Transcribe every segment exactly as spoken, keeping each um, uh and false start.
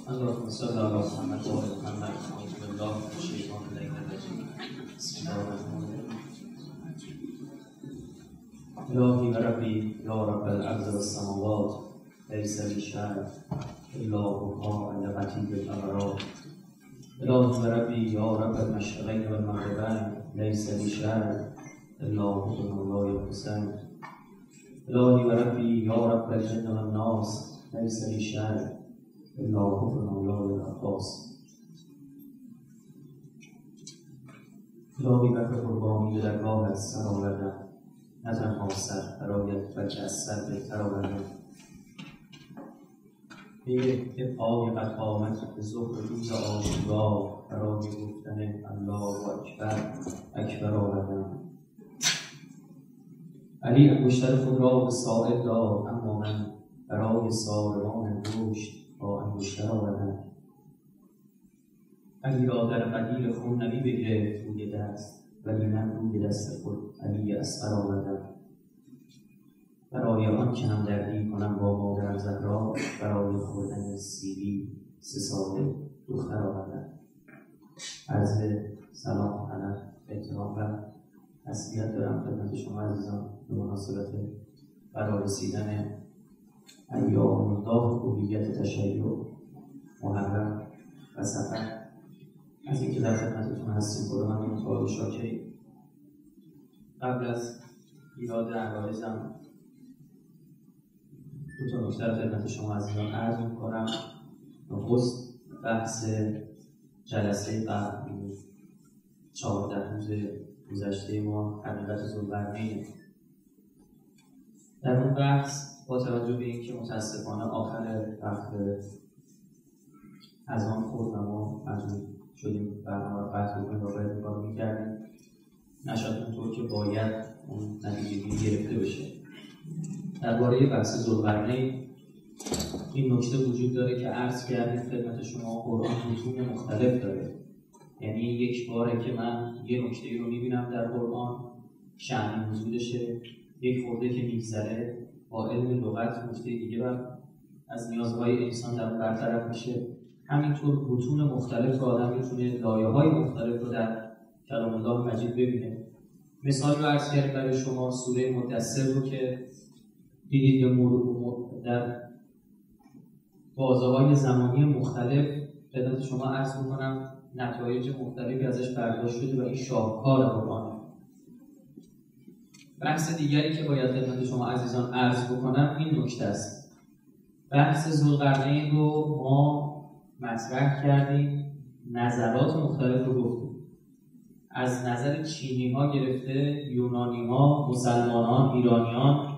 اللهم صل على محمد و آل محمد. اعوذ بالله من الشیطان الرجیم. بسم الله الرحمن الرحیم. الهی و ربی یا رب الارض و السماوات لیس لی شأن الا بقاء لقتیل الامرات. الهی و ربی یا رب المشرقین و المغربین لیس لی شأن الا حسن الله الحسین. الهی و ربی یا رب الجن و الناس لیس لی شأن الا حسن الله العباس. الهی بر قربانی درگاهت سر آوردم، نه تنها سر برایت بلکه از سر بهتر آوردم. به پای قد قامت به ظهر روز عاشورا برای گفتن الله اکبر اکبر آوردم. علی انگشتر خود را به سائل داد، اما من برای ساربان انگشت با انگشتر آوردم. علی را در قدیر خون نبی بگرفت روی دست، ولی من روی دست خود علی اصغر آوردم. برای آن که هم دردی کنم با مادرم زهرا، برای خوردن سیبی سه ساله دختر آوردم. عرض سلام ادب احترام و تسلیت دارم خدمت شما عزیزان به مناسبت فرارسیدن ایام الله هویت تشیع محرم و سفر. از اینکه در خدمتتون هستیم خدا من متعال شاکریم. قبل از ایراد عرایزم دو تا نکته خدمت شما عزیزان عرض می‌کنم. نخست بحث جلسه قبل چهارده روز گذشته ما حقیقت ذوالقرنین. در اون بحث با توجه به اینکه متاسفانه آخر وقت از آن خود و ما مجبور شدیم برنامه رو قطع بکنیم و باید کار میکردیم، نشد اونطور که باید اون نتیجه گرفته بشه. درباره بحث ذوالقرنین این نکته وجود داره که عرض کردیم خدمت شما قرآن متون مختلف داره. یعنی یک باره که من یه نکته رو میبینم در قرآن شأن وجودشه، یک خورده که میگذره با علم لغت نکته دیگه و از نیازهای انسان در اون برطرف میشه. همینطور متون مختلف رو آدم میتونه لایه‌های مختلف رو در کلام الله مجید ببینه. مثال رو عرض کردم برای شما سوره مدثر رو که دیدید به مرور در بازه‌های زمانی مختلف خدمت شما عرض می‌کنم نتایج مختلفی ازش برداشت شده و این شاهکار قرآنه. بحث دیگری که باید خدمت شما عزیزان عرض بکنم این نکته است. بحث ذوالقرنین رو ما مطرح کردیم، نظرات مختلف رو گفتیم. از نظر چینی ها گرفته، یونانی ها، مسلمانان، ایرانیان،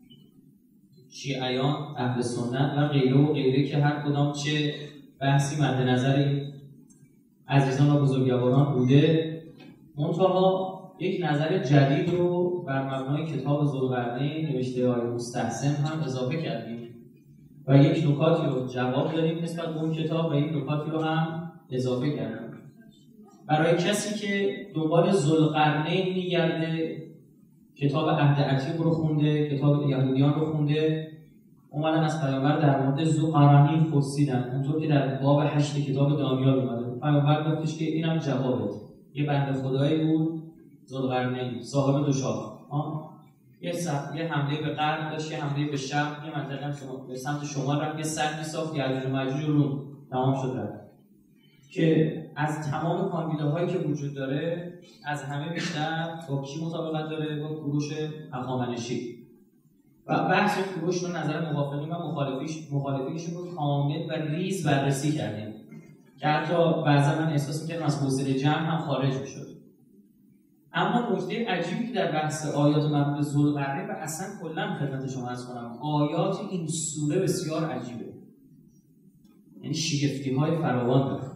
شیعیان، اهل سنت و غیره و غیره که هر کدام چه بحثی مد نظر عزیزان و بزرگواران بوده. منتها یک نظر جدید رو بر مبنای کتاب ذوالقرنین نوشته های مستحسن هم اضافه کردیم و یک نکاتی رو جواب دادیم نسبت به اون کتاب و یک نکاتی رو هم اضافه کردیم. برای کسی که دنبال ذوالقرنین میگرده، کتاب عهد عتیق رو خونده، کتاب یهودیان رو خونده، اومدن از پیامبر در مورد ذوالقرنین پرسیدن، اونطور که در باب هشت کتاب دانیال اومده. پیامبر گفتش که اینم جوابت. یه بنده خدایی بود ذوالقرنین صاحب دو شاخ، یه سب... یه حمله به غرب داشت، یه حمله به شرق، یه منطقه شما... به سمت شمال رفت، یه سد می‌ساخت، یأجوج و مأجوج رو تمام شد رفت. که از تمام کاندیداهایی که وجود داره از همه بیشتر با کی مطابقت داره؟ با کوروش هخامنشی. و بحث کوروش رو نظر موافقین و مخالفیش مخالفینش رو کامل و ریز بررسی کردیم که حتی بعضا من احساس می‌کردم از حوزه جمع هم خارج می‌شد. اما نکته عجیبی که در بحث آیات مربوط به ذوالقرنین و اصلا کلا خدمت شما عرض کنم، آیات این سوره بسیار عجیبه، یعنی شگفتی‌های فراوان داره.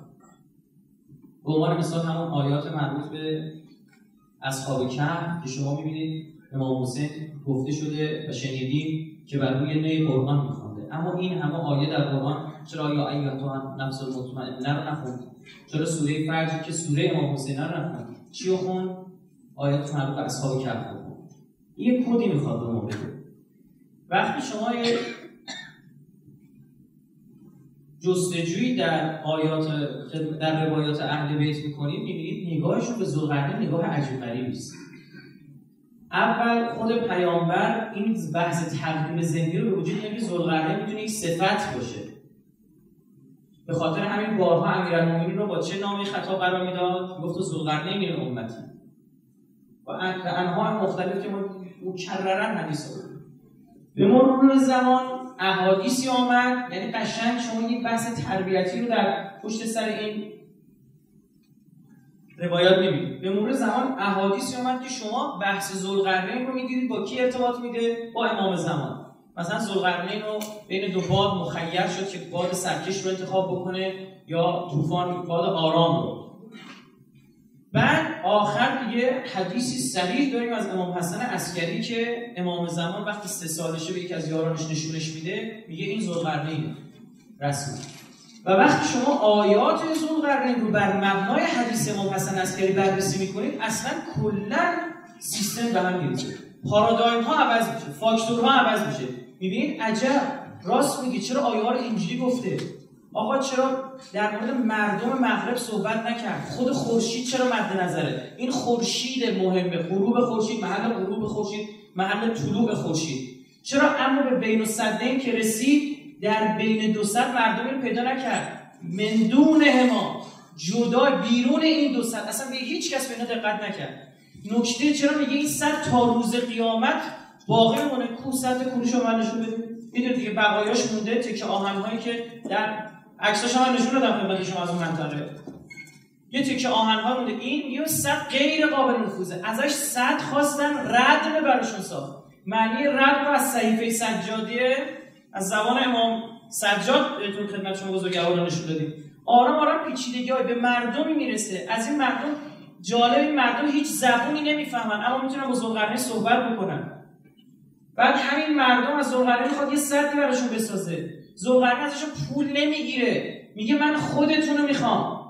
به عنوان مثال همون آیات مربوط به اصحاب کهف که شما می‌بینید امام حسین گفته شده و شنیدیم که بر روی نی قرآن می‌خونده، اما این همه آیه در قرآن چرا یا ایها نفس المطمئنه رو نخوند؟ چرا سوره فجر که سوره امام حسین رو نخوند؟ چی رو خوند؟ آیات مربوط به اصحاب کهف رو خوند. این کدی می‌خواد به ما بده. وقتی شما جستجویی در آیات در روایات اهل بیت میکنید میبینید نگاهشون به ذوالقرنین نگاه عجیب غریبی است. اول خود پیامبر این بحث تقدیم ذهنی رو به وجود میاره که ذوالقرنین میتونه یک صفت باشه. به خاطر همین بارها امیرالمومنین رو با چه نامی خطاب قرار میداد؟ گفت ذوالقرنین من امتی. و انواع مختلف که مکررا حدیث بود. به مرور زمان احادیثی آمد، یعنی قشنگ شما این بحث تربیتی رو در پشت سر این روایات می‌بینید. به مرور زمان احادیثی آمد که شما بحث ذوالقرنین رو می‌دیدید با کی ارتباط میده؟ با امام زمان. مثلا ذوالقرنین رو بین دو باد مخیر شد که باد سرکش رو انتخاب بکنه یا طوفان باد آرام رو. بعد آخر دیگه حدیثی صریح داریم از امام حسن عسکری که امام زمان وقتی سه سالشه به یک از یارانش نشونش میده، میگه این ذوالقرنین رسما. و وقتی شما آیات ذوالقرنین رو بر مبنای حدیث امام حسن عسکری بررسی میکنید، اصلا کلا سیستم به هم میریزه، پارادایم ها عوض میشه، فاکتورها عوض میشه. میبینید عجب راست میگه، چرا آیه ها رو اینجوری گفته؟ آقا چرا در مورد مردم مغرب صحبت نکرد؟ خود خورشید چرا مد نظره؟ این خورشید مهمه، غروب خورشید، محل غروب خورشید، محل طلوع خورشید. چرا اما به بین السدین که رسید در بین دو صد مردمی رو پیدا نکرد؟ من دونهما، جدا بیرون این دو صد، اصلا به هیچ کس به اینا دقت نکرد. نکته چرا میگه این صد تا روز قیامت باقی مونه؟ کو صد کوروش رو من نشون بده. میدونید دیگه بقایاش مونده، تکه آهن‌هایی که در عکساش هم نشون دادم خدمت شما از اون منطقه. یه تکه آهن‌ها مونده. این یه صد غیر قابل نفوذه. ازش صد خواستن رد براشون ساخت. معنی رد رو از صحیفه سجادیه از زبان امام سجاد بهتون خدمت شما بزرگواران نشون دادیم. آرام آرام پیچیدگی‌های به مردمی میرسه. از این مردم جالب، این مردم هیچ زبونی نمیفهمن اما میتونن با ذوالقرنین صحبت بکنن. بعد همین مردم از ذوالقرنین میخواد یه سدی براشون بسازه. ذوالقرنین ازشون پول نمیگیره، میگه من خودتون رو میخوام،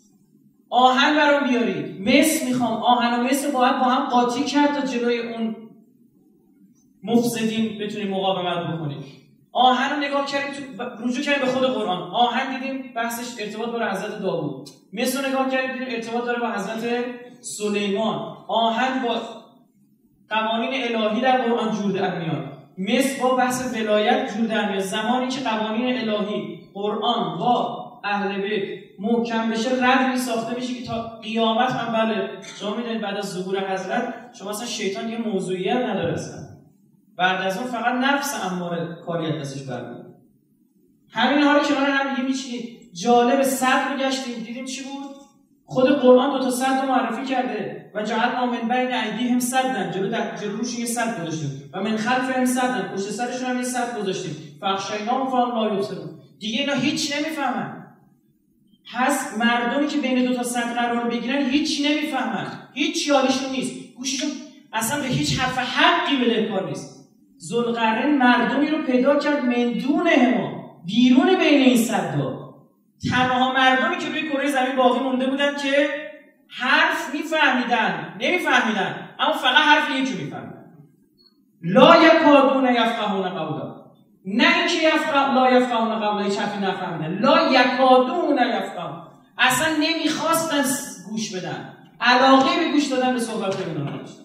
آهن برام بیارید، مس میخوام، آهن و مس باید با هم قاطی کرد تا جلوی اون مفسدین بتونیم مقاومت بکنیم. آهن رو نگاه کردیم، رجوع کردیم به خود قرآن، آهن دیدیم بحثش ارتباط داره حضرت داوود، مس رو نگاه کردیم دیدیم ارتباط داره با حضرت سلیمان. آهن با قوانین الهی در قرآن جور در میاد، مس با بحث ولایت جور در میاد. زمانی که قوانین الهی قرآن با اهل بیت محکم بشه، ردی ساخته میشه که تا قیامت هم بله شما میدونید بعد از ظهور حضرت شما اصلا شیطان یه موضوعیت نداره، اصلا بعد از اون فقط نفس اماره کاریت دستش برمیاد. همین ها رو کنار هم دیگه میچینید. جالب صدر رو گشتیم دیدیم چی بود؟ خود قرآن دو تا صد رو معرفی کرده و جعلنا من بین ایدیهم صدا، جلو در جلوش یه صد گذاشتیم و من خلفهم صدا، پشت سرشون هم یه صد گذاشتیم، فاخشیناهم فهم لا یبصرون. دیگه اینا هیچ نمیفهمن. پس مردمی که بین دو تا صد قرار بگیرن هیچ نمیفهمن، هیچ یادشون نیست، گوششون اصلا به هیچ حرف حقی بدهکار نیست. ذوالقرنین مردمی رو پیدا کرد من دونهما، بیرون بین این صدا، تنها مردمی که روی کره زمین باقی مونده بودن که حرف میفهمیدن، نمیفهمیدن اما فقط حرف یکی میفهمیدن. لا یکادون یفقهون قولا، نه اینکه یفقه لا یفقهون قولا هیچ حرفی نفهمیدن، لا یکادون یفقهون، اصلا نمیخواستن گوش بدن، علاقه به گوش دادن به صحبت اونا نداشتن.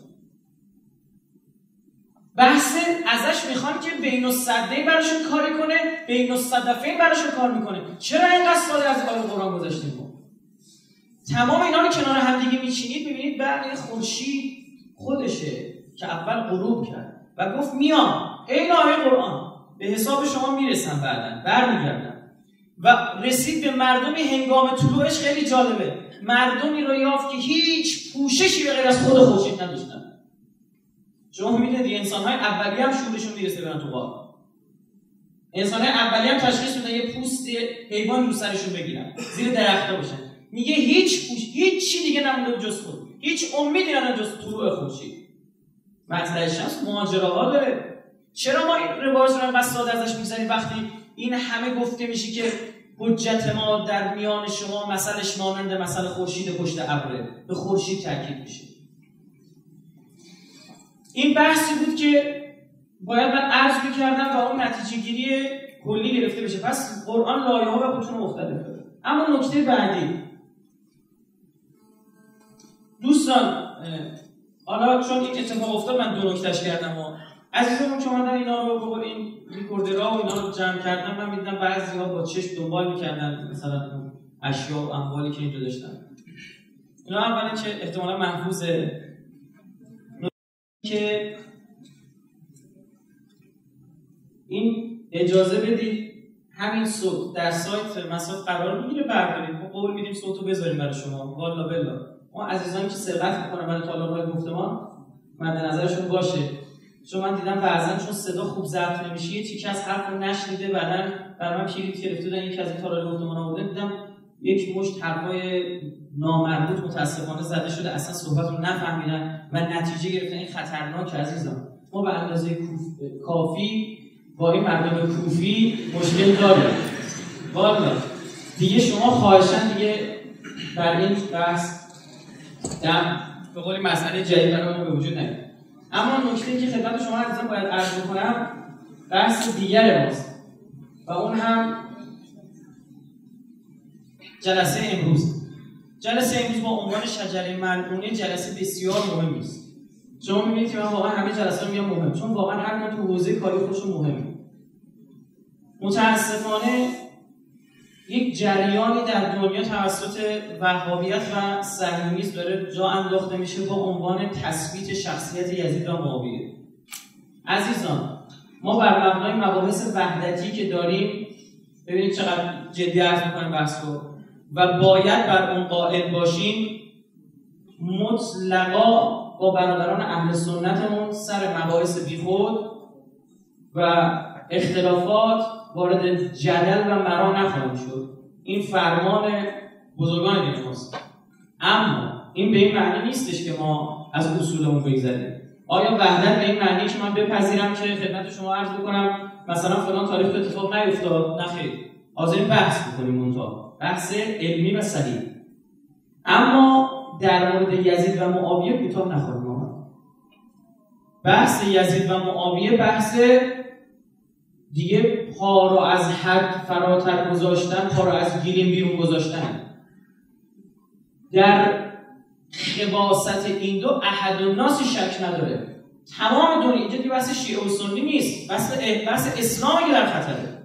بحث ازش میخوان که بین الصدین براشون کاری کنه، بین الصدفین براشون کار میکنه. چرا اینقدر ساده از آیه قرآن گذاشتیم ما؟ تمام اینا رو کنار هم دیگه میچینید، میبینید بعد این خورشید خودشه که اول غروب کرد و گفت میام، این آیه قرآن به حساب شما میرسن، بعدن برمیگردن. و رسید به مردمی هنگام طلوعش. خیلی جالبه، مردمی رو یافت که هیچ پوششی به غیر از خود خورشید نداشتن. شما می‌بینید انسان‌های اولیه هم شورشون میرسه برن تو غار. انسان‌های اولیه هم تشخیص میدن یه پوست حیوان رو سرشون بگیرن، زیر درخت‌ها باشن. میگه هیچ پوش، هیچ چی دیگه نمونده جز خود. هیچ امیدی نداره جز طلوع خورشید. مطلع شمس ماجراها داره. چرا ما این روایت رو انقدر ساده ازش می‌گذریم وقتی این همه گفته میشه که حجت ما در میان شما مثلش مانند مثل خورشید پشت ابره، به خورشید تاکید میشه. این بحثی بود که باید من عرض می‌کردم و اون نتیجه گیری کلی گرفته بشه. پس قرآن لایه‌ها و خودشون مختلفه. اما نکته بعدی دوستان، حالا چون این اتفاق افتاد من دو نکتهش کردم و عزیزانم که اومدن اینا رو بقول این ریکوردرها و اینا رو جمع کردن، من می‌دیدم بعضی‌ها با چشم دنبال می‌کردن مثلا اشیا و اموالی که اینجا داشتن. اینا اولا که احتمالاً محفوظه که این اجازه بدید همین صوت در سایت مسائل قرار میگیره بردارید، ما قول میدیم صوتو بذاریم برای شما. والا بلا ما عزیزانی که سرقت میکنن برای طالب‌های گفتمان مد نظرشون باشه، چون من دیدم بعضن چون صدا خوب ضبط نمیشه یه تیکه از حرف رو نشنیده، بعدن برای من کلیت گرفته بودن یکی از این طالب‌های گفتمان آورده، دیدم یک مشت حرفای نامربوط متاسفانه زده شده، اصلا صحبت رو نفهمیدن و نتیجه گرفتن. این خطرناکه عزیزان. ما به اندازه کافی با این مردم کوفی مشکل داریم. والا دیگه شما خواهشاً دیگه در این بحث در به قول مسئله جدید برای ما به وجود نیاد. اما نکته‌ای که خدمت شما عزیزان باید عرض کنم بحث دیگر ماست و اون هم جلسه امروز. جلسه امروز با عنوان شجره ملعونه جلسه بسیار مهمی است. شما می‌بینید که من واقعا همه جلسات رو میگم مهم، چون واقعا هر کدوم تو حوزه کاری خودشون مهمه. متاسفانه یک جریانی در دنیا توسط وهابیت و صهیونیسم داره جا انداخته میشه با عنوان تثبیت شخصیت یزید و معاویه. عزیزان، ما بر مبنای مباحث وحدتی که داریم، ببینید چقدر جدی عرض می‌کنیم بحث رو و باید بر اون قائل باشیم، مطلقا با برادران اهل سنتمون سر مباحث بیخود و اختلافات وارد جدل و مرا نخواهیم شد. این فرمان بزرگان دین ماست. اما این به این معنی نیستش که ما از اصولمون بگذریم. آیا وحدت به این معنی که من بپذیرم که خدمت شما عرض بکنم مثلا فلان تاریخ اتفاق نیفتاد؟ نه خیر. حاضرین بحث بکنیم اونجا. بحث علمی و صحیح. اما در مورد یزید و معاویه کوتاه نخواهیم آمد. بحث یزید و معاویه بحث دیگه پا رو از حد فراتر گذاشتن، پا رو از گیریم بیرون گذاشتن. در خباثت این دو احد الناس شک نداره. تمام دنیا اینجا دیگه بحث شیعه و سنی نیست، بحث بحث اسلامی که در خطره.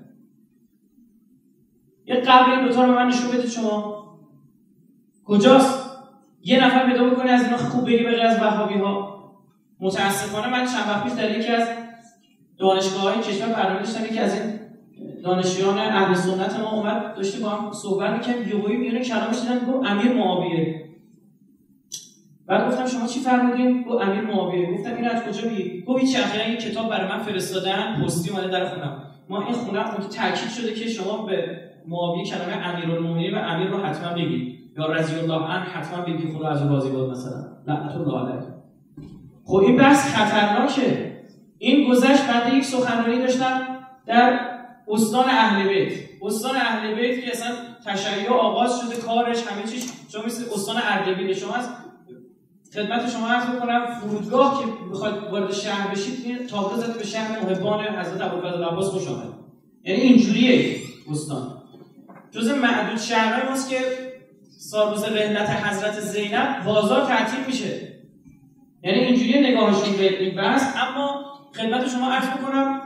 یه قبل این دوتا رو من نشون بدید شما کجاست؟ یه نفر پیدا بکنه از اینا خوب بگی به غیر از وهابی ها. متاسفانه من چند وقت پیش در یکی از دانشگاه‌های کشور برنامه داشتم، یکی از این دانشجویان اهل سنت ما اومد داشته با هم صحبت می‌کرد، یهویی میونه کلامش دیدم گفت امیر معاویه. بعد گفتم شما چی فرمودین؟ گفت امیر معاویه. گفتم این از کجا میگی؟ گفت هیچ اخیراً یک کتاب برای من فرستادن، پستی اومده در خونم. ما این خونم اون تاکید شده که شما به معاویه کلمه امیرالمومنین و امیر رو حتما بگید، یا رضی الله عنه حتما بگید، خدا از راضی باد مثلا. لعنت الله علیه. خب این بحث خطرناکه. این گذشت بعد یک سخنرانی داشتم در استان اهل بیت. استان اهل بیت که اصلا تشیع آغاز شده، کارش همه چیز شما مثل استان اردبیل. شما از خدمت شما عرض بکنم فرودگاه که بخواید وارد شهر بشید تابلو زده به شهر محبان حضرت ابوالفضل عباس خوش آمد. یعنی اینجوریه استان. جزء معدود شهرهای ماست که سالروز رحلت حضرت زینب بازار تعطیل میشه. یعنی اینجوریه نگاهشون به این بحث. اما خدمت شما عرض بکنم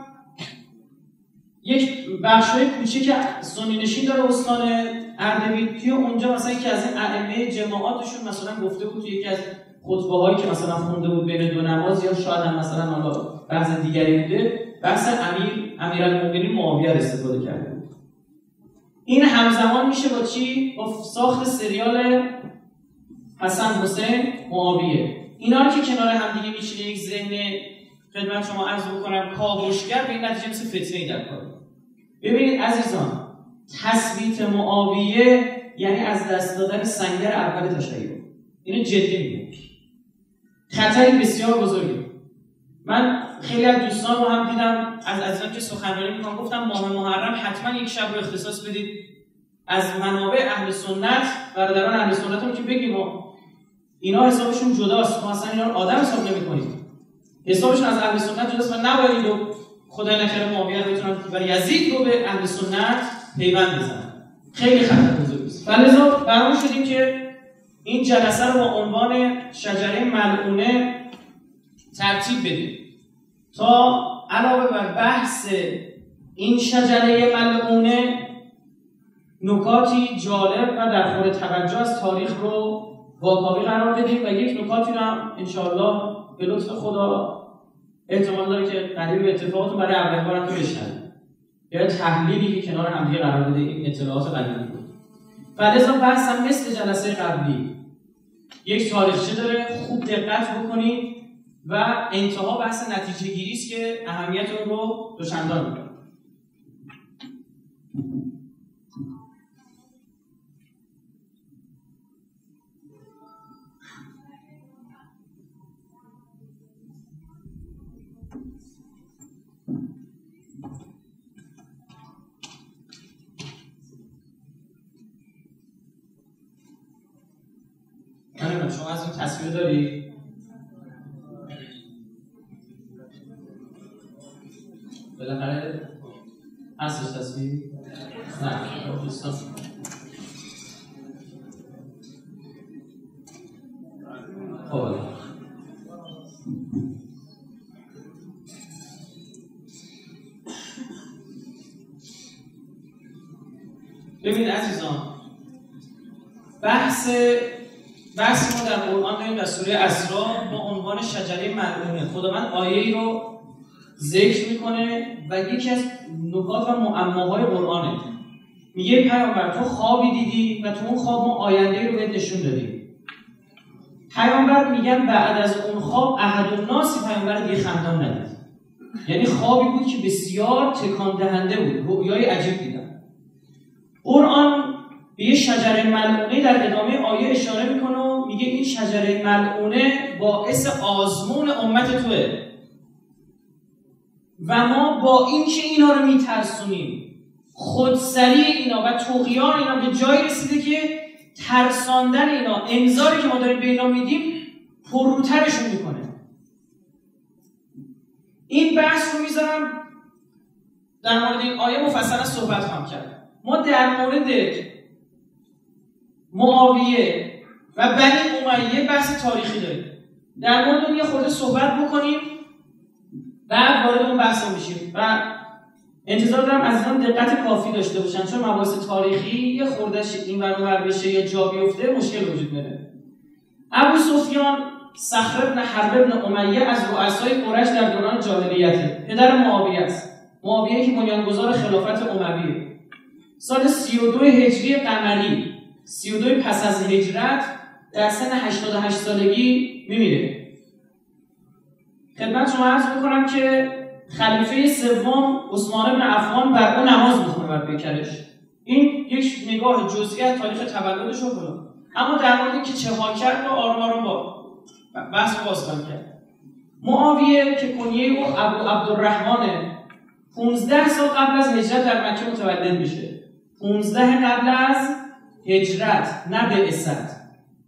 یک بخشای کوچیک سنی نشین داره استان اردبیل. توی اونجا مثلا یکی از این ائمه جماعاتشون مثلا گفته بود توی یکی از خطبه هایی که مثلا خونده بود بین دو نماز، یا شاید هم مثلا حالا بحث دیگری بوده، بحث امیر امیرالمومنین معاویه رو استفاده کرده بود. این همزمان میشه با چی؟ با ساخت سریال حسن حسین معاویه. اینا رو که کنار هم دیگه میشینه یک ذهن خدمت شما عرض بکنم کاوشگر به این نتیجه مثل فتنه‌ای در کار. ببینید عزیزان، تثبیت معاویه یعنی از دست دادن سنگر اول تشیع. اینو جدی میگم. خطری بسیار بزرگه. من خیلی از دوستان رو هم دیدم از عزیزان که سخنرانی میکنن، گفتم ماه محرم حتما یک شب رو اختصاص بدید از منابع اهل سنت، برادران اهل سنت رو که بگیم اینا حسابشون جداست، ما اصلا اینا رو آدم حساب نمی‌کنیم. حسابشون از اهل سنت جداست و نباید اینو خدای نکرده معاویه رو بتونن و یزید رو به اهل سنت پیوند بزنن. خیلی خطر بزرگی است. لذا برنامه شدیم که این جلسه رو با عنوان شجره ملعونه ترتیب بدیم تا علاوه بر بحث این شجره ملعونه نکاتی جالب و در خور توجه از تاریخ رو واکاوی قرار بدیم و یک نکاتی رو هم انشاءالله به لطف خدا احتمال داره که قریب به اتفاقاتون برای اولین بار هم که بشنوید یا تحلیلی که کنار همدیگه قرار بده این اطلاعات قدیمی بود. فلذا بحث هم مثل جلسه قبلی یک تاریخچه داره، خوب دقت بکنید و انتها بحث نتیجه گیری است که اهمیت اون رو دوچندان می‌کنه. من شما از این تصویر داری؟ بالاخره هستش تصویر؟ نه دوستان خب ببینید عزیزان، بحث بحث ما در قرآن داریم در سوره اسراء با عنوان شجره ملعونه. خداوند آیه‌ای رو ذکر میکنه و یکی از نکات و معماهای قرآنه. میگه پیامبر تو خوابی دیدی و تو اون خواب ما آینده رو بهت نشون دادیم. پیامبر میگن بعد از اون خواب احدالناس پیامبر دیگه خندان ندید. یعنی خوابی بود که بسیار تکان دهنده بود، رؤیای عجیب دیدن. قرآن به یه شجره ملعونه در ادامه آیه اشاره میکنه و میگه این شجره ملعونه باعث آزمون امت توه و ما با این که اینا رو میترسونیم، خودسری اینا و طغیان اینا به جای رسیده که ترساندن اینا، انذاری که ما داریم به اینا میدیم پرروترشون میکنه. این بحث رو میذارم در مورد این آیه مفصلا صحبت خواهم کرد. ما در مورد معاویه و بنی امیه بحث تاریخی داریم، در مورد اون یه خورده صحبت بکنیم بعد وارد اون بحث میشیم و انتظار دارم از اینا دقت کافی داشته باشن، چون مباحث تاریخی یه خوردهش این ور اون ور بشه یا جا بیفته مشکل وجود داره. ابو سفیان صخر بن حرب بن امیه از رؤسای قریش در دوران جاهلیته، پدر معاویه است. معاویه که بنیانگذار خلافت امویه. سال سی و دو هجری قمری، سی و دو پس از هجرت، در سن هشتاد و هشت سالگی میمیره. خدمت شما عرض میکنم که خلیفه سوم عثمان بن عفان بر اون نماز میخونه بر پیکرش. این یک نگاه جزئی از تاریخ تولدش رو کنم. اما در مورد که چه ها کرد رو آروم آروم با بحث باز کرد. معاویه که کنیه او ابو عبدالرحمنه، پانزده سال قبل از هجرت در مکه متولد میشه. پانزده قبل از هجرت، نه بعثت.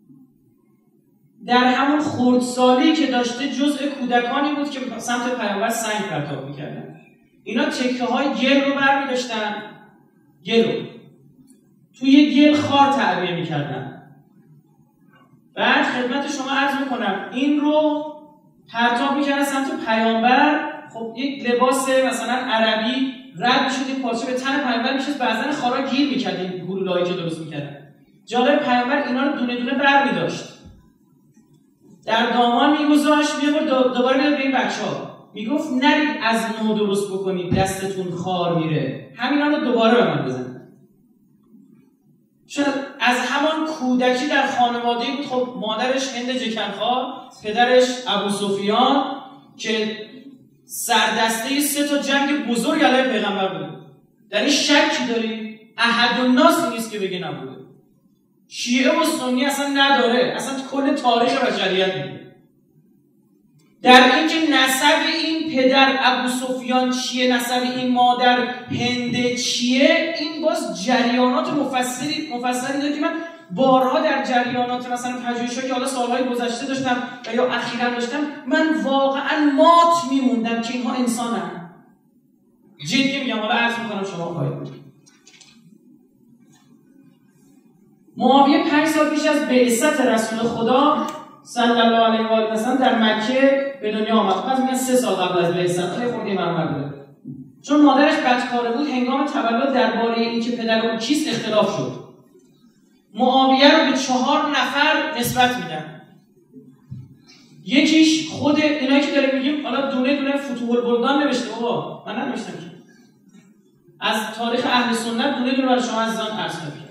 در همون خردسالی که داشته جزء کودکانی بود که سمت پیامبر سنگ پرتاب میکردن. اینا تکه های گل رو برمی داشتن، گل رو توی گل خار تعبیه میکردن. بعد خدمت شما عرض میکنم این رو پرتاب میکردن سمت پیامبر. خب یک لباس مثلا عربی رد میشد، این پارچه به تن پیامبر میشد، بعضن خارا گیر میکرد این گلوله‌ای که درست میکردن. جالب پیامبر اینا رو دونه دونه بر میداشت، در دامان میگذاشت، میبرد دوباره میاد به این بچه‌ها میگفت نرید از نو درست بکنید دستتون خار میره، همینا رو دوباره به من بزنید. شاید از همان کودکی در خانواده‌ای بود. خب مادرش هند جکنخوار، پدرش ابو سفیان که سردسته سه تا جنگ بزرگ علیه پیغمبر بوده. در این شکی داری؟ احدالناس نیست که بگه نبوده. شیعه و سنی اصلا نداره، اصلا کل تاریخ بشریت میگه. در اینکه نسب این پدر ابو سفیان چیه، نسب این مادر هند چیه، این باز جریانات مفصلی مفصلی داره که من بارها در جریانات مثلا پژوهش‌هایی که حالا سالهای گذشته داشتم و یا اخیراً داشتم، من واقعا مات میموندم که اینها انسانن. جدی میگم، حالا عرض میکنم شما خواهید بود. معاویه پنج سال پیش از بعثت رسول خدا صلی الله علیه و آله و سلم در مکه به دنیا آمد. بعضی میگن سه سال قبل از بعثت، خیلی خورده مرمر بوده. چون مادرش بدکاره بود، هنگام تولد درباره اینکه پدر او کیست اختلاف شد. معاویه رو به چهار نفر نسبت میدن. یکیش خود اینایی که داریم میگیم، حالا دونه دونه فتوح البلدان نوشته، بابا من ننوشتم که. از تاریخ اهل سنت دونه دونه برای شما عزیزان عرض می‌کنم.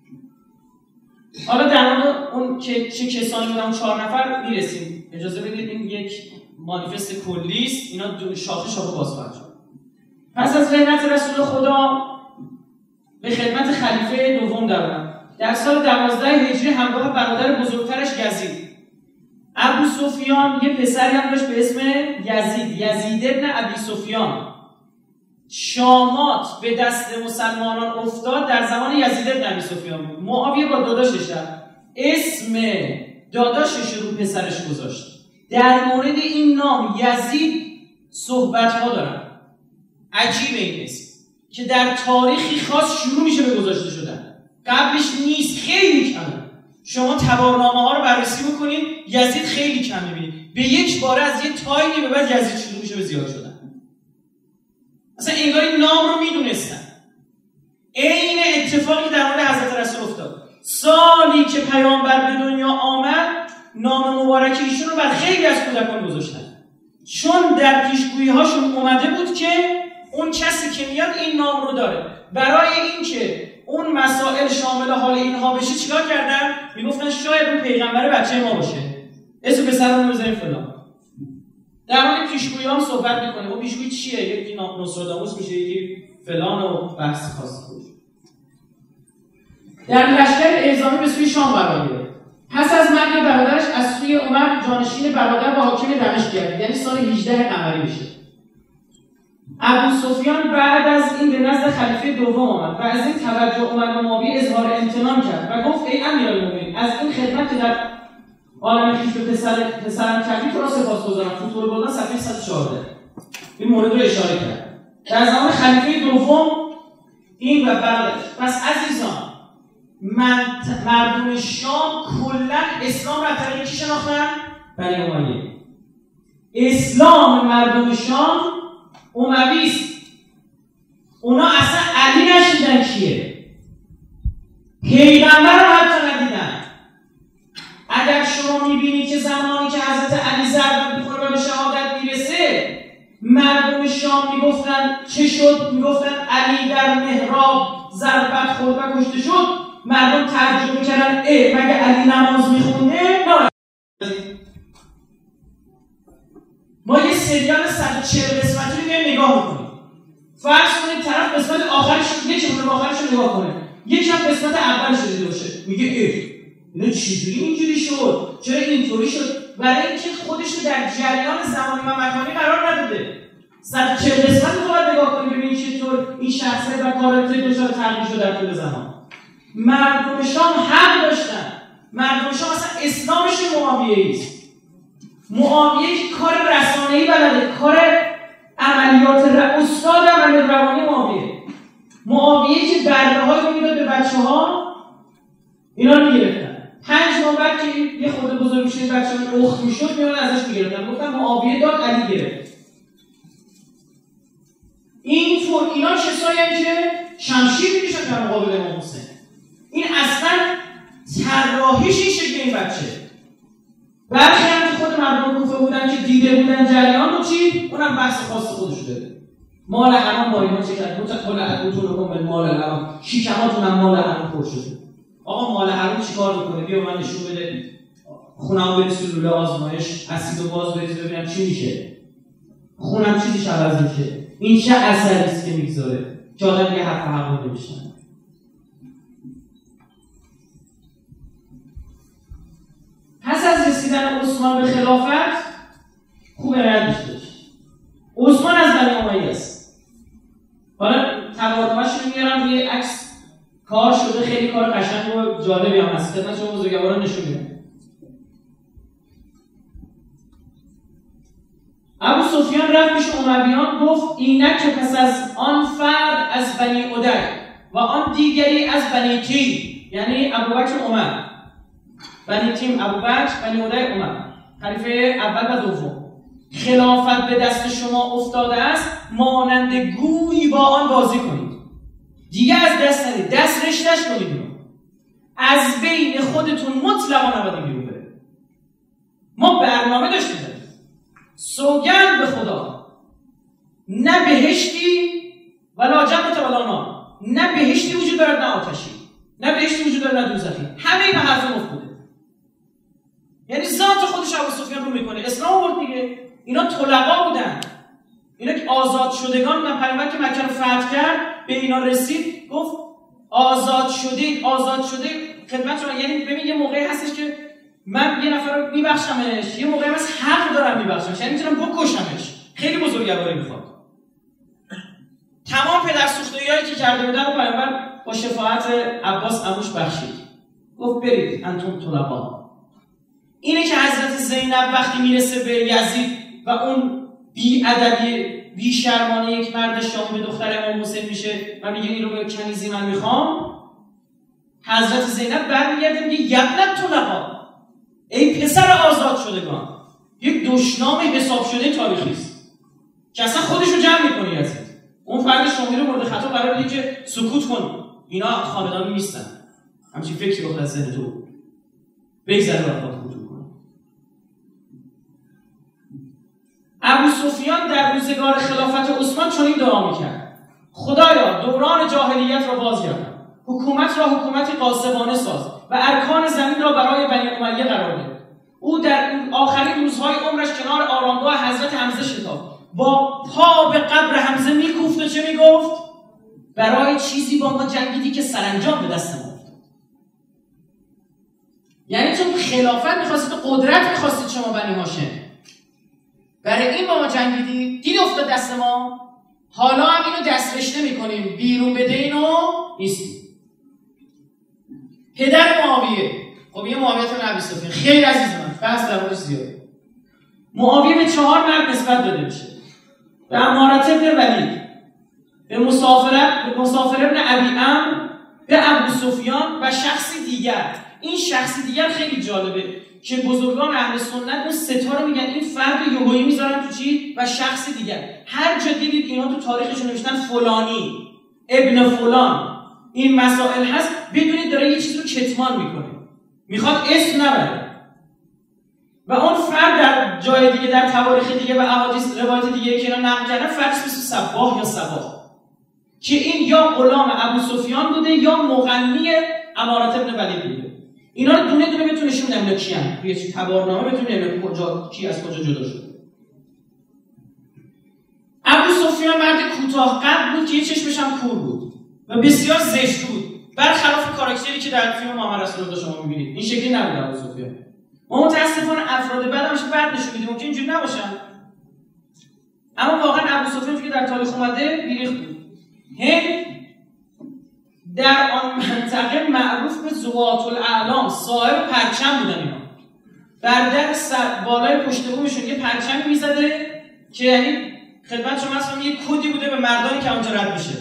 حالا در مورد اون که چه کسانی بودن اون چهار نفر میرسیم. اجازه بدید این یک مانیفست کلی است، اینا دو شاخه شاخه باز خواهد شد. پس از رحمت رسول خدا به خدمت خلیفه دوم درآمد. در سال دوازده هجری همراه برادر بزرگترش یزید. ابو سفیان یه پسری هم داشت به اسم یزید، یزید ابن ابی سفیان. شامات به دست مسلمانان افتاد در زمان یزید ابن ابی سفیان بود. معاویه با داداشش اسم داداشش رو پسرش گذاشت. در مورد این نام یزید صحبت ها دارن. عجیبه این اسم که در تاریخی خاص شروع میشه به گذاشته شدن، قبلش نیست، خیلی کمه. شما تبارنامه ها رو بررسی بکنید، یزید خیلی کم میبینید. به یک باره از یه تایمی به بعد یزید شروع میشه به زیاد شدن. اصلا انگار این نام رو میدونستن. عین اتفاقی در مورد حضرت رسول افتاد. سالی که پیامبر به دنیا آمد، نام مبارک ایشون رو بر خیلی از کودکان گذاشتن، چون در پیشگویی هاشون اومده بود که اون کسی که میاد این نام رو داره. برای اینکه اون مسائل شامل حال اینها بشه چیکار کردن؟ میگفتن شاید اون پیغمبر بچه ما باشه، اسم پسرمون رو بزنیم فلان. در مورد پیشگویی هم صحبت میکنه. اون پیشگویی چیه؟ یکی نوستراداموس میشه، یکی فلان و بحث خاص بود. در لشکر اعزامی به سوی شام قرار گرفت. پس از مرگ برادرش از سوی عمر جانشین برادر و حاکم دمشق گردید، یعنی سال هجده قمری میشه. ابو سفیان بعد از این به نزد خلیفه دوم آمد و از این توجه عمر به معاویه اظهار امتنان کرد و گفت ای امیرالمومنین، از این خدمت که در عالم خویش به پسر پسرم کردی تو را سپاسگزارم. فتوح البلدان صفحه صد و چهارده این مورد رو اشاره کرد. در زمان خلیفه دوم این و بعدش. پس عزیزان، من مردم شام کلا اسلام را از طریق کی شناختن؟ بنی امیه. اسلام مردم شام اموی است. اونا اصلا علی نشیدن کیه، پیغمبر رو حتی ندیدن. اگر شما میبینید که زمانی که حضرت علی ضربت میخوره و به شهادت میرسه، مردم شام میگفتن چه شد؟ میگفتن علی در محراب ضربت خورد و کشته شد. مردم تعجب میکردن اه مگه علی نماز میخونه؟ نه. ما یه سریال صد و چهل قسمتی رو میایم نگاه میکنیم. فرض کنید طرف قسمت آخرش رو یکی قسمت آخرش رو نگاه کنه، یکی هم قسمت اولش رو دیده باشه، میگه اه اینو چجوری اینجوری شد؟ چرا اینطوری شد؟ برای اینکه خودش رو در جریان زمانی و مکانی قرار نداده. صد و چهل قسمت رو باید نگاه کنید ببینید چطور این شخصیت و کاراکتر دچار تغییر شده در طول زمان. مردم شام حق داشتن. مردم شام اصلا اسلامشون معاویه است. معاویه که کار رسانه‌ای بلده، کار عملیات ر... استاد عمل روانی معاویه. معاویه که برنه‌هایی رو میداد به بچه‌ها، اینا رو میگرفتن. پنج ماه بعد که یه خورده بزرگ میشه بچه‌ها اخت میشد میان ازش میگرفتن، گفتن معاویه داد علی گرفت. این فور اینا کسایی که شمشیر می‌کشن در مقابل امام حسین. این اصلا طراحیش این شکل این بچه. برخی هم که خود مردم کوفه بودن که دیده بودن جریان رو چی؟ اونم بحث خاص خودش داره. مال حرام با اینا چه کرد؟ متقل عقوتون رو کن به مال حرام. شیکماتون هم مال حرام پر شده. آقا مال حرام چی کار میکنه؟ بیا من نشون بده. خونم برسی لوله آزمایش اسید و باز بریز ببینم چی میشه. خونم چیزیش عوض میشه. این چه اثریست که میگذاره؟ که آدم یه حرف حرام نمیشن. پس از رسیدن عثمان به خلافت خوب ردش داشت. عثمان از بنی امیه است. حالا تبارنامه‌اش رو میارم روی عکس کار شده، خیلی کار قشنگ و جالبی هم هست. خدمت شما بزرگواران نشون میدم. ابو سفیان رفت پیش امویان گفت اینک که پس از آن فرد از بنی عدی و آن دیگری از بنی تیم، یعنی ابوبکر و عمر، بنی تیم ابوبکر، بنی عدی عمر، خلیفه اول و دوم، خلافت به دست شما افتاده است، مانند گویی با آن بازی کنید، دیگه از دست ندید، دست رشتش کنید، رو از بین خودتون مطلقا نباید بیرون بره. ما برنامه داشتیم، سوگند به خدا، نه بهشتی ولا جنت ولا نار، نه بهشتی وجود دارد نه آتشی، نه بهشتی وجود دارد نه دوزخی، همه اینا حرف مفقوده. یعنی ذات خودش ابو سفیان رو میکنه، اسلام آورد دیگه. اینا طلقا بودن، اینا که آزاد شدگان بودن. پیامبر که مکه رو فتح کرد به اینا رسید گفت آزاد شدید، آزاد شده خدمت شما. یعنی ببین یه موقعی هستش که من یه نفر رو میبخشمش، یه موقعی هست حق دارم میبخشمش، یعنی میتونم بکشمش. خیلی بزرگواری میخواد. تمام پدر سوختگی‌هایی که کرده بودن رو پیامبر با شفاعت عباس عموش بخشید، گفت برید انتم طلقا. اینه که حضرت زینب وقتی میرسه به یزید و اون بی ادبی بی شرمانه یک مرد شامی به دختر امام حسین میشه و میگه این رو به کنیزی من میخوام، حضرت زینب برمیگرده میگه یبنت طلقا، ای پسر آزاد شدگان. یک دشنام حساب شده تاریخی است که اصلا خودش رو جمع میکنه یزید. اون فرد شامی رو مورد خطاب قرار میده که سکوت کن، اینا خاندانی نیستن، همچین فکری رو از ذهن تو بگذره و خودت کوتاه کن. ابو سفیان در روزگار خلافت عثمان چنین دعا میکرد: خدایا دوران جاهلیت را بازگردان، حکومت را حکومتی غاصبانه ساز و ارکان زمین را برای بنی امیه قرار ده. او در آخرین روزهای عمرش کنار آرامگاه حضرت حمزه شتافت، با پا به قبر حمزه میکوفت و چه میگفت؟ برای چیزی با ما جنگیدی که سرانجام به دست ما افتاد. یعنی چون خلافت میخواستید، قدرت میخواستید شما بنی هاشم، برای این با ما جنگیدی، دید افتاد دست ما، حالا هم اینو دست رشته میکنیم، بیرون بده اینو نیستیم. پدر معاویه، خب یه معاویه بن ابی سفیان خیلی عزیز من، بحث در موردش زیاده. معاویه به چهار مرد نسبت داده میشه: به عمارة ابن ولید، به مسافر به مسافر ابن ابی عمرو، به ابو سفیان و شخصی دیگر. این شخصی دیگر خیلی جالبه که بزرگان اهل سنت اون ستا رو میگن این فرد یهویی میذارن تو چی و شخصی دیگر. هر جا دیدید اینا تو تاریخشون نوشتن فلانی ابن فلان، این مسائل هست، بدونید داره یه چیز رو کتمان میکنه، میخواد اسم نبره. و اون فرد در جای دیگه، در تواریخ دیگه و احادیث روایت دیگه که اینا نقل کردن، فرد اسمش صباح یا صباح، که این یا غلام ابو سفیان بوده یا مغنی عمارة ابن ولید بوده. اینا رو دونه دونه بتونه نشون بدن کیان، توی چه تبارنامه بتونه کجا کی از کجا جدا شده. ابو سفیان مرد کوتاه قد بود که یه چشمش هم کور بود و بسیار زشت بود، برخلاف کاراکتری که در فیلم محمد رسول الله شما می‌بینید. این شکلی نبود ابو سفیان. ما متاسفانه افراد بعد همش بد نشون میدیم، ممکن اینجوری نباشن، اما واقعا ابو سفیان که در تاریخ اومده بیریخت بود. هند در آن منطقه معروف به ذوات الاعلام، صاحب پرچم بودن. اینا بر در سر بالای پشت بومشون یه پرچمی میزده که یعنی خدمت شما اصلا یه کدی بوده به مردانی که اونجا رد میشه.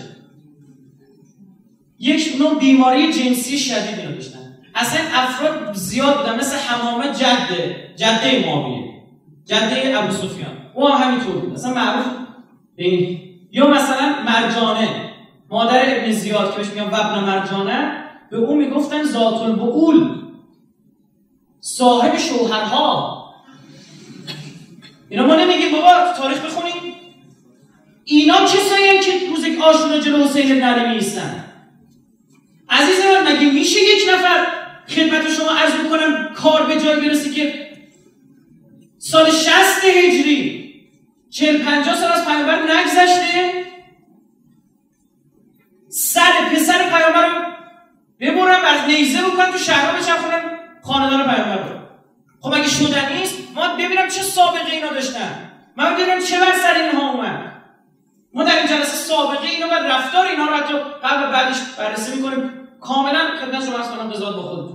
یک نوع بیماری جنسی شدید اینا داشتن. اصلا افراد زیاد بودن، مثل حمامه جده جده معاویه، جده ابو سفیان، او هم همینطور بود، اصلا معروف به این. یا مثلا مرجانه، مادر ابن زیاد که بهش میگن ابن مرجانه، به اون میگفتن ذات البعول، صاحب شوهرها. اینا ما نمیگیم بابا تاریخ بخونیم، اینا کسایی که روز عاشورا جلو حسین بن علی میستن. عزیز من مگه میشه یک نفر خدمت شما عرض بکنم کار به جای برسه که سال شصت هجری چهل پنجاه سال از پیامبر نگذشته، سر پسر پیامبر رو ببرن از نیزه بکنن تو شهرها بچرخونن خاندان پیامبر رو. خب اگه شدنی نیست، ما ببینم چه سابقه اینا داشتن، من ببینم چه بر سر اینها اومد. ما در این جلسه سابقه اینا و رفتار اینها رو حتی قبل بعدش بررسی میکنیم، کاملا خدمت شما عرض کنم قضاوت با خودتون.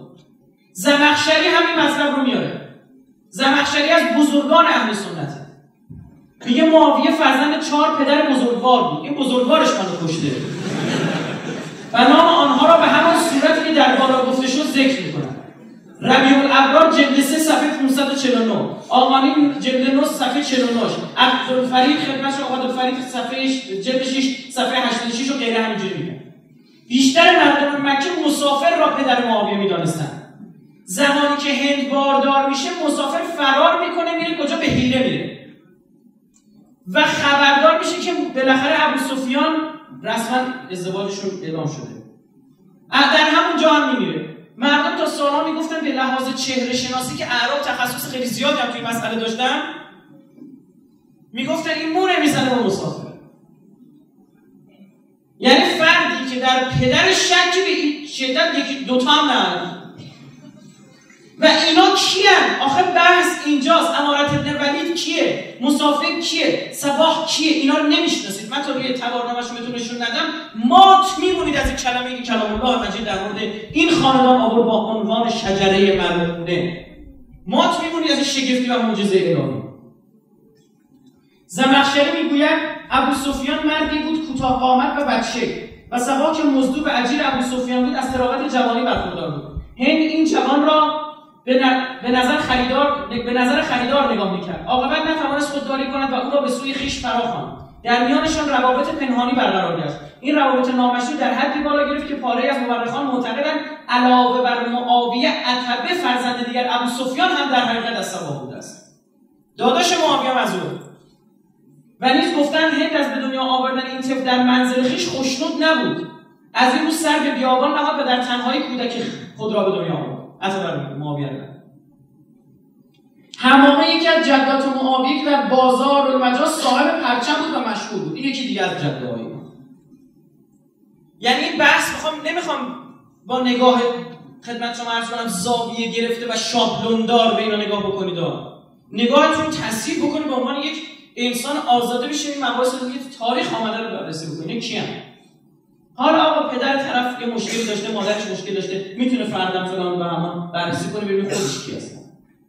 زمخشری همین مطلب رو میاره. زمخشری از بزرگان اهل سنته. میگه معاویه فرزند چهار پدر بزرگوار بود، این بزرگوارش منو کشته و نام آنها را به همان صورتی که در بالا گفته شد ذکر میکنن. ربیع الابرار جلد سه صفحه پانصد و چهل و نه، آقانی جلد نه صفحه چهل و نه، عبدالفرید خدمت شما عبدالفرید صفحه جلد شش صفحه هشتاد و شش و غیره همینجوری میگن. بیشتر مردم مکه مسافر را پدر معاویه میدانستن. زمانی که هند باردار میشه مسافر فرار میکنه میره کجا؟ به حیره میره و خبردار میشه که بالاخره ابو سفیان رسما ازدواجشون اعلام شده. در همون جا هم میمیره. مردم تا سالها میگفتن به لحاظ چهره شناسی که اعراب تخصص خیلی زیادی هم توی مسئله داشتن، میگفتن این مو نمیزنه با مسافر. یعنی فردی که در پدرش شکی به این شدت یکی دوتا هم نداره. و اینا کیه؟ آخه بحث اینجاست. امارت ابن ولید کیه؟ مسافر کیه؟ صباح کیه؟ اینا رو نمیشناسید. من تا روی تبارنامه‌اش بهتون نشون ندم مات میمونید از این کلمه این کلام الله مجید در مورد این خاندان آورد با عنوان شجره ملعونه. مات میمونید از این شگفتی و معجزه الهی. زمخشری میگوید ابو سفیان مردی بود کوتاه قامت و بچه و صباح که مزدور و اجیر ابو سفیان بود از طراوت جوانی برخوردار بود. هند این جوان را به نظر خریدار به نظر خریدار نگاه میکرد. عاقبت نتوانست خودداری کند و او را به سوی خویش فراخواند. در میانشان روابط پنهانی برقرار گشت. این روابط نامشروع در حدی بالا گرفت که پاره از مورخان معتقدند علاوه بر معاویه عتبه فرزند دیگر ابو سفیان هم در حقیقت از صباح بوده است. داداش معاویه مظهور. و نیز گفتند هند از به دنیا آوردن این طفل در منزل خویش خوشنود نبود. از این رو سر به بیابان نهاد و در تنهایی کودک خود را به دنیا آورد. عتبه معاویه را همامه یکی از جدات معاویه که در بازار المجاز صاحب پرچم بود و مشهور بود. این یکی دیگه از جده هایی. یعنی این بحث میخوام نمیخوام با نگاه خدمت شما عرض کنم زاویه گرفته و شابلوندار به اینا نگاه بکنید. نگاهتون تصحیح بکنید به عنوان یک انسان آزاده بشه. این مباحث رو که تاریخ آمده رو بررسی بکنید. کیان؟ حالا آقا پدر طرف یه مشکلی داشته، مادرش مشکل داشته، میتونه فردم فلان و همان بررسی کنه ببینید خودش کی هست.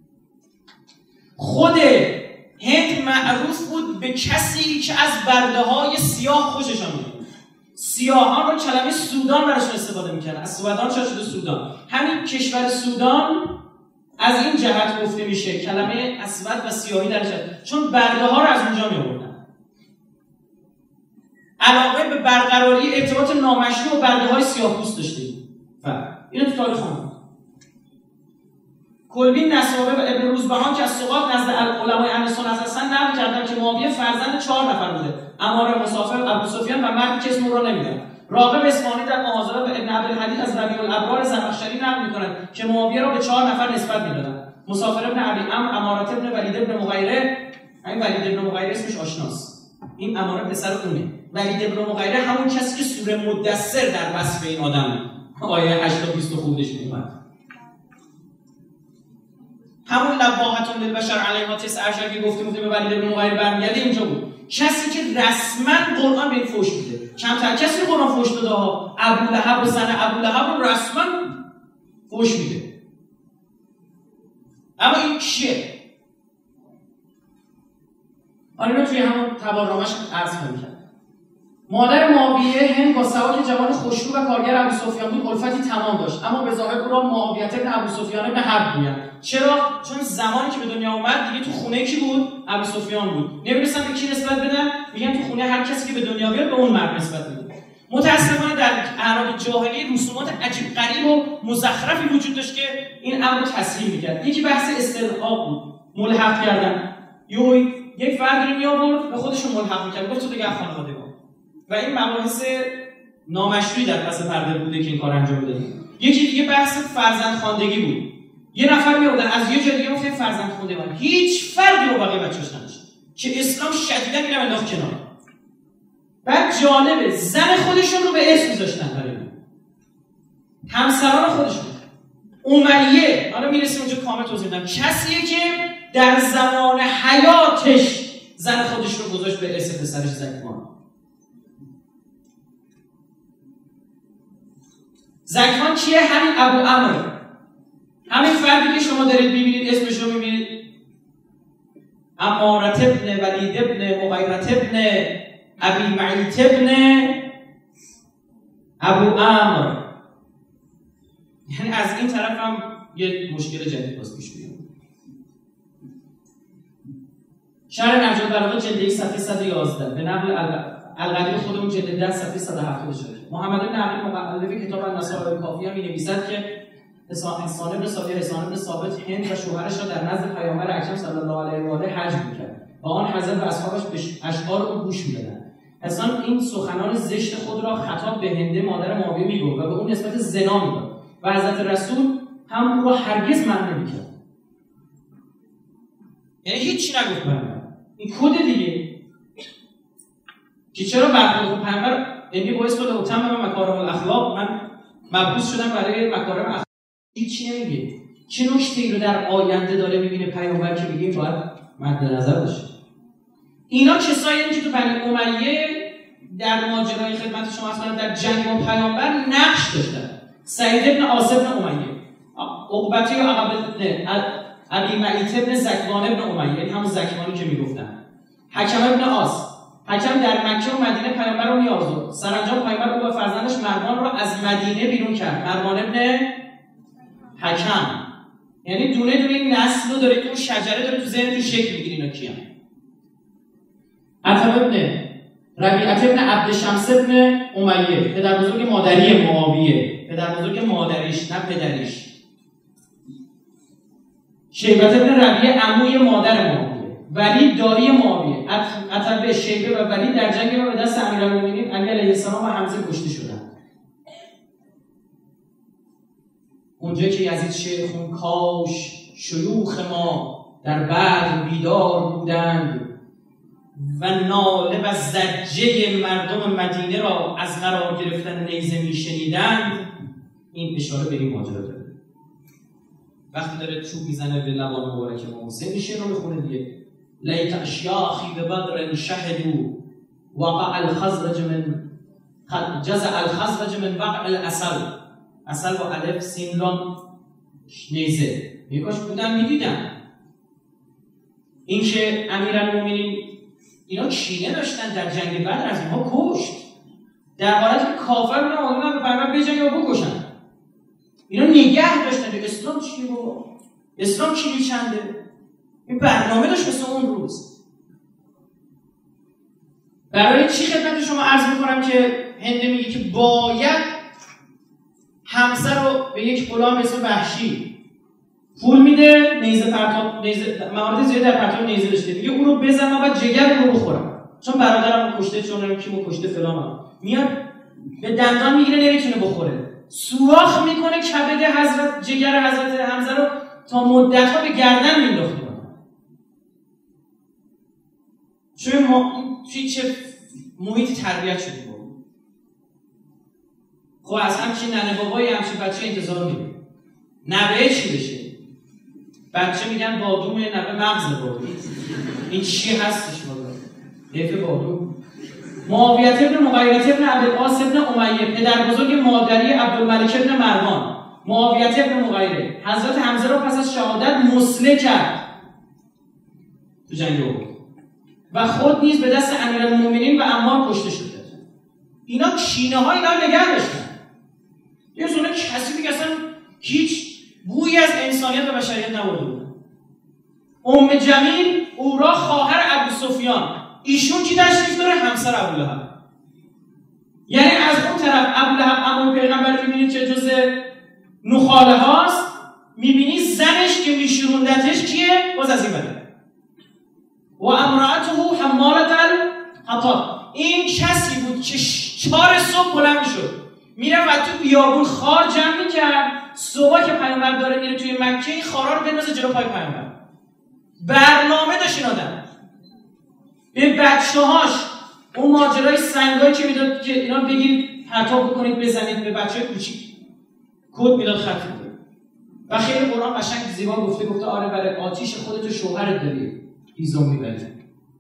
خود هند معروف بود به کسی که از برده‌های سیاه خوششان میاد. سیاهان رو کلمه سودان براشون استفاده میکنن. از سودان چرا شده سودان؟ همین کشور سودان از این جهت گفته میشه کلمه اسود و سیاهی درش، چون برده ها رو از اونجا می آوردن. علاقه به برقراری ارتباط نامشروع و برده های سیاه‌پوست داشتیم. اینو تو تاریخ خوندم. کلبی نسابه و ابن روزبهان که از ثقات نزد علمای اهل سنت هستن نقل کردن که معاویه فرزند چهار نفر بوده. عمار مسافر، ابو سفیان و مردی که اسم او را نمیدونم. راغب اصفهانی در محاضره به ابن عبدالحدید از ربیع الابرار زمخشری نقل می‌کند که معاویه را به چهار نفر نسبت می‌دادند. مسافر ابن ابی عمرو، امارت ابن ولید ابن مغیره، این ولید ابن مغیره اسمش آشناست. این امارت پسر اونه. ولید ابن مغیره همون کسی که سوره مدثر در وصف این آدم آیه هشت تا بیست خوندش می‌اومد. همون لواحتون للبشر علیها تسع عشر که گفتیم به ولید ابن مغیره برمیگرده اینجا بود. کسی که رسما قرآن به این فحش میده. کمتر کسی قرآن فحش داده ها. ابو لهب و زن ابو لهب رو رسما فحش میده. اما این کیه؟ آن اینو توی همون تبارنامه‌اش عرض می‌کرد. مادر معاویه هند با سواد جوان خوشرو و کارگر ابو سفیان بود الفتی تمام داشت، اما به ظاهر او را معاویه بن ابو سفیان بن حرب می‌گویند. چرا؟ چون زمانی که به دنیا اومد دیگه تو خونه کی بود؟ ابو سفیان بود. نمی‌رسن به کی نسبت بدن؟ میگن تو خونه هر کسی که به دنیا بیاد به اون مرد نسبت میدن. متأسفانه در اعراب جاهلی رسومات عجیب غریب و مزخرفی وجود داشت که این امر رو تسهیل می‌کرد. یکی بحث استلقاء بود، ملحق کردن. یوی یک فردی رو می‌آورد به خودشون ملحق می‌کرد، گفت تو دیگه خانواده با. و این مباحث نامشروعی در پس پرده بوده که این کار انجام داده. یکی دیگه بحث فرزند خواندگی بود. یه نفر می‌آوردن از یه جای دیگه گفت فرزند خونده من. هیچ فرقی با بقیه بچه‌اش نداشت. که اسلام شدیداً اینو انداخت کنار. بعد جالبه زن خودشون رو به اسم گذاشتن برای اون. همسران خودشون. امیه، حالا میرسیم اونجا کامل توضیح میدم. کسیه که در زمان حیاتش زن خودش رو گذاشت به اسم پسرش زکوان. زکوان کیه؟ همین ابو عمرو. همین فردی که شما دارید میبینید اسمش رو میبینید عمارة ابن ولید ابن مغیرة ابن ابی معیط ابن ابو عمرو. یعنی از این طرف هم یه مشکل جدید باز پیش میاد. شرح نهج البلاغه جلد یک صفحه صد و یازده به نقل القدیر خودمون جلد ده صفحه صد و هفتاد و چهار. محمد بن عقیل مؤلف کتاب النصائح الکافیه می‌نویسد که حسان بن ثابت حسان بن ثابت هند و شوهرش را در نزد پیامبر اکرم صلی الله علیه و آله حج می‌کرد و آن حضرت و اصحابش به اشعار او گوش می‌دادند. حسان این سخنان زشت خود را خطاب به هند مادر معاویه می‌گفت و به اون نسبت زنا می‌داد و حضرت رسول هم او را هرگز منع نمی‌کرد. یعنی هیچ چی نگفت پیامبر. این کد دیگه که چرا برخورد پیامبر یعنی باعث شد اتمام مکارم الاخلاق من مبعوث شدم برای مکارم اخلاق. هیچی نمیگه. چه نکته‌ای رو در آینده داره می‌بینه پیامبر که بگیم باید مد نظر باشه. اینا کسایی که تو بنی امیه در ماجرای خدمت شما اصلا در جنگ با پیامبر نقش داشتن. سعید بن عاص بن امیه، عقبه یا عقبه ابن ابی معیط ابن زکوان ابن امیه، یعنی همون زکوانی که میگفتن. حکم ابن عاص، حکم در مکه و مدینه پیامبر رو میآزرد. سرانجام پیامبر او و فرزندش مروان رو از مدینه بیرون کرد. مروان ابن حکم، یعنی دونه دونه این نسل رو داره که اون شجره داره تو ذهن تو شکل میگیره اینا کیان. عتبه ابن ربیعه ابن عبد شمس ابن امیه، پدر بزرگ مادری معاویه، پدر بزرگ مادریش نه پدریش. شیبه ابن ربیعه عموی مادر معاویه، ولید دایی معاویه. عتبه، شیبه و ولید در جنگ با به دست امیرالمومنین علی علیه السلام و حمزه کشته شدند. اونجا که یزید شعر خون کاش شیوخ ما در بدر بیدار بودند و ناله و زجه مردم مدینه را از قرار گرفتن نیزه میشنیدند. این اشاره به این ماجرا داره. وقتی داره چوب میزنه به لبان مبارک امام حسین شعر رو میخونه دیگه. لیت اشیاخی به بدر شهدوا وقع الخزرج من جزع الخزرج من وقع الاسل. اصل با الف سین لام نیزه میگوش بودن میدیدن. این که امیرالمومنین اینا کینه داشتن در جنگ بدر از اینها کشت، در حالتی که کافر بودن آدم به پیامبر بجنگن یا بکشن. اینا نگه داشتن که اسلام چیه بابا؟ اسلام کیلو چنده؟ این برنامه داشت مثل اون روز. برای چی خدمت شما عرض میکنم که هند میگه که باید همسر رو به یک غلام مثل وحشی پول میده، نیزه پرتاب، نیزه موارد زیاد در پرتاب نیزه داشته، میگه اون رو بزنم و جگر رو بخورم چون برادرم رو کشته، چون نمیدونم کیمو کشته فلان. میاد به دندان میگیره نمیتونه بخوره، سوراخ میکنه کبد حضرت جگر حضرت حمزه رو تا مدت‌ها به گردن مینداخته. چون ما توی چه محیطی تربیت شدیم. خب از همچین ننه بابای همچین بچه انتظار میده. نوه چی بشه؟ بچه میگن بادومه، نوه مغز بادوم. این چی هستش والا؟ حیف بادوم. معاویه ابن مغیرة ابن ابوالعاص ابن امیه، پدر بزرگ مادری عبدالملک ابن مروان. معاویه ابن مغیره حضرت حمزه را پس از شهادت مسلح کرد تو جنگ احد و خود نیز به دست امیرالمومنین و عمار کشته شد. اینا کینه ها اینا نگه داشتن. یه سونه کسی دیگه اصلا هیچ بویی از انسانیت و بشریت نبرده بود. ام جمیل او را خواهر ابو سفیان، ایشون کی تشریف داره؟ همسر ابولهب. یعنی از اون طرف ابولهب عموی پیغمبر میبینید چه جز نخاله هاست، میبینی زنش که میشوروندتش کیه؟ باز از این بده. و امرأته حمالة الحطب. این کسی بود که چهار صبح بلند میشد میره و تو بیابون خار جمع میکرد، صبح که پیامبر داره میره توی مکه این خارا رو بندازه جلو پای پیامبر. برنامه داشت این آدم. به بچه‌هاش اون ماجرای سنگایی که میداد که اینا بگیرید پرتاب بکنید بزنید به بچه‌های کوچیک کد میداد خط میداد. و خیلی قرآن قشنگ زیبا گفته گفته آره برای آتیش خودت و شوهرت داری هیزم میبری.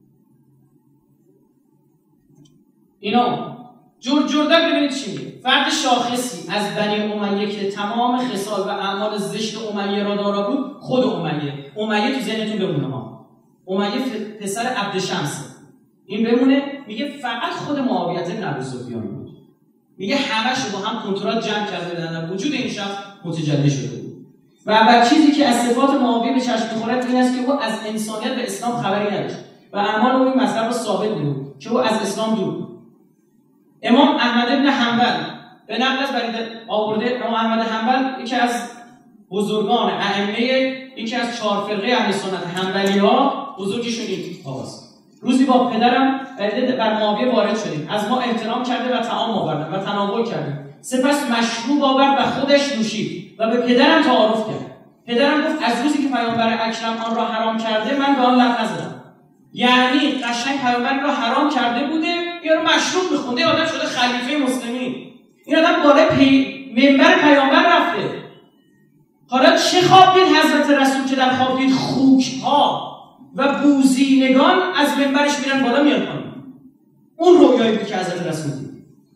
اینا جور جردن ببینید چی میگه. فرد شاخصی از بنی امیه که تمام خصال و اعمال زشت امیه را دارا بود خود امیه. امیه تو ذهنتون بمونه ها. امیه پسر عبدشمس. این بمونه. میگه فقط خود معاویه بن ابی سفیان بود. میگه همه‌ش رو با هم کنترل جمع کرده بودن، وجود این شخص متجلی شده بود. و اول چیزی که از صفات معاویه به چشم می‌خورد این است که او از انسانیت به اسلام خبری نداشت و اعمال او این مطلب رو ثابت بود که او از اسلام دور بود. امام احمد بن حنبل به نقل از برید آورده، امام احمد حنبل یکی از بزرگان ائمه، یکی از چهار فرقه اهل سنت حنبلی‌ها، بزرگشون این آقاست. روزی با پدرم بر معاویه وارد شدیم، از ما احترام کرده و طعام آورد و تناول کردیم، سپس مشروب آورد و خودش نوشید و به پدرم تعارف کرد. پدرم گفت از روزی که پیامبر اکرم آن را حرام کرده من به آن لب نزدم. یعنی قشنگ پیامبر را حرام کرده بوده، یارو مشروب میخونده، آدم شده خلیفه مسلمین. این آدم بالای پی... منبر پیامبر رفته. حالا چه خواب دید حضرت رسول که در خواب دید خوک‌ها و بوزینگان از منبرش میرن بالا میان پایین. اون رویایی بود که حضرت رسول دید.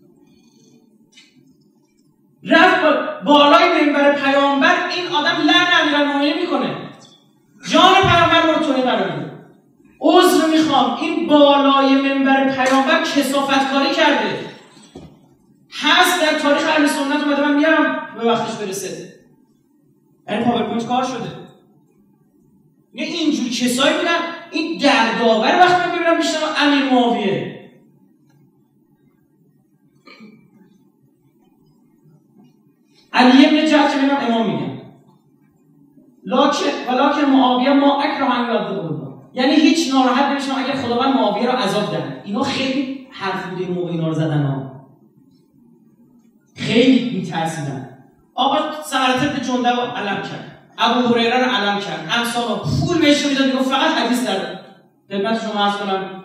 رفت بالای منبر پیامبر، این آدم لعن امیرالمومنین میکنه، جان پیامبر رو توهین قرار میده. عذر میخوام، این بالای منبر پیامبر کثافتکاری کرده. هست در تاریخ اهل سنت، اومده من میارم به وقتش برسه. یعنی پاورپوینت کار شده. یه اینجور کسایی بودن، این دردآور وقتی من ببینم میشنم امیر معاویه. علی ابن جعفر که ببینم امام میگن لاکن ولکن معاویه ما اکره ان یعذب الله، یعنی هیچ ناراحت نمیشم اگر خداوند معاویه را عذاب دهد. اینا خیلی حرف بوده این موقع اینا رو زدن ها، خیلی میترسیدن. آقا ثمرة بن جندب رو علم کرد، ابو هریره رو علم کرد، امثال پول بهش میداد، میگفت فقط حدیث در خدمت شما عرض کنم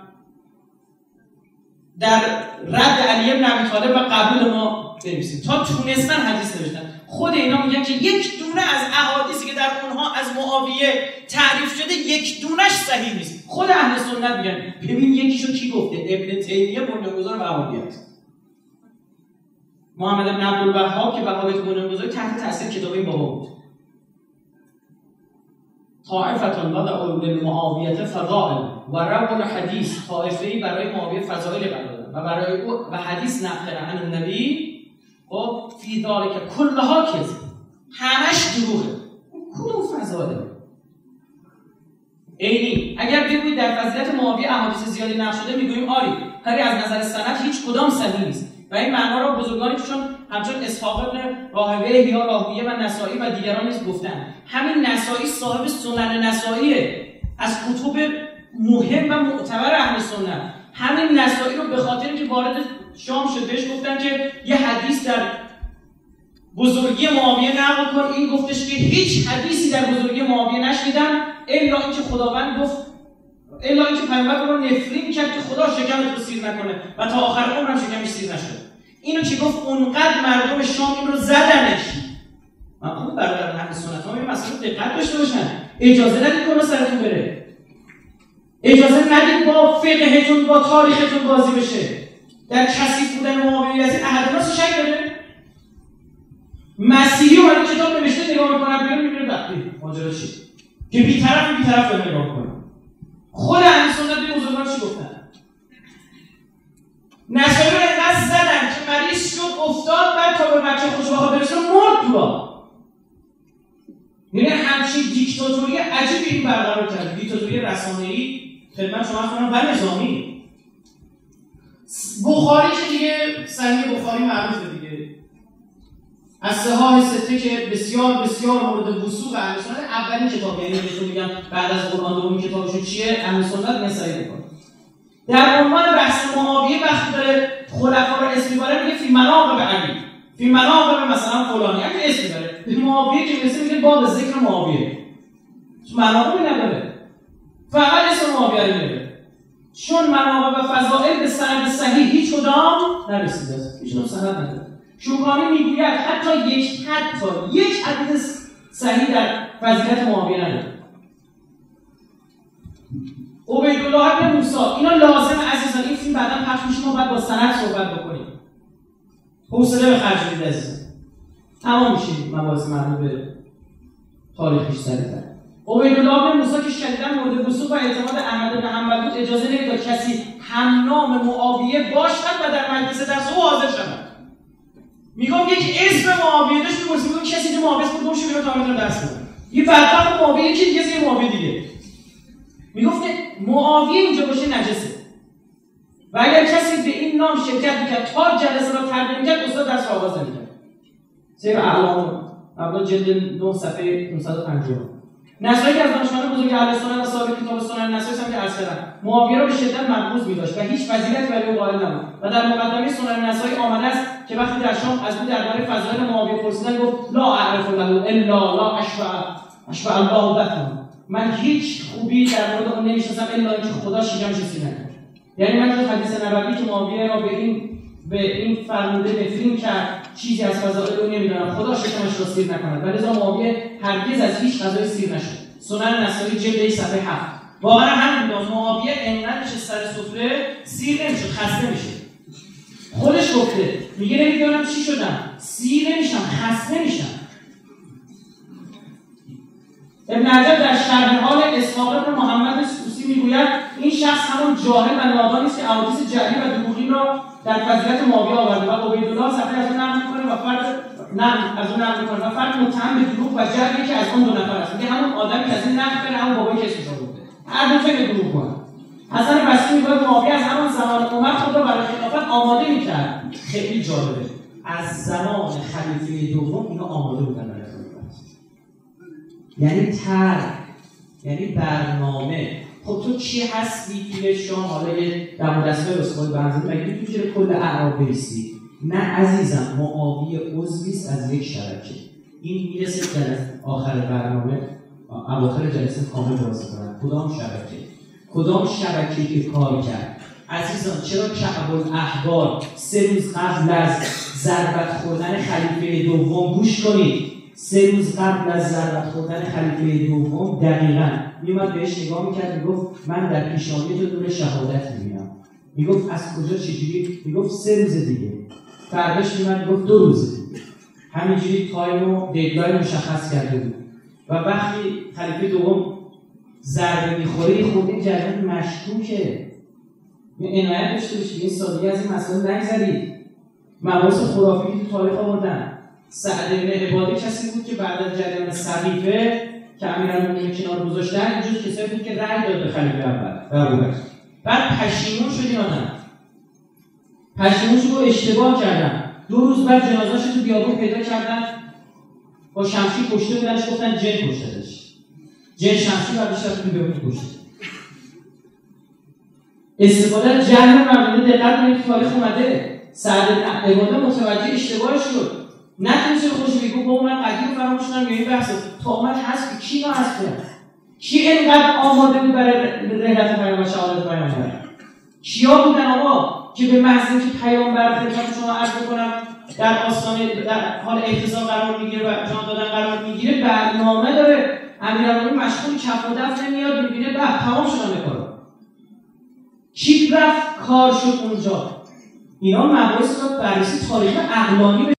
در رد علی ابن ابی طالب و قبول ما بنویسید. تا تونستن حدیث نوشتن. خود اینا میگن که یک دونه از احادیثی که در اونها از معاویه تعریف شده یک دونش صحیح نیست. خود اهل سنت میگن ببین یکیشو کی گفته؟ ابن تیمیه بنیانگذار وهابیه است. محمد بن عبدالوهاب که وهابیت بنیانگذار تحت تاثیر کتاب این بابا بود. طائفة لدعوا للمعاویة فضائل و رووا الحدیث، طائفه‌ای برای معاویه فضائل قرار دادن و برای او و حدیث نقل عن النبی و فی ذلک کلها کذب، همش دروغه. کدوم فضائل؟ اینی اگر بگویید در فضیلت معاویه احادیث زیادی نقل شده میگوییم آری، ولی از نظر سند هیچ کدام صحیح نیست. و این معنا را بزرگانی چون همچون اسحاق ابن راهویه یا راهویه و نسائی و دیگران نیز گفتند. همین نسائی صاحب سنن نسائیه، از کتب مهم و معتبر اهل سنت. همین نسائی رو به خاطر اینکه وارد شام شد بهش گفتن که یه حدیث در بزرگی معاویه نقل کن. این گفتش که هیچ حدیثی در بزرگی معاویه نشنیدم الا اینکه خداوند گفت، الا اینکه پیامبر رو نفرین کرد که خدا شکمت رو سیر نکنه و تا آخر عمرم شکمش سیر نشد. اینو چی گفت؟ اونقدر مردم شام این رو زدنش. من خود برادران اهل سنت ها این مسئله دقت داشته باشن. اجازه ندید کلا سرتون بره. اجازه ندید با فقهتون با تاریختون بازی بشه. در کثیف بودن معاویه یزید احد راست شک داره. مسیحی اومده کتاب نوشته نگاه میکنه بیرون میبینه وقتی ماجرا چیه که بی‌طرف بی‌طرف رو نگاه کنه. خود اهل سنت به بزرگان چی گفتن؟ نسائی رو اینقدر زدن که مریض شد افتاد، بعد تا به بچه خوشبخت برسه مرد تو. یعنی همچین دیکتاتوری عجیبی این برقرار کرد، دیکتاتوری رسانه‌ای خدمت شما کنم و نظامی. بخاری که دیگه صحیح بخاری معروفه دیگه، از صحاح سته که بسیار بسیار مورد وثوق اهل سنت، اولین کتاب، یعنی بهتون میگم بعد از قرآن دومین کتابشون چیه؟ اهل سنت میگن صحیح بخاری. در عنوان بحث معاویه وقتی داره خلفا رو اسم میبره میگه فی مناقب علی، فی مناقب مثلا فلانی، اگه اسم میبره به معاویه که مثل میگه باب ذکر معاویه، چون مناقبی نداره، فقط اسم معاویه رو میبره، چون مناقب و فضائل به سند صحیح هیچ کدام نرسیده است، هیچ کدام سند نداره. شوکانی میگوید حتی یک حتی یک حدیث صحیح در فضیلت معاویه نداره. عبیدالله بن موسی، اینا لازم عزیزان این فیلم بعداً پخش میشه، ما باید با سند صحبت بکنیم. حوصله به خرج بدید عزیزان. تمام میشه مباحث مربوط به تاریخش سریع‌تر. عبیدالله بن موسی که شدیداً مورد وثوق و اعتماد احمد بن حنبل بود اجازه نمیداد کسی همنام معاویه باشد و در مجلس درس او حاضر شود. میگم یک اسم معاویه داشت می‌پرسید میگم کسی که معاویه بود گمش بیرون تا میتونه درس بده. یه بدبخت معاویه یکی دیگه زیر معاویه دیگه. میگفت معاویه اینجا باشه نجسه. و اگر کسی به این نام شرکت می‌کرد تا جلسه را ترک می‌کرد استاد درس آغاز نمی‌کرد. سیر اعلام اول جلد نه صفحه پانصد و پنجاه. نسایی که از دانشمندان بزرگ اهل سنت و صاحب کتاب سنن نسایی هم که عرض کردم معاویه را به شدت مقبوض می‌داشت و هیچ فضیلتی برای او قائل نبود و در مقدمه سنن نسایی آمده است که وقتی در شام از او درباره فضایل معاویه پرسیدن گفت لا اعرف له الا لا اشفع اشفع الله بطن. من هیچ خوبی در مورد اون نمی‌شناسم الا اینکه خدا شکمش سیر نکنه. یعنی من تو حدیث نبوی که معاویه را به این به این فرموده نفرین کرد چیزی از فضائل او نمیدونم خدا شکمش را سیر نکند و لذا معاویه هرگز از هیچ غذای سیر نشد. سنن نسایی جلد صفحه هفت. واقعا همین بود معاویه انقدر نشه سر سفره سیر نمیشه خسته میشه. خودش گفته میگه نمیدونم چی شدم سیر نمیشم خسته میشم. ابن حجر در شرح حال اسحاق بن محمد سوسی میگوید این شخص همون جاهل و نادانی است که احادیث جعلی و دروغین را در فضیلت معاویه آورده و عبیدالله صفحه از اون نقل میکنه و فرد نقل از اون نقل میکنه و فرد متهم به دروغ و جعلی که از اون دو نفر است. میگه همون آدمی که از این نقل کنه همون بابایی که اسمش آورده هر دو فکر دروغ کنه. حسن بصری میگه معاویه از همان زمان عمر خود را برای خلافت آماده میکرد. خیلی جالبه از زمان خلیفه دوم اینا آماده بودن برای خلافت. یعنی ترک یعنی برنامه. خب تو چی هستی توی شام حالا یه دم دستگاه رسوای بنزین مگه میتونی چرا کل اعراب بریسی؟ نه عزیزم معاویه عضویست از یک شبکه. این میرسه جلسه آخر برنامه اواخر جلسه کامل درست کنن کدام شبکه کدام شبکه که کار کرد. عزیزان چرا کعب الاحبار سه روز قبل از ضربت خوردن خلیفه دوم گوش کنید سه روز قبل از ضربت خوردن خلیفه دوم دقیقاً میومد بهش نگاه میکرد میگفت من در پیشانی تو دور شهادت میبینم. میگفت از کجا چجوری؟ میگفت سه روز دیگه. فرداش میومد میگفت دو روز دیگه. همینجوری تایم و ددلاین مشخص کرده بود و وقتی خلیفه دوم ضربه میخوره یه خورده جریان مشکوکه. عنایت داشته باشید این سادگی از این مسائل نگذرید. مباحث خرافی که تو تاریخ آوردن. سعد بن عباده کسی بود که بعد از جریان سقیفه که امیرالمومنین کنار گذاشتن اینجور کسایی بود که رأی داد به خلیفه اول ابوبکر. بعد پشیمون شد این آدم. پشیمون شد و اشتباه کردن. دو روز بعد جنازه‌اش تو بیابون پیدا کردن با شمشیر کشته بودنش گفتن جن کشتهش. جن شمشیر بعدش تو بیابون کشته. استفاده از جهل مردم دقت کنید تو تاریخ اومده. سعد بن عباده متوجه اشتباهش شد. نتونسته خوش بگو با من قدیم فراموش کنم یا این بحث تو آمد هست کی ما هست کنم کی اینقدر آماده بود برای رحلت پیامبر شهادت پیامبر کیا بودن آقا که به محض اینکه پیامبر خدمت شما عرض بکنم در آستانه در حال احتضار قرار میگیره و جان دادن قرار میگیره برنامه داره. امیرالمومنین مشغول کف و دف نمیاد میبینه به تمام شدن کارا کی رفت کار شد اونجا. اینا مباحث رو بررسی تاریخ عقلانی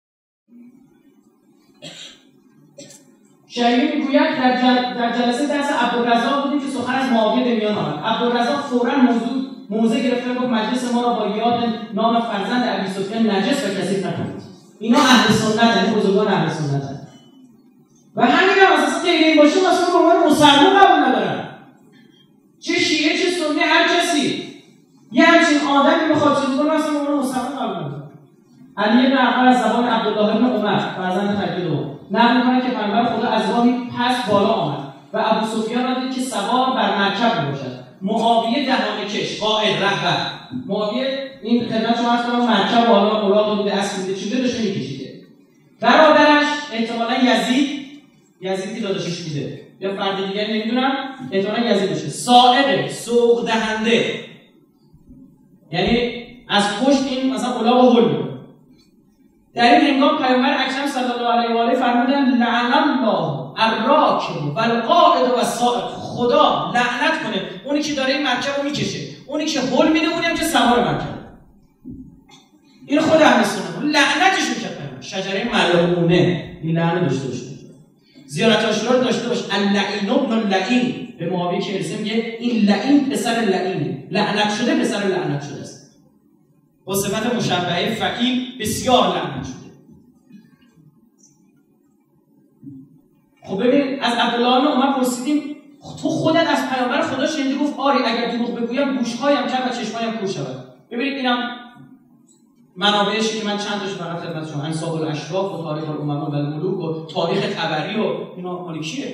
شریعه میگوید در, جل... در جلسه درس عبدالرزاق بودیم که سخن از معاویه به میان آمد. عبدالرزاق فوراً موضوع موضع گرفته گفت مجلس ما را با یاد نام فرزند ابی سفیان نجس و کثیف نکنید. اینا اهل سنت یعنی بزرگان اهل سنت و همین هم اساسا غیر این باشه مثلا به عنوان مسلمان قبول ندارن. چه شیعه چه سنی هر کسی یه همچین آدمی بخواد چیز کنه مثلا به عنوان مسلمان قبول ندارن. علی بن عقبه از زبان عبدالله بن عمر فرزند خلیفه دوم نقل می‌کنه که پیامبر خدا از راهی پس بالا آمد و ابو سفیان را دید که سوار بر مرکب می‌باشد. معاویه دهانه کش قائد رهبر. معاویه این خدمت شما هست کنم مرکب بالا اولاد بوده اسب بوده چیزی داشته می‌کشیده. برادرش احتمالاً یزید یزیدی داداشش بوده یا فرد دیگه نمی‌دونم احتمالاً یزید باشه. سائق سوق دهنده یعنی از پشت این مثلا اولاد هول می‌کنه. در این هنگام پیامبر اکرم صلی الله علیه و آله فرمودند لعن الله الراکب و القائد و السائق. خدا لعنت کنه اونی که داره این مرکب رو میکشه، اونی که هول میده، اونی هم که سوار مرکب. این خود اهل سنت لعنتش میکرد. شجره ملعونه این لعنت داشته باشه. زیارت عاشورا رو داشته باش. اللعین ابن اللعین، به معاویه که ارسه میگه این لعین پسر لعینه، لعنت شده پسر لعنت شده است، با صفت مشبهه فعیل بسیار لعنت شده. خب ببین از عبدالله بن عمر پرسیدیم تو خودت از پیامبر خدا شنیدی؟ گفت آری اگر دروغ بگویم گوشهایم کر و چشمایم کور شود. ببینید اینم منابعش که من چند تاشو فقط خدمت شما، انساب الاشراف و تاریخ الامم و الملوک و تاریخ طبری و اینا مال کیه؟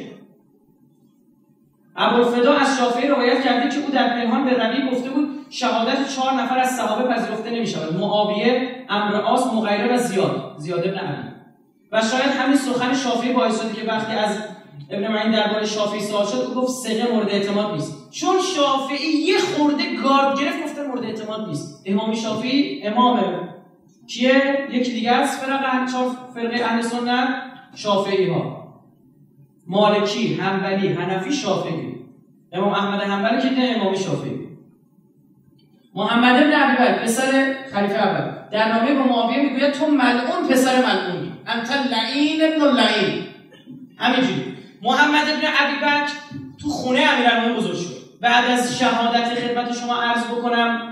ابوالفدا از شافعی روایت کرده که او در پنهان به ربیع گفته بود شهادت چهار نفر از صحابه پذیرفته نمی‌شود: معاویه، عمرو عاص، مغیره و زیاد، زیاد بن علی. و شاید همین سخن شافعی باعث شد که وقتی از ابن معین درباره شافعی سوال شد او گفت ثقه مورد اعتماد نیست، چون شافعی یه خورده گارد گرفت گفته مورد اعتماد نیست. امام شافعی امام کیه؟ یکی دیگه از فرقه چهار فرقه اهل سنت شافعی ها، مالکی، حنبلی، حنفی، شافعی. امام احمد حنبلی که نه امام شافعی. محمد بن ابی بکر پسر خلیفه اول در نامه به معاویه میگوید تو ملعون پسر ملعونی، انت لعین ابن اللعین. همینجوری محمد بن ابی بکر تو خونه امیرالمومنین بزرگ شد. بعد از شهادت خدمت شما عرض بکنم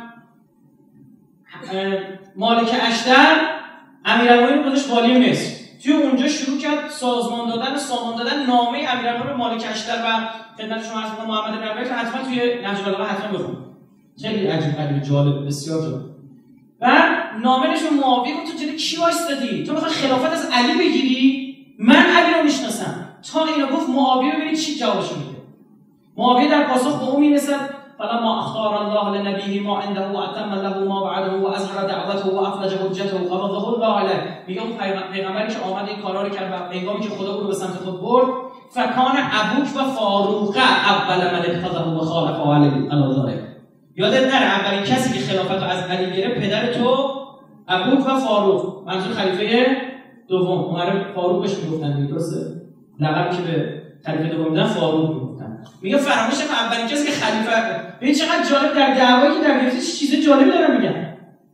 مالک اشتر امیرالمومنین گذاشت والی مصر، توی اونجا شروع کرد سازمان دادن سامان دادن نامه امیرالمومنین مالک اشتر و خدمت شما عرض بکنم محمد بن ابی بکر حتما توی نهج البلاغه حتما بخون، خیلی عجیب غریب جالب بسیار جالب. و نامه نشون معاویه گفت تو جلوی کی وایسادی؟ تو میخوای خلافت از علی بگیری؟ من علی رو میشناسم. تا اینو گفت معاویه ببینید چی جوابش میده. معاویه در پاسخ به او میرسد فلما اختار الله لنبیه ما عنده و اتم له ما بعده و اظهر دعوته و افلج حجته و قبضه الله علیه. میگه اون پیغمبری که آمد این کارا رو کرد و هنگامی که خدا او رو به سمت خود برد فکان ابوک و فاروق اول من اتخذه و خالف علی الازاره. یادت نره اولین کسی که خلافت رو از علی گرفت پدر تو ابوک و فاروق، منظور خلیفه دوم. عمر فاروق بهش میگفتن، درسته؟ لقبی که به خلیفه دوم میدن فاروق میگفتن. میگه فراموش نکن اولین کسی که خلیفه. ببین چقدر جالب در دعوایی که در گرفته چیز جالبی دارن میگن.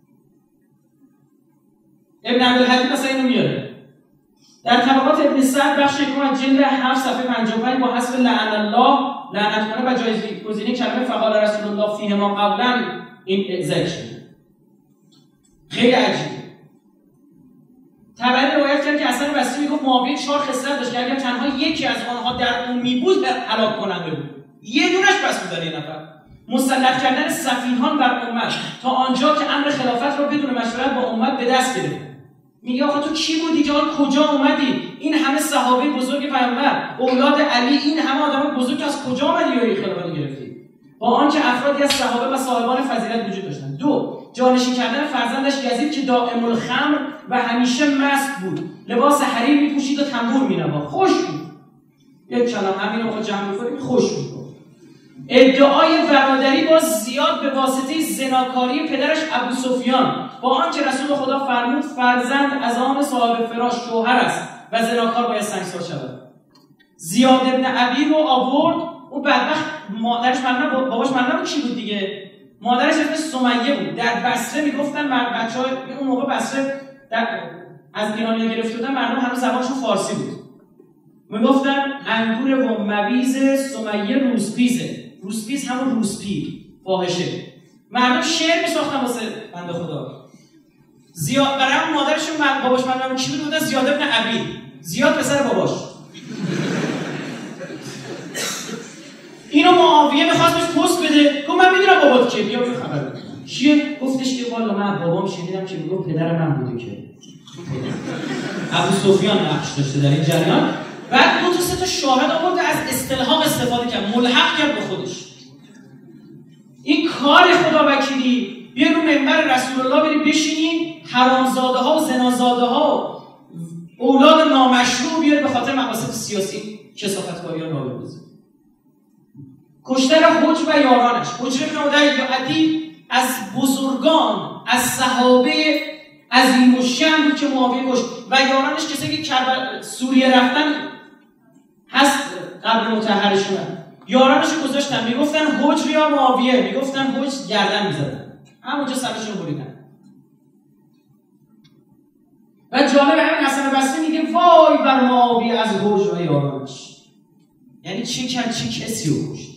ابن عبدالحدید مثلا اینو میاره در طبقات ابن سعد بخش یکم از جلد هفت صفحه پنجاه و پنج با حذف لعن الله، لعنت کنه و جایزگزینی کلمه فقال رسول الله فیه ما قبلا این ذکر شده. خیلی عجیبه. طبری روایت کرد که حسن بصری میگفت معاویه چهار خصلت داشت که اگر تنها یکی از آنها در اون میبود هلاک کننده بود. یه دونش بس بود این نفر. مسلط کردن سفیهان بر امت تا آنجا که امر خلافت را بدون مشورت با امت به دست گرفت. میگه آخه تو کی بودی که کجا اومدی؟ این همه صحابه بزرگ پیامبر، اولاد علی، این همه آدم بزرگ از کجا اومدی و این خلافت گرفتی؟ با آنکه افرادی از صحابه و صاحبان فضیلت وجود داشتند. دو، جانشین کردن فرزندش یزید که دائم الخمر و همیشه مست بود، لباس حریر میپوشید و تنبور مینواخت، خوش بود. یک کلام همین رو جمع می‌کنیم، خوش بود. ادعای برادری با زیاد به واسطه زناکاری پدرش ابو سفیان، با آنکه رسول خدا فرمود فرزند از آن صاحب فراش شوهر است و زناکار باید سنگسار شود. زیاد ابن عبی رو آورد، او بدبخت مادرش معلومه باباش معلومه چی بود دیگه، مادرش اسمش سمیه بود. در بصره میگفتن بچه‌ها اون موقع بصره در از ایرانیا گرفته بودن، مردم همه زبانشون فارسی بود. میگفتن انگور و مویز سمیه روسپیزه. روسپیز همون روسپیر فاحشه. مردم شعر میساختن واسه بنده خدا. زیاد برای اون مادرشون باباش معلومه کی بود؟ زیاد ابن عبی. زیاد پسر باباش. اینو معاویه می‌خواست بهش پست بده، گفت من میدونم بابات کیه، بیا بگو خبر بده. چیه؟ گفتش که والا من بابام شنیدم که میگفت پدر من بوده که ابو سفیان نقش داشته در این جریان. بعد دو تا سه تا شاهد آورد از استلهام استفاده کرد، ملحق کرد به خودش. این کار خدا وکیلی، بیا رو منبر رسول الله بری بشینی حرامزاده ها و زنازاده ها اولاد نامشروع بیاری به خاطر مقاصد سیاسی کثافتکاری ها راه بندازی. کشتن حجر و یارانش، حجر بن عدی از بزرگان از صحابه عظیم الشأن بود که معاویه کشت و یارانش کسی که کربلا سوریه رفتن هست قبر مطهرشون. یارانش گذاشتن میگفتن حجر یا معاویه، میگفتن حجر گردن میزدن، همونجا سرشون بریدن. و جالب همین حسن حسن بصری میگه وای بر معاویه از برج و یارانش، یعنی چه کرد چه کسی رو کشت.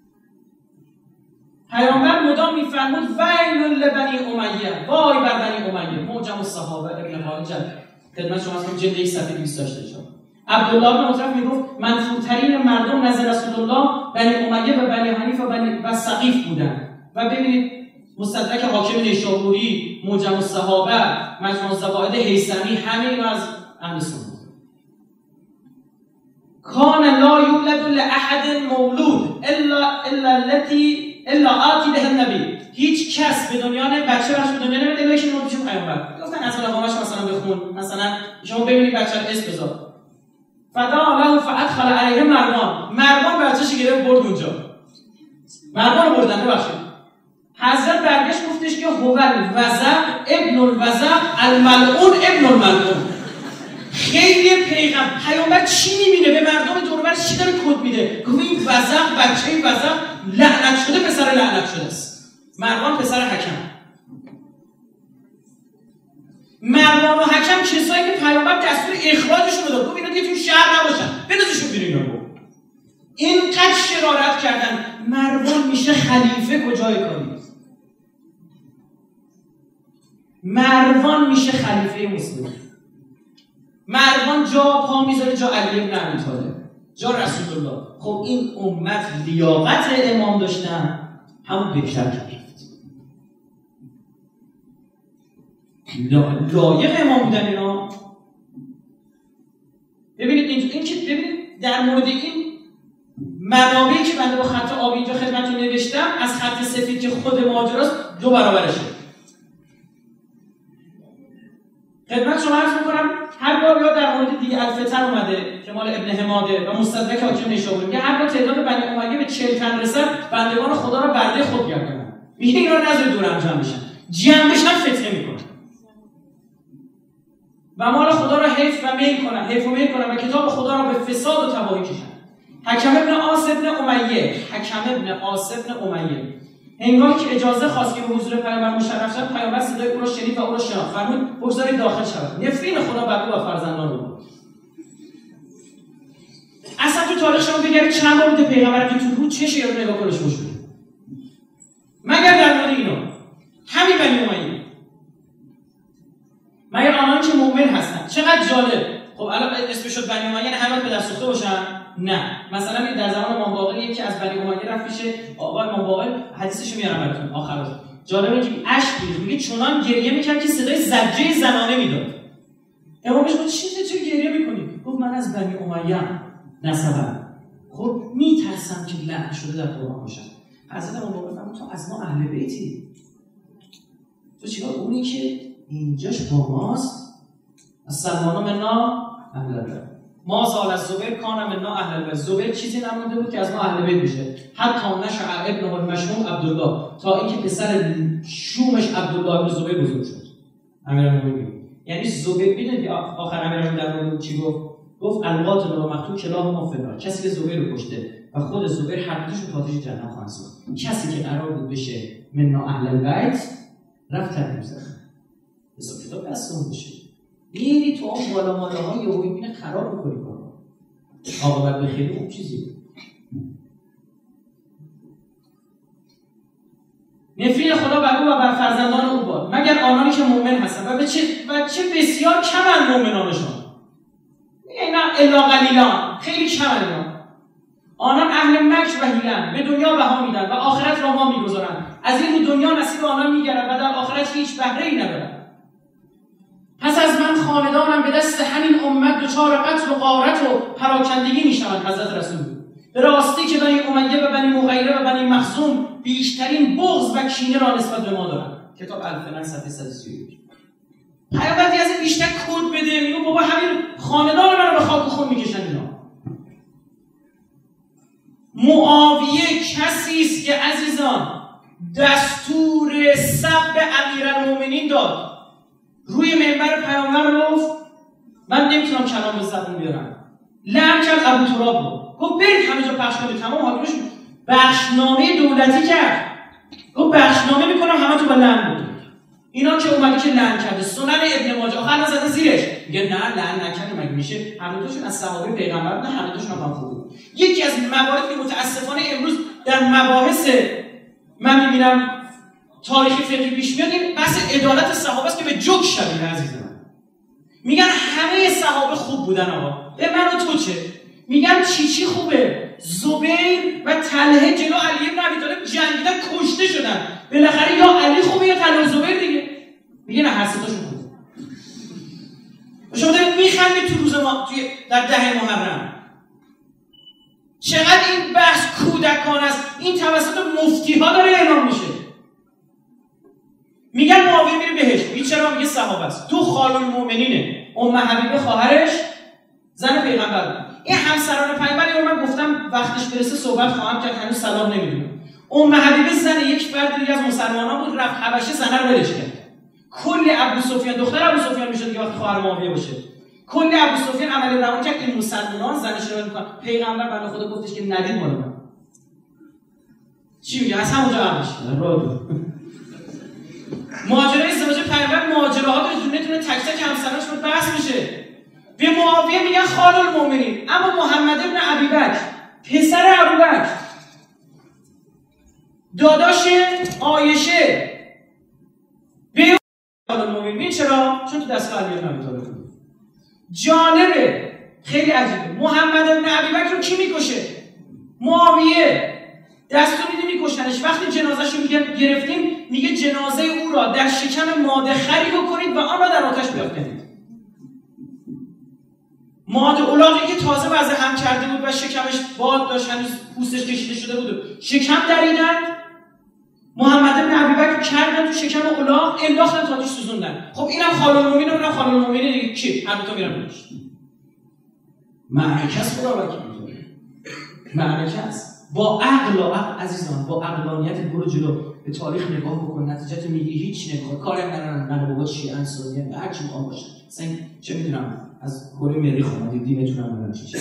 پیامبر مدام میفرمود ویل لبنی امیه، وای بر بنی امیه. معجم الصحابه ابن خالد خدمت شما هستم، جلد یک صفحه دویست و هشتاد. عبدالله بن مطرف میگفت منفورترین مردم نزد رسول الله بنی امیه و بنی حنیف و بنی و ثقیف بودن. و ببینید مستدرک حاکم نیشابوری، معجم الصحابه، مجموع الزوائد هیثمی، همه اینا از اهل سنت. کان لا یولد لاحد مولود الا الا التي الا آتی به النبی. هیچ کس به دنیا نه، بچه براش به دنیا نمیاد الا یک نور پیش پیامبر. گفتن از علامه‌اش مثلا بخون، مثلا شما ببینید بچه رو اسم بذار. فدا له فادخل علیه مروان. مروان بچه‌ش گرفت برد اونجا. مروان بردن ببخشید. حضرت برگشت گفتش که هو الوزع ابن الوزع الملعون ابن الملعون. خیلی پیغمبر پیامبر چی میبینه؟ به مردم دور و برش چی داره کد میده؟ گفت این وزع بچه این وزع لعنت شده، پسر لعنت شده است. مروان پسر حکم. مروان و حکم کسایی که پیامبر دستور اخراجشون داد، گفت اینا دیگه تو شهر نباشن، بندازشون بیرون. اینا گفت اینقدر شرارت کردن. مروان میشه خلیفه کجای کاری؟ مروان میشه خلیفه مسلم. مروان جا پا میذاره جا علی بن ابی طالب، جا رسول الله. خب این امت لیاقت امام داشتن، همون بهتر کرد. لایق امام بودن اینا. ببینید این این که ببینید در مورد این منابعی که بنده با خط آبی اینجا خدمتتون نوشتم، از خط سفید که خود ماجراست دو برابرشه. خدمت شما عرض می‌کنم هر بار یا در مورد دیگه الفتر اومده که مال ابن حماده و مستدرک حاکم نیشابوری میگه هر بار تعداد بنی امیه به چهل تن رسد بندگان خدا را برده خود گردونن. میگه اینا نذار دور هم جمع بشن، جمع بشن فتنه میکنن و مال خدا را حیف و میل کنن، حیف و میل کنن و کتاب خدا را به فساد و تباهی کشن. حکم ابن عاص ابن امیه، حکم ابن عاص ابن امیه هنگامی که اجازه خواست که به حضور پیامبر مشرف شد، پیامبر صدای او را شنید و او را شناخت. فرمود بگذارید داخل شود. نفرین خدا بر او و فرزندان او. اصلا تو تاریخ شما بگید چند بار بوده پیغمبر که تو رو چش یارو نگاه کنش خوش بود، مگر در مورد اینا همین بنی امیه، مگر آنان که مؤمن هستن. چقدر جالب. خب الان اسمش شد بنی امیه، نه همه پدر سوخته باشن؟ نه. مثلا در زمان امام باقر یکی از بنی امیه رفت پیش آقا امام باقر، حدیثش میارم براتون آخرش. جالبه که اشک میریخت، میگه چنان گریه میکرد که صدای زجه زنانه میداد. امام بهش گفت چی چه گریه میکنی؟ گفت من از بنی امیه نسبم. خب میترسم که لعنت شده در قرآن باشم. حضرت امام باقر فرمود تو از ما اهل بیتی، تو چیکار؟ اونی که اینجاش با ماست. السلمان منا اهل بیت، ما زال از زبیر کان منا اهل بیت. زبیر چیزی نمونده بود که از ما اهل بیت بشه. حتی نشأ ابن المشموم عبدالله، تا اینکه پسر شومش عبدالله ابن زبیر بزرگ شد. امیرالمومنین. یعنی زبیر ببینید که آخر امیرالمومنین در مورد چی گفت؟ گفت القاتل و مقتول کلاهما فی النار. کسی که زبیر رو کشته و خود زبیر هر دوشون تو آتش جهنم خواهند سوخت. کسی که قرار بود بشه منا اهل بیت رفت تکلیف زد. حساب کتاب دستمون بشه. بیری تو اون بالا ماله ها یه هایی بینه خراب میکنی کنم عاقبت به خیلی خوب چیزی. نفرین خدا بر او و بر فرزندان او باد، مگر آنانی که مؤمن هستند و به چه و چه بسیار کمن مؤمنانشان. اینا الا قلیلان، خیلی کمن اینا. آنان اهل مکر و حیلن، به دنیا بها میدن و آخرت را ما میگذارند. از این دنیا نصیب آنان میگیرند و در آخرت هیچ بهره ای ندارند. پس از من خاندانم به دست همین امت دچار قتل و غارت و پراکندگی میشوند. حضرت رسول به راستی که بنی امیه و بنی مغیره و بنی مخزوم بیشترین بغض و کینه را نسبت به ما دارند. کتاب الفنن صفحه صد و سی و یک. پیامبر از این بیشتر کد بده، میگه بابا همین خاندان من رو به خاک و خون میکشن اینا. معاویه کسی است که عزیزان دستور سب امیرالمومنین داد. روی منبر پیامبر گفت من نمیتونم کلام به زبون بیارم، لعن کرد ابو تراب رو، گفت برید همه جا پخش کنید، تمام حاکمش بخشنامه دولتی کرد، گفت بخشنامه میکنم همه تو با لعن بود. اینا که اومده که لعن کرده، سنن ابن ماجه آخر نزده زیرش میگه نه لعن نکنه، مگه میشه؟ هر دوشون از صحابه پیغمبر نه، هر دوشون هم خوبه. یکی از مواردی که متاسفانه امروز در مباحث من میبینم تاریخی فقهی پیش میاد، این بحث عدالت صحابه است که به جوک شبیه عزیز من. میگن همه صحابه خوب بودن آقا، به من و تو چه؟ میگن چی چی خوبه؟ زبیر و طلحه جلو علی بن ابی طالب جنگیدن، کشته شدن. بالاخره یا علی خوبه یا طلحه و زبیر دیگه. میگه نه، هر سه تاشون خوبه. شما دارید میخندید تو روز ما توی در ده محرم. چقدر این بحث کودکانه است. این توسط مفتی ها داره اعلام میشه. میگن معاویه میره بهشت. میگه چرا؟ میگه صحابه است. تو خال المؤمنینه. ام حبیبه خواهرش زن پیغمبر بود. این همسران پیغمبر رو من گفتم وقتش برسه صحبت خواهم کرد، هنوز سلام نمیدونم. ام حبیبه زن یک فرد دیگه از مسلمانان بود، رفت حبشه، زنه رو ولش کرد. کل ابو سفیان، دختر ابو سفیان میشد که وقتی خواهر معاویه باشه. کل ابو سفیان عمل روان کرد این مسلمانان زنش رو میکنن. پیغمبر بنده خدا گفتش که ندید مال من. چی میگه؟ از همونجا عقلش ماجرای ازدواج پیغمبر ماجراها دونه دونه تک تک همسرانش رو بحث میشه. به معاویه میگن خال المؤمنین، اما محمد ابن ابی بکر پسر ابوبکر داداش عایشه به خال المؤمنین. چرا؟ چون تو دست علی بن ابی طالب بود. جالبه، خیلی عجیبه. محمد ابن ابی بکر رو کی میکشه؟ معاویه. دستور میده میکشنش. وقتی جنازه‌شو میگه گرفتیم، میگه جنازه او را در شکم ماده خری بکنید و آن را در آتش بیافکنید. ماده الاغی که تازه وضع هم کرده بود و شکمش باد داشت، هنوز پوستش کشیده شده بود، شکم دریدن، محمد بن ابی بکر کردن تو شکم الاغ، انداختن تا آتش سوزوندن. خب اینم خال المؤمنین، اونم خال المؤمنین دیگه. چی؟ هر دو تا میرن بهشت. معرکه است. خدا وکیل میذاره. معرکه است. با عقل و عقل عزیزان، با عقلانیت برو جلو، به تاریخ نگاه بکن، نتیجه میگی هیچ نگاه کارم ندارن. من بابا شیعه انصاری هر چی میخوام باشن، مثلا چه میدونم از کره مریخ اومدید دینتون هم بدن چی.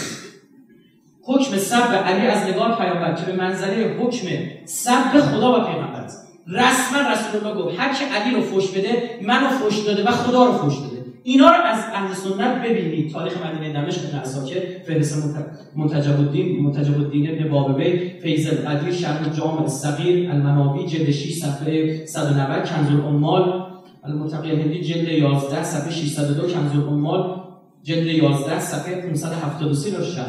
حکم سب علی از نگاه پیامبر که به منزله حکم سب خدا و پیغمبر است. رسما رسول الله گفت هر کی علی رو فحش بده منو فحش داده و خدا رو فحش داده. اینا رو از اهل سنت ببینید. تاریخ مدینه دمشق ابن عساکر، فهرست منتجب الدین منتجب الدین ابن بابوی، فیض القدیر، شرح الجامع الصغیر، المناوی جلد شش صفحه صد و نود، کنز العمال، المتقی الهندی جلد یازده صفحه ششصد و دو، کنز العمال جلد یازده صفحه پانصد و هفتاد و سه رو شرح.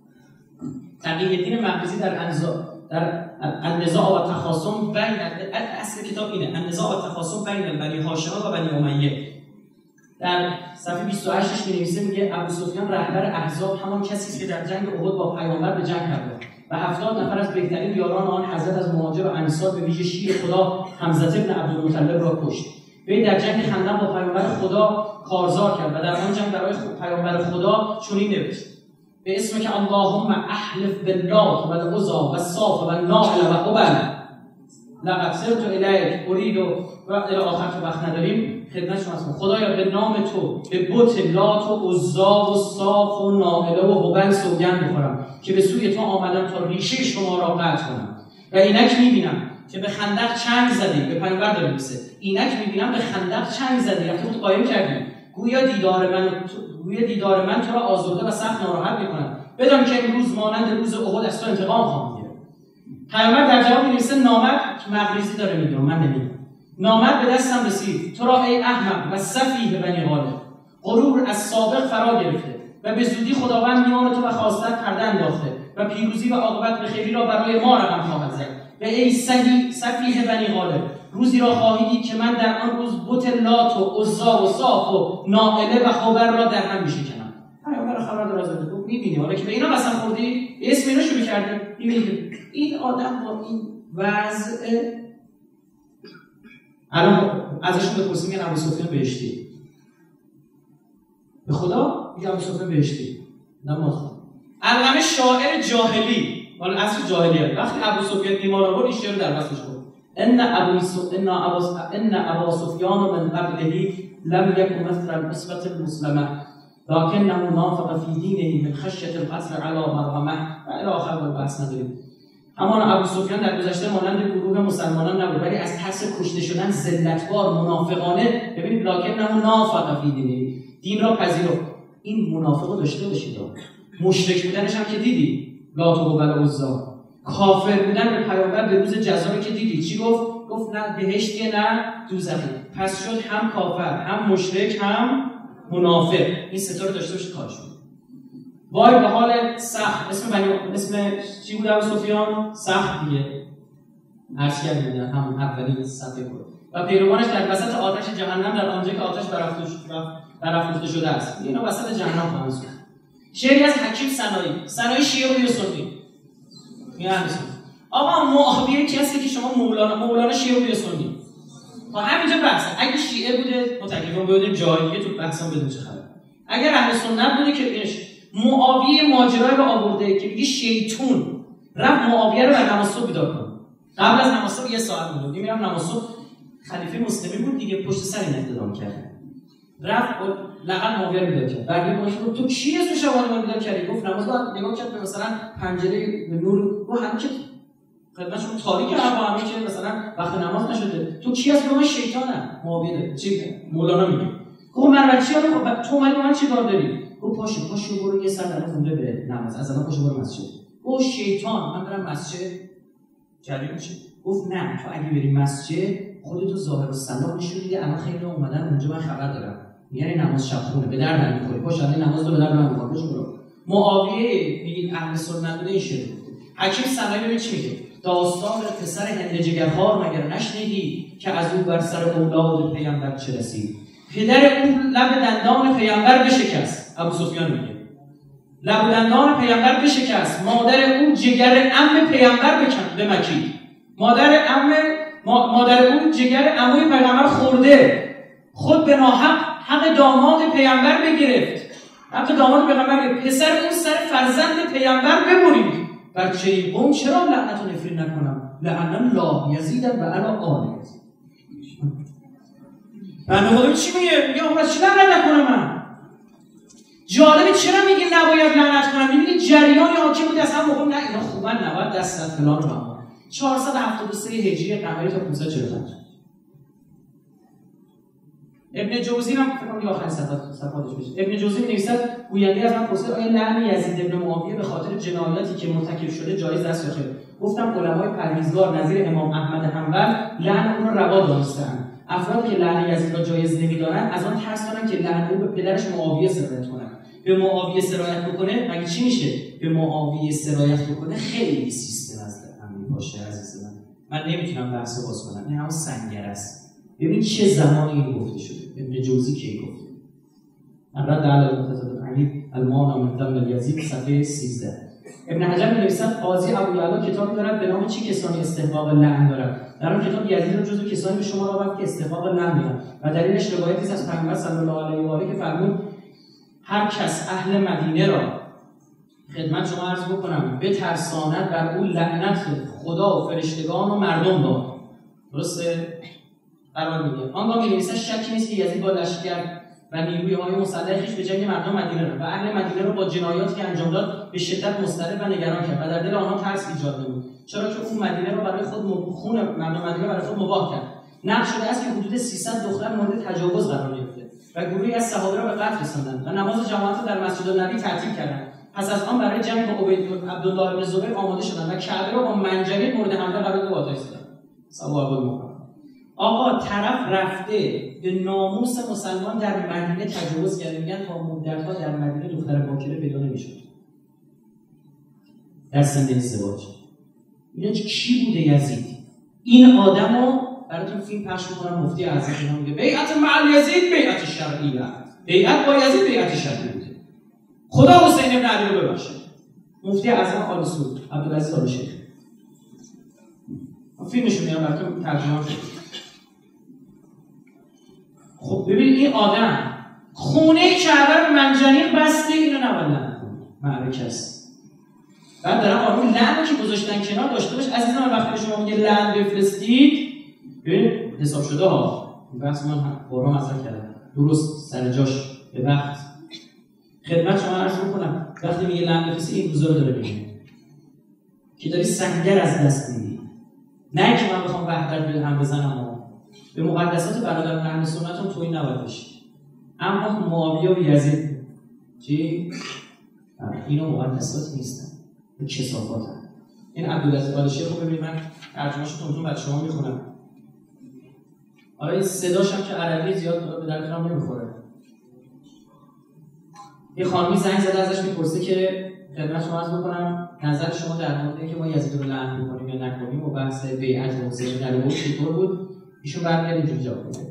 تقی الدین مقدسی در انزا در النزاع و تخاصم بین اصل کتاب اینه، النزاع و تخاصم بین بنی هاشم و بنی امیه. در صفحه بیست و هشت می‌نویسه، میگه ابو سفیان رهبر احزاب همان کسی است که در جنگ احد با پیامبر به جنگ کرد و هفتاد نفر از بهترین یاران آن حضرت از مهاجر و انصار به ویژه شیر خدا حمزه بن عبدالمطلب را کشت. وی در جنگ خندق با پیامبر خدا کارزار کرد و در آن جنگ برای پیامبر خدا چنین نوشت: به اسم که اللهم احلف باللات و العزى و الصاف و الناعل و قبل لقد سرت الیک ارید و الی آخر که وقت نداریم خدمت شما هستم. خدایا به نام تو به بت لات و عزی و صاف و ناعله و قبل سوگند بخورم که به سوی تو آمدم تا ریشه شما را قطع کنم. و اینک میبینم که به خندق چنگ زدی، به پیامبر داره میگه، اینک میبینم به خندق چنگ زدی، رفتی خود قایم کردی، گویا دیدار من گویا دیدار من تو را آزرده و سخت ناراحت میکند. بدان که امروز مانند روز احد از تو انتقام خواهم گرفت. پیامبر در جواب می‌نویسه نامت مغریزی داره میگه، من نمیگم. نامت به دستم رسید، تو را ای احمق و سفیه بنی غالب، غرور از سابق فرا گرفته و به زودی خداوند میان تو و خواستت پرده انداخته و پیروزی و عاقبت به خیری را برای ما رقم خواهد زد. و ای سفیه سفیه بنی غالب، روزی را خواهی دید که من در آن روز بت لات و عزی و صاف و ناعله و خبر را در هم میشکنم. پیامبر خبر داره از تو میبینی، حالا که به اینا قسم خوردی، اسم اینا شروع کردی، میبینی این آدم با این وضع الان ازشون بپرسیم میگن ابو سفیان بهشتی. به خدا میگه ابو سفیان بهشتی. نماز علامه شاعر جاهلی، حالا اصل جاهلیت، وقتی ابو سفیان ایمان آورد این شعر در وصفش گفت: ان ابو ان ابو ان ابو سفیان من قبله لم يكن مثل الاسوه المسلمه لكنه نافق في دينه من خشيه القتل على مرحمه و الی آخر. بحث نداریم. اما ابو سفیان در گذشته مانند گروه مسلمانان نبود، ولی از ترس کشته شدن ذلتبار منافقانه، ببینید لکن نه نافق فی دینه، دین را پذیرفت. این منافقو داشته باشید. مشرک بودنش هم که دیدی، لات و هبل و عزی. کافر بودن به پیامبر به روز جزا که دیدی چی گفت؟ گفت نه بهشتیه نه دوزخی. پس شد هم کافر، هم مشرک، هم منافق. این سه تا رو داشته باشید کارش بود. وای به حال سخت. اسم بنی اسم چی بود ابو سفیان؟ سخت دیگه. عرض کردیم همون اولین صفحه بود. و پیروانش در وسط آتش جهنم، در آنجا که آتش برافروخته شده است. اینا وسط جهنم خواهند شد. شعری از حکیم سنایی، سنایی شیعه و سنی. میگن آقا معاویه کسی که شما مولانا مولانا شیعه و سنی. تا همینجا بحثه. اگه شیعه بوده متکلم بوده جاییه تو بحثم بدون چه خبر. اگر اهل سنت بوده که اینش معاویه ماجرایی رو آورده که میگه شیطون رفت معاویه رو در نماز صبح بیدار کن. قبل از نماز صبح یه ساعت بود. میگم نماز صبح خلیفه مسلمی بود دیگه، پشت سر این اقتدام کرد. رفت لقد معاویه رو بیدار کرد. بعد گفت تو کی اسم شبانه ما بیدار کردی؟ گفت نماز بعد نگاه کرد به مثلا پنجره نور رو همین که خدمتشون تاریک هوا همین که مثلا وقت نماز نشده. تو کی هستی؟ من شیطانم. معاویه چی مولانا میگه. گفت من بچه‌ها رو تو اومدی من چی کار داری؟ گفت پاشو پاشو برو یه سر در خونده به نماز، از الان پاشو برو مسجد. گفت شیطان من برم مسجد جریان میشه. گفت نه تو اگه بری مسجد خودتو ظاهر الصلاح نشون میده، الان خیلی اومدن اونجا من خبر دارم یعنی نماز شب خونه به درد نمیخوره، پاشو الان نماز رو به درد نمیخوره، پاشو برو. معاویه میگه اهل سنت بوده این شعر گفته. حکیم سنایی ببین چی میگه، داستان پسر هند جگرخوار مگر نشنیدی که از او بر سر اولاد پیامبر چه رسید؟ پدر او لب دندان پیامبر بشکست. ابو سفیان میگه لب دندان پیامبر بشکست، مادر او جگر عم پیامبر بکن بمکید. مادر عم ما... مادر او جگر عموی پیامبر خورده، خود به ناحق حق داماد پیامبر بگرفت. حق داماد پیامبر بگرفت. پسر اون سر فرزند پیامبر ببرید. بر چه قوم چرا لعنت و نفرین نکنم؟ لعن الله یزیدن و علی آل یزید. بنده خدا چی میگه؟ میگه آقا چی لعنت نکنم من؟ جالبه چرا میگه نباید لعنت کنم؟ میبینید جریان حاکم بود از هم موقع نه اینا خوبن نباید دست از فلان رو بخوام. چهارصد و هفتاد و سه هجری قمری تا پانصد و چهل و پنج. ابن جوزی هم فکر کنم آخرین صفحات صفحاتش بشه. ابن جوزی می‌نویسد گوینده از من پرسید آیا لعن یزید ابن معاویه به خاطر جنایاتی که مرتکب شده جایز است یا خیر؟ گفتم علمای پرهیزگار نظیر امام احمد حنبل لعن اون را روا دانسته‌اند. افرادی که لعن یزید را جایز نمی‌دانند از آن ترس دارند که لعن او به پدرش معاویه سرایت کند. به معاویه سرایت بکنه مگه چی میشه؟ به معاویه سرایت بکنه خیلی سیستم از امیر پاشا عزیز من. من نمیتونم بحث باز کنم. این همون سنگر است. ببین چه زمانی این گفته شده. ابن جوزی کی گفته؟ الرد علی المعتزله علی المانع من ذم یزید صفحه سیزده. ابن حجر می‌نویسد قاضی ابویعلا کتابی دارد به نام چی کسانی استحقاق لعن دارد. در آن کتاب یزید را جزو کسانی به شما آورد که استحقاق لعن دارند و دلیلش روایتی از پیامبر صلی الله علیه و آله که فرمود هر کس اهل مدینه را خدمت شما عرض بکنم بترساند بر او لعنت خدا و فرشتگان و مردم باد. درسته؟ قرار میگه. آنگاه می‌نویسد شکی نیست که یزید با لشکر و نیروهای مسلح خویش به جنگ مردم مدینه رفت و اهل مدینه را با جنایاتی که انجام داد به شدت مضطرب و نگران کرد و در دل آنها ترس ایجاد نمود، چرا که اون مدینه را برای خود مب... خون مردم مدینه برای خود مباح کرد. نقل شده است که حدود سیصد دختر مورد تجاوز قرار گرفته و گروهی از صحابه را به قتل رساندند و نماز جماعت را در مسجد النبی تعطیل کردند. پس از آن برای جنگ با عبید عبدالله بن زبیر آماده شدند و کعبه را با منجنیق مورد حمله قرار داد و آتش زدند. ثواب المقام. آقا طرف رفته به ناموس مسلمان در مدینه تجاوز کرده، میگن تا مدت‌ها در مدینه دختر باکره پیدا نمی‌شد در سن ازدواج. اینا کی بوده یزید؟ این آدمو براتون فیلم پخش می‌کنم. مفتی اعظم اینا میگه بیعت مع یزید بیعت شرعیه. بیعت با یزید بیعت شرعی بوده. خدا حسین بن علی رو ببخشه. مفتی اعظم آل سعود عبدالعزیز آل شیخ. فیلمشو میام براتون ترجمه شد. خب ببین این آدم خونه کعبه رو منجنیق بسته، اینو نباید لعنت کنه. معرکه است. بعد دارم قانون لعن که گذاشتن کنار داشته باش. عزیزان من وقتی شما میگه لعن بفرستید ببین حساب شده ها. این بحث من قرآن ازا کردم. درست سر جاش به وقت. خدمت شما عرض میکنم وقتی میگه لعن بفرستید این روزا رو داره میگه. که داری سنگر از دست میدی. نه که من بخوام وحدت به هم بزنم، به مقدسات برادر اهل سنت هم توهین نباید بشه. اما معاویه و یزید چی؟ اینا مقدسات نیستن، این کثافتن. این عبدالعزیز آل شیخ رو ببینید، من ترجمه‌اشو تونتون برای شما میخونم. حالا این صداش هم که عربی زیاد به دلم نمیخوره. یه خانمی زنگ زده ازش میپرسه که خدمت شما عرض بکنم نظر شما در مورد اینکه ما یزید رو لعن می‌کنیم یا نکنیم و بحث بیعت حسین علی بود چطور بود؟ ایشون برمیاد اینجوری جواب میده.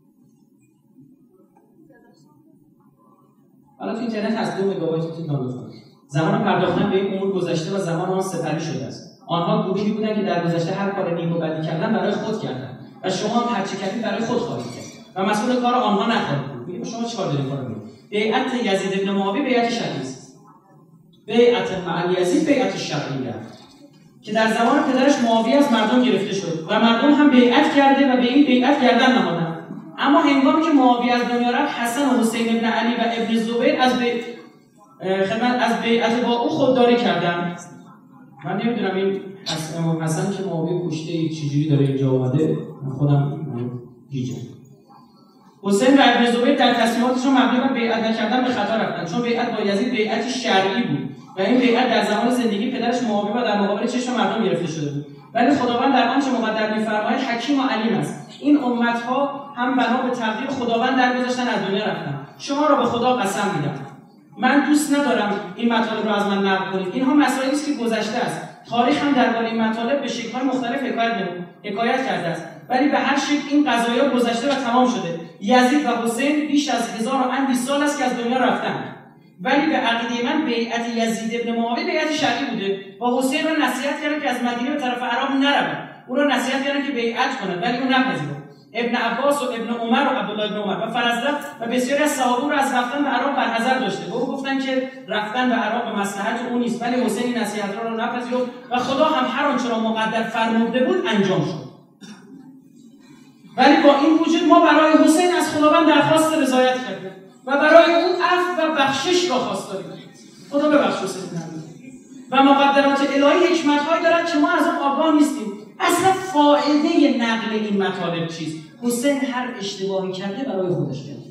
حالا تو اینترنت هست، دو مگابایت میتونید دانلود کنید. زمان پرداختن به این امور گذشته و زمان آن سپری شده است. آنها گروهی بودند که در گذشته هر کار نیک و بدی کردن برای خود کردند و شما هم هر چه کردید برای خود خواهید کرد و مسئول کار آنها نخواهید بود. میگه شما چیکار دارید کارو میکنید؟ بیعت یزید ابن معاویه بیعت شرعی است. بیعت مع یزید بیعت شرعی است که در زمان پدرش معاویه از مردم گرفته شد و مردم هم بیعت کرده و به این بیعت گردن نهادند. اما هنگامی که معاویه از دنیا رفت، حسن و حسین ابن علی و ابن زبیر از بی... خدمت از بیعت با او خودداری کردند. من نمیدونم این امام حسن که معاویه کشته چجوری داره اینجا اومده، من خودم گیجم. حسین و ابن زبیر در تصمیماتشون مبنی بر بیعت نکردن به خطا رفتند، چون بیعت با یزید بیعت شرعی بود و این بیعت در زمان زندگی پدرش معاویه و در مقابل چشم مردم گرفته شده بود. ولی خداوند در آنچه مقدر می‌فرماید حکیم و علیم است. این امت‌ها هم بنا به تقدیر خداوند درگذشتن از دنیا رفتن. شما را به خدا قسم میدم من دوست ندارم این مطالب را از من نقل کنید. اینها مسائلی است که گذشته است. تاریخ هم درباره این مطالب به شکل‌های مختلف حکایت نمود حکایت کرده است، ولی به هر شکل این قضایا گذشته و تمام شده. یزید و حسین بیش از هزار و اندی سال است که از دنیا رفتند، ولی به عقیده من بیعت یزید ابن معاویه بیعت شرعی بوده و حسین را نصیحت کرد که از مدینه به طرف عراق نرود. او را نصیحت کردن که بیعت کند، ولی او نپذیرفت. ابن عباس و ابن عمر و عبدالله ابن عمر و فرزدق و بسیاری از صحابه را از رفتن به عراق برحذر داشته. به او گفتن که رفتن به عراق به مصلحت او نیست، ولی حسین نصیحت را نپذیرفت و خدا هم هر آنچه را مقدر فرموده بود انجام شد. ولی با این وجود ما برای حسین از خداوند درخواست رضایت کردیم و برای او عفو و بخشش را خواست داریم. خدا ببخش حسین و مقدرات الهی حکمت‌هایی دارد که ما از آن آگاه نیستیم. اصلا فایده نقل این مطالب چیست؟ حسین هر اشتباهی کرده برای خودش کرده.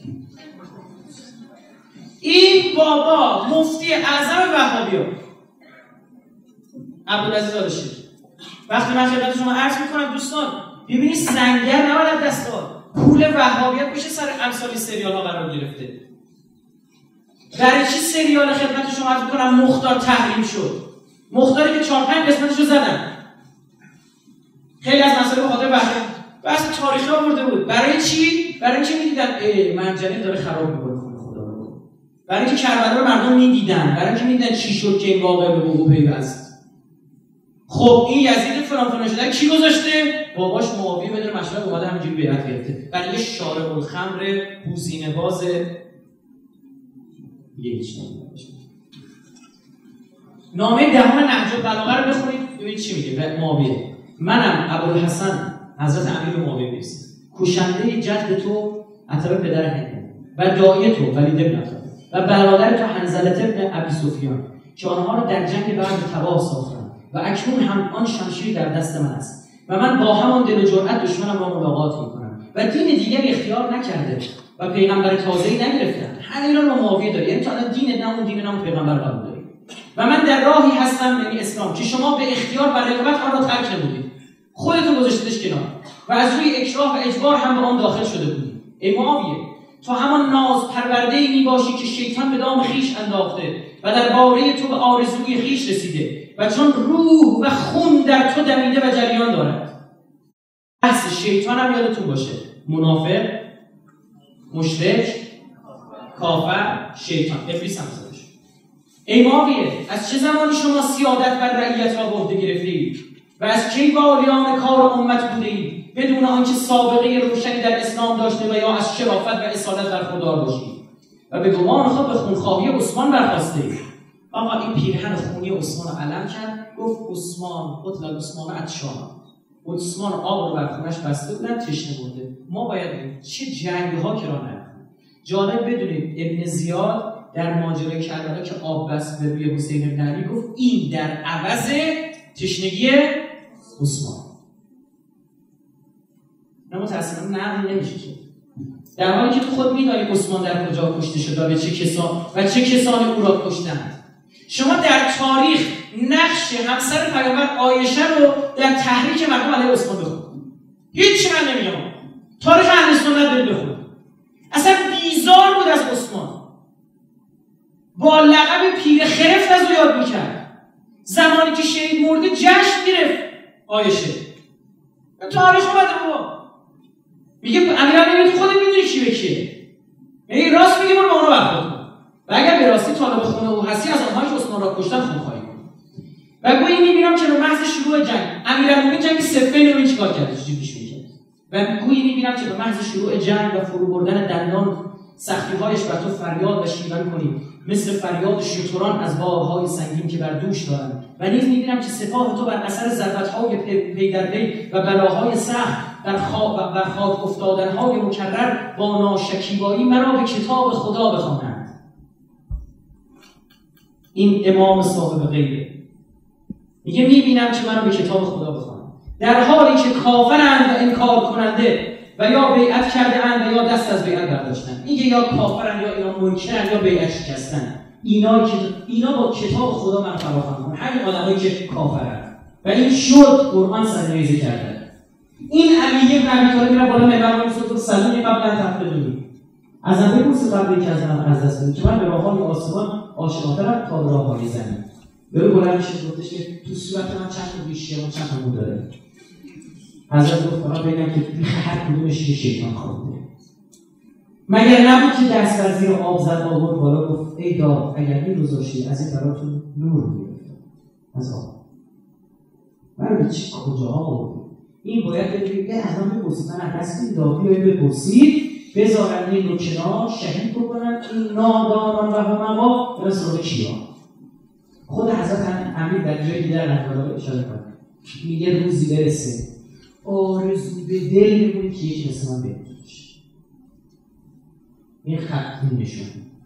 این بابا مفتی اعظم وهابیان عبدالعزیز آل شیخ، وقتی من خدمت شما عرض میکنم دوستان ببینید سنگر نباید از دست داد. پول وهابیت میشه سر امثال سریال ها قرار گرفته. برای چی سریال خدمت شما عرض میکنم مختار تحریم شد؟ مختاری که چهار پنج قسمتشو زدن، خیلی از مسائل خاطر بحث بس تاریخی آورده بود. برای چی؟ برای اینکه می‌دیدن ای منجنیق داره خراب می‌کنه خدا رو. برای اینکه کربلا رو مردم می‌دیدن، برای اینکه می‌دیدن چی شد که این واقعه به وقوع پیوست. خب این یزید فلان فلان شده کی گذاشته؟ باباش معاویه بدون مشورت اومده همینجوری بیعت گرفته. برای یه شارع الخمر حوزینه باز یه هیچ نامه دهم نهج البلاغه رو بخونید ببینید چی میگه معاویه. منم ابوالحسن حضرت امیر معاویه نیست، کوشنده جد تو عتبه پدر هند و داعی تو ولید بن عتبه و برادر تو حنظله بن ابی سفیان که آنها را در جنگ بعد تباه ساختند و اکنون هم آن شمشیر در دست من است و من با همان دل و جرأت دشمنم را ملاقات میکنم و دین دیگری اختیار نکرده و پیغمبر تازه‌ای نگرفتند. همین را معاویه داره، یعنی تو الان دین نه اون دین نه اون پیغمبر قبول داری و من در راهی هستم یعنی اسلام که شما به اختیار و رغبت آن را ترک نمودید، خودتون گذاشتیدش کنار و از روی اکراه و اجبار هم به آن داخل شده بودید. ای معاویه تو همان ناز پرورده‌ای میباشی که شیطان به دام خیش انداخته و در باره تو به آرزوی خیش رسیده و چون روح و خون در تو دمیده و جریان دارد. بحث شیطان هم یادتون باشه، منافق، مشرک، کافر، شیطان، ابلیس هم زدش. ای معاویه از چه زمانی شما سیادت بر رعیت را به عهده گرفتید و از کی والیان کار امت بودید بدون آنکه سابقه روشنی در اسلام داشته و یا از شرافت و اصالت برخوردار باشید و به گمان خود به خونخواهی عثمان برخاستید. آقا این پیرهن خونی عثمان رو علم کرد، گفت عثمان قتل عثمان عطشان. عثمان آب رو بر خونش بسته بودن تشنه برده. ما باید چه جنگ ها که راه نرفتیم. جالب بدونید ابن زیاد در ماجرای کربلا که آب بست به روی حسین بن علی گفت این در عوض تشنگی عثمان. نه متأسفانه نقل نمیشه که در حالی که تو خود میدانی عثمان در کجا کشته شد و به چه کسان و چه کسانی او را کشتند. شما در تاریخ نقش همسر پیامبر عایشه رو در تحریک مردم علیه عثمان بخونید. هیچ من نمیگم. تاریخ اهل سنت برید بخونید. اصلا بیزار بود از عثمان. با لقب پیر خرفت از او یاد میکرد. زمانی که شهید مرده جشن گرفت عایشه. تاریخ اومده بابا. میگه امیرالمومنین خودت میدونی کی به کیه. یعنی راست میگه برو با اونو برخورد کن. و اگر به راستی طالب خونه او هستی از آنهایی که عثمان را کشتن خونخواهی کن. و گویی میبینم که به محض شروع جنگ امیرالمومنین جنگ صفین رو چیکار کرده؟ چجوری پیش می‌کرد؟ و گویی میبینم که به محض شروع جنگ و فرو بردن دندان سختی‌هایش بر تو فریاد و شیون کنی مثل فریاد شتران از بارهای سنگین که بر دوش دارند. و نیز میبینم که سپاه تو بر اثر ضربت‌های پی در پی و بلاهای سخت در خواب و بر خاک افتادن‌های مکرر با ناشکیبایی مرا به کتاب خدا بخوانند. این امام صاحب غیبه میگه میبینم که مرا به کتاب خدا بخوانند در حالی که کافرند و انکار کننده و یا بیعت کرده اند و یا دست از بیعت برداشتن. میگه یا کافرن یا اینا منکرن یا بیعت شکستن. اینا که اینا با کتاب خدا من فراخوان کنن. همین آدمایی که کافرن و این شد قرآن سرنوشت کرده. این علی بن ابی طالب میره بالا منبر میگه سلام قبل از تفضیلی از من بپرسید قبل اینکه از من از دست بدید که من به راههای آسمان آشناترم تا به راههای زمین. برو بلند میشه گفتش که تو صورت من چند تا بیشتر و چند تا مو داره. حضرت گفت فقط بگم که توی هر کدومش یه شیطان خوابیده. مگر نبود که دست بر زیر آب زد آورد بالا گفت ای داد اگر این گذاشتی از این براتون نور میگرفتم از آب. من به چه کجاها آورد؟ این باید بگید که از من بپرسید من از دست این داوی باید بپرسید بذارن این رو کنار شهید بکنن این نادانان و همه برای سراغ کیا. خود حضرت امیر در جای دیگر نفراغ اشاره کنه میگه روزی برسه آرزو به دل میمونی که یکی مثل من بگیرش. این خطی نشون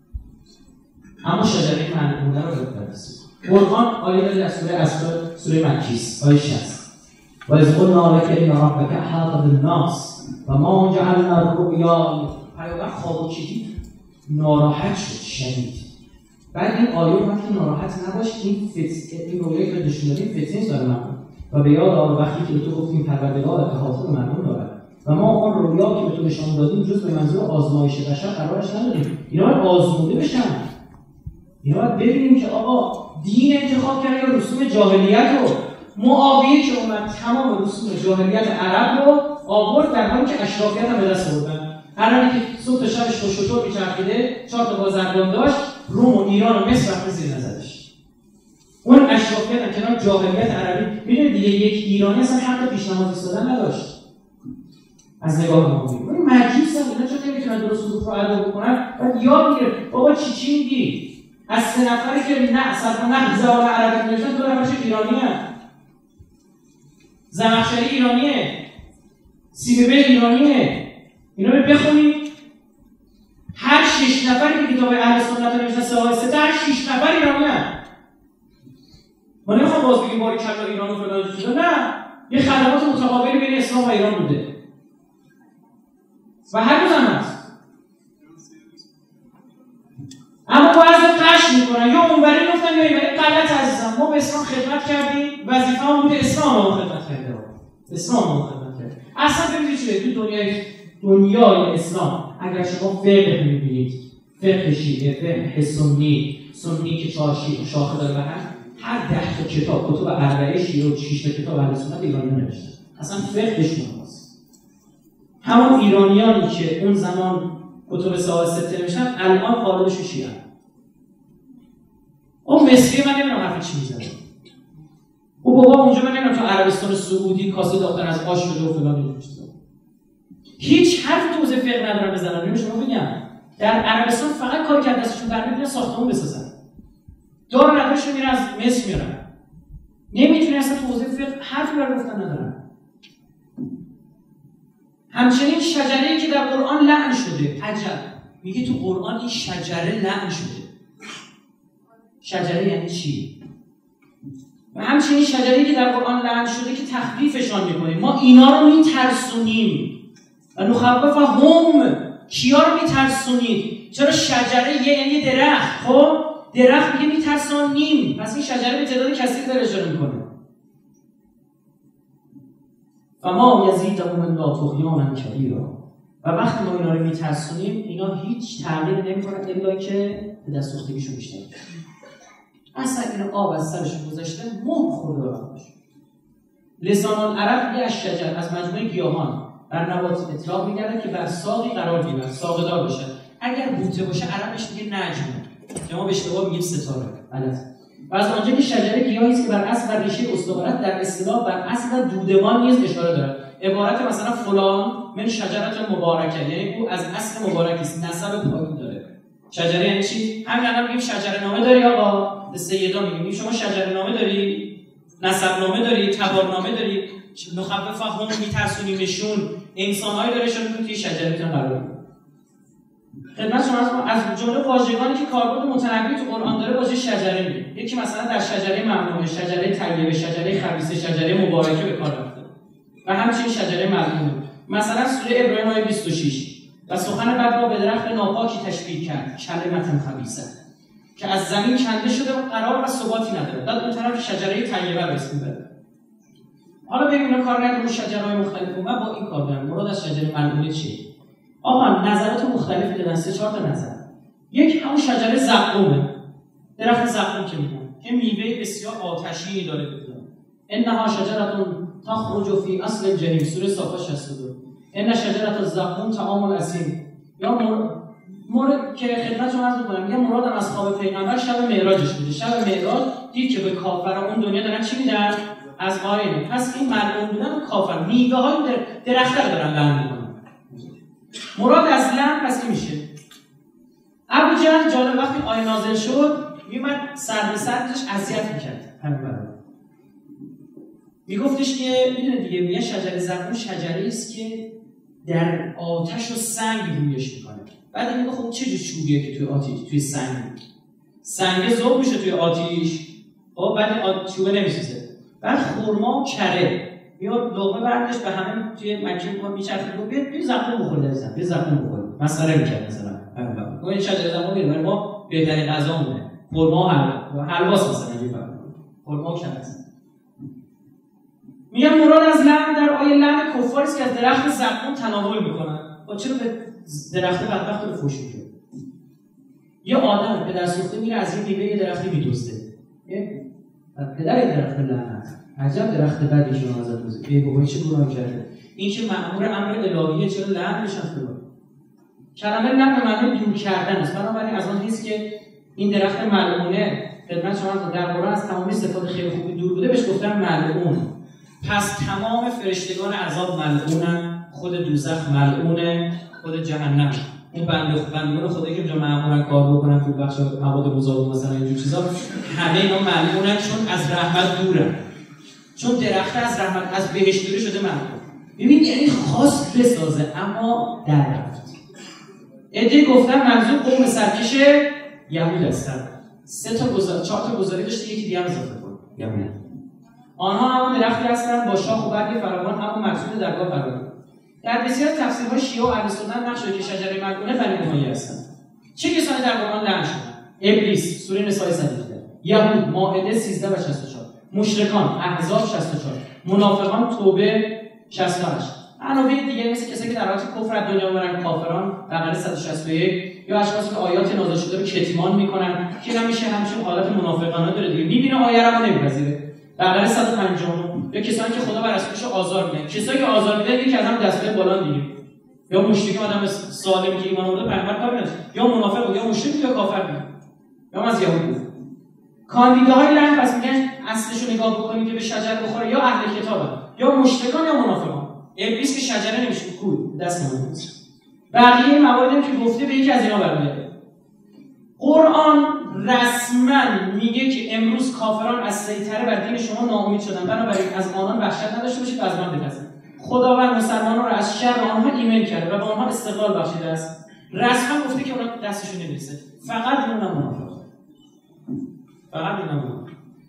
اما شجره معنونه رو برسید. قرآن آیه داری از سوره اسراء سوره مکیست آیه شصت و از قلنا لک ان ربک احاط بالناس و ما جعلنا الرؤیا. پیامبر خواب و کشید ناراحت شد شدید. بعد این آیه رو که ناراحت نباش این فتنه این رویایی که نشون دادیم فتنه داره من و به یاد آور وقتی که تو گفتیم پروردگار احاطه مردم دارد و ما آن رویا که به تو نشان دادیم جز به منظور آزمایش بشر قرارش ندادیم. اینا باید آزموده بشن. اینا باید ببینیم که آقا دین انتخاب کرد یا رسوم جاهلیت رو. معاویه که اومد تمام رسوم جاهلیت عرب رو آورد در حالی که اشرافیت هم به دست آوردن. هر که صبح تا شبش با شتر میچرخیده چهار تا بازرگان داشت روم و ایران و مصر رفت زیر نظرش. اون اشرافیت هم کنار جاهلیت عربی میدونید دیگه یک ایرانی اصلا حق پیش نماز ایستادن نداشت از نگاه معاویه. اون مجوس هم اینا چون نمیتونن درست حروف رو ادا بکنن بعد یاد میگیره بابا چی چی میگی؟ از سه نفری که نه اصلا نه زبان عربی نوشتن دو نفرش ایرانی هست. زمخشری ایرانیه، سیببه ایرانیه. اینا رو بخونید هر شش نفری که کتاب اهل سنت رو نوشتن سه آیه سه هر شش نفر ایرانی هست. ما نمیخوام باز بگیم باری کلا ایران و فلان چیزا نه. یه خدمات متقابلی بین اسلام و ایران بوده. و هر روز هم هست. اما بعضی قش میکنن یا اونوری گفتن یا اینوری. غلط عزیزم ما به اسلام خدمت کردیم وظیفه‌مون بوده اسلام رو خدمت کرده. اسلام رو خدمت کرده. اصلا ببینید چیه تو دنیای دنیای اسلام اگر شما فقه می‌بینید فقه شیعه فقه سنی سنی که چهار شاخه داره هم هر ده تا کتاب کتب اربعه شیعه و شش تا کتاب اهل سنت ایرانی نوشتن. اصلا فقهشون هست. همون ایرانیانی که اون زمان کتب سیاست نوشتن الان قالبش شیعه. اون مصری من نمیدونم حرف چی میزنه. او بابا اونجا من نمیدونم تو عربستان سعودی کاسه داختن از آش شده و فلان نوشته. هیچ حرف توضیح فقه ندارم بزنم. نمیشه شما بگم در عربستان فقط کار کرد دستشون در میاد ساختمون بسازن. دار نداشون میره از مصر میارن. نمیتونه اصلا توضیح فقه حرفی برای گفتن ندارن. همچنین شجره‌ای که در قرآن لعن شده. عجب. میگه تو قرآن این شجره لعن شده. شجره یعنی چی؟ و همچنین شجره‌ای که در قرآن لعن شده که تخفیفشان میکنیم، ما اینا رو میترسونیم. و نخفف هم، کیا رو میترسونید؟ چرا شجره یه یعنی درخت، خب درخت میگه میترسونیم، پس این شجره به تعداد کثیر داره اشاره میکنه. فما یزیدهم الا طغیانا کبیرا. و وقتی ما اینا رو میترسونیم، اینا هیچ تغییر نمیکنن الا که به دست سوختگیشون بیشتر میشه. اصلا اینا آب از سرشون گذاشته، مهر خورده برامش. لسان العرب یه از شجر، از مجموعه گیاهان بر نبات اطلاق می‌گردد که بر ساقی قرار گیرد، ساقه‌دار باشد. اگر بوته باشه عربش میگه نجم، که ما به اشتباه میگیم ستاره. غلط. و از آنجا که شجره گیاهی است که بر اصل و ریشه استوارت در اصطلاح بر اصل و دودمان نیز اشاره دارد. عبارت مثلا فلان من شجرت مبارکه، یعنی او از اصل مبارک است، نسب پاکی داره. شجره یعنی چی؟ همین الان میگیم شجره نامه داری آقا، به سیدا میگیم شما شجره نامه داری، نسب نامه داری، تبار نامه داری، نخفف هم میترسونیمشون، انسان‌هایی دارهشون که توی شجره‌تون قرار می‌گیرن. خدمت شما از جمله واژگانی که کاربرد متنوعی تو قرآن داره واژه شجره میگه. یکی مثلا در شجره ممنوعه، شجره طیبه، شجره خبیثه، شجره مبارکه به کار رفته. و همچنین شجره ملعونه. مثلا سوره ابراهیم آیه بیست و شش و سخن بد را به درخت ناپاکی تشبیه کرد، کلمة خبیثه، که از زمین کنده شده و قرار و ثباتی نداره. بعد اون طرف شجره طیبه رو اسم میبره. حالا ببینیم کار نداره شجرهای مختلف. من با این کار دارم. مراد از شجره ملعونه چیه؟ آقا نظرات مختلفی دادن، سه چهار تا نظر. یک همون شجره زقومه، درخت زقوم که میگن که میوه بسیار آتشینی داره. انها شجره تخرج فی اصل الجحیم، سوره صافات شصت و دو. ان شجره الزقوم طعام الاثیم. یا مورد مورد که خدمتتون عرض می‌کنم، یه مراد از خواب پیغمبر شب معراجش بوده. شب معراج دید که به کافران اون دنیا دارن چی میدن؟ از آینه. پس این ملعون بودن و کافر، میوه‌های درخت رو دارن لعن می‌کنن. مراد از لعن پس این میشه. ابو جهل جالب وقتی آیه نازل شد میومد سر به سر ازش اذیت می‌کرد. همین میگفتش که میدونه دیگه، میگه شجره زقوم شجره است که در آتش و سنگ رویش میکنه. بعد میگه خب چه جور چوبیه که توی آتش، توی سنگ سنگ ذوب میشه توی آتش، خب بعد چوبه نمیسوزه. بعد خرما و کره میاد لقمه برداشت به همه توی مکه میگه میچرخه میگه بیا بیا زقوم بخور، لازم بیا زقوم بخور. مسخره میکرد مثلا. اون این شجره زقوم میره ما بهترین غذامونه، خرما و حلوا، حلواست مثلا اینجوری خرما و کره. میگن مراد از لعن در آیه لعن کفاری است که از درخت زقوم تناول میکنن. با چرا به درخت بدبخت رو فحش میکنه؟ یه آدم پدر سوخته میره از این میوه یه درختی میدزده. پدر درخت لعنت، عجب درخت بدی شما ازت دوزه. ای بابا چه گناه کرده؟ این که مأمور امر الهیه، چرا لعن بشن خدا؟ کلمه لعن به معنی دور کردن است. بنابراین از آن حیث که این درخت ملعونه خدمت شما در قرآن از تمامی صفات خیلی خوبی دور بوده، بهش گفتن ملعون. پس تمام فرشتگان عذاب ملعونن، خود دوزخ ملعونه، خود جهنم. اون بنده بندگان خدایی که اونجا مأمورن کار بکنن تو بخش مواد مضاد مثلا اینجور چیزا، همه اینا ملعونن چون از رحمت دورن. چون درخت از رحمت از بهشت دوری شده ملعون. ببین یعنی خواست بسازه اما در رفت. عده گفتن منظور قوم سرکش یهود هستن. سه تا گزار چهار تا گزارش داشته، یکی دیگه هم اضافه کن. یهود. آنها همون درختی هستند با شاخ و برگ فراوان، همون مقصود درگاه قرار دارند. در بسیار تفسیرهای شیعه و اهل سنت نقش که شجره ملعونه بنی امیه هستند. چه کسانی در قرآن لعن شدند؟ ابلیس، سوره نساء صد و هفده، یهود، مائده سیزده و شصت و چهار، مشرکان، احزاب شصت و چهار، منافقان، توبه شصت و هشت. عناوین دیگه مثل کسایی که در حالت کفر از دنیا میبرن، کافران، بقره صد و شصت و یک، یا اشخاصی که آیات نازل شده رو کتمان میکنن که نمیشه همچون حالت منافقانه داره دیگه، میبینه آیه رو نمیپذیره. بقره صد و پنجاه و نه، یا کسانی که خدا بر رسولش آزار میدن. کسایی که آزار میدن یکی از هم دستای بالا دیگه، یا مشرک آدم سالمی که ایمان آورده پیغمبر کار نمیشه، یا منافق یا مشرک یا کافر بود، یا از یهود. کاندیداهای لعن پس میگن اصلش رو نگاه بکنید که به شجر بخوره، یا اهل کتابه یا مشرکان یا منافقان. ابلیس که شجره نمیشه، کول دست ما نیست. بقیه مواردی که گفته به یکی از اینا برمیاد. قرآن رسما میگه که امروز کافران از سیطره بر دین شما ناامید شدن، بنابراین از آنان وحشت نداشته باشید و از من بترسید. خداوند مسلمانان را از شر آنها ایمن کرده و به آنها استقلال بخشیده است. رسما گفته که اونا دستشون نمیرسه، فقط اینا منافق، فقط اینا منافق.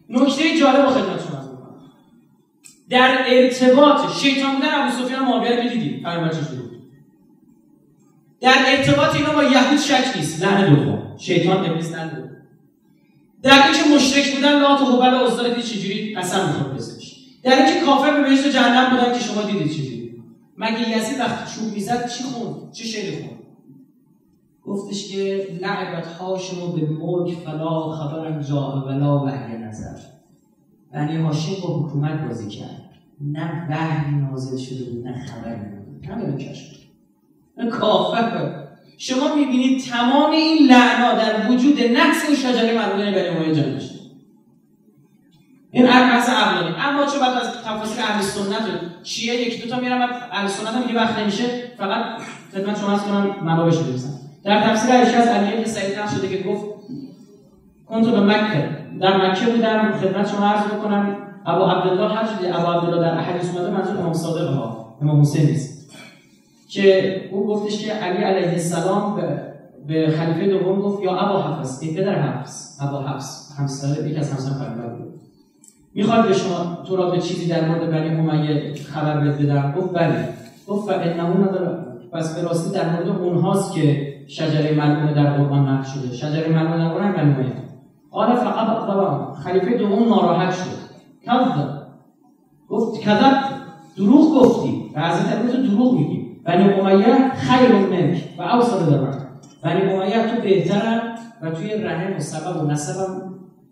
نکته جالب رو خدمتتون عرض می‌کنم. در ارتباط شیطان بودن ابو سفیان و معاویه رو دیدید پیامبر چجوری بود. در ارتباط اینا با یهود شک نیست، لعنت دوم شیطان ابلیس لعنت. در اینکه مشرک بودن لات و هبل و عزا دیدید چجوری قسم می‌خورد بهش. در اینکه کافر به بهشت و جهنم بودن که شما دیدید چجوری. مگه یزید وقتی چوب میزد چی خوند؟ چه شعری خوند؟ گفتش که لعبت هاشم به ملک فلا خبرم جا ولا وحی نظر. بنی هاشم با حکومت بازی کرد، نه وحی نازل شده بود نه خبری نازل، همین کشف نه کافر. شما میبینید تمام این لعنا در وجود نقص این شجره ملعونه بنی امیه جا داشته. این بحث عقلانی. اما چون بعد از تفاسیر اهل سنت شیعه یک دو تا میارم، اهل سنت هم دیگه وقت نمیشه، فقط خدمت شما عرض کنم منابعش رو بنویسم. در تفسیر عایشه از علی بن سعید نقل شده که گفت کنت به مکه، در مکه بودم، خدمت شما عرض بکنم ابو عبدالله هر چیزی ابو عبدالله در احادیث اومده منظور امام صادق ها امام حسین است که او گفتش که علی علیه السلام به, به خلیفه دوم گفت یا ابا حفص، ای پدر حفص، ابا حفص همسر یک از همسران پیامبر بود، میخواد به شما تو را به چیزی در مورد بنی امیه خبر بدم؟ گفت بله. گفت فانه نداره، پس به راستی در مورد اونهاست که شجره ملعونه در قرآن نقش شده. شجره ملعونه در قرآن بنی امیه. قال فقط طبعا خلیفه دوم ناراحت شد. کذب، گفت کذب، دروغ گفتی، و حضرت علی تو دروغ میگی. بنی امیه خیر منک و اوصل در رحم. بنی امیه تو بهترن و توی رحم و سبب و نسبم.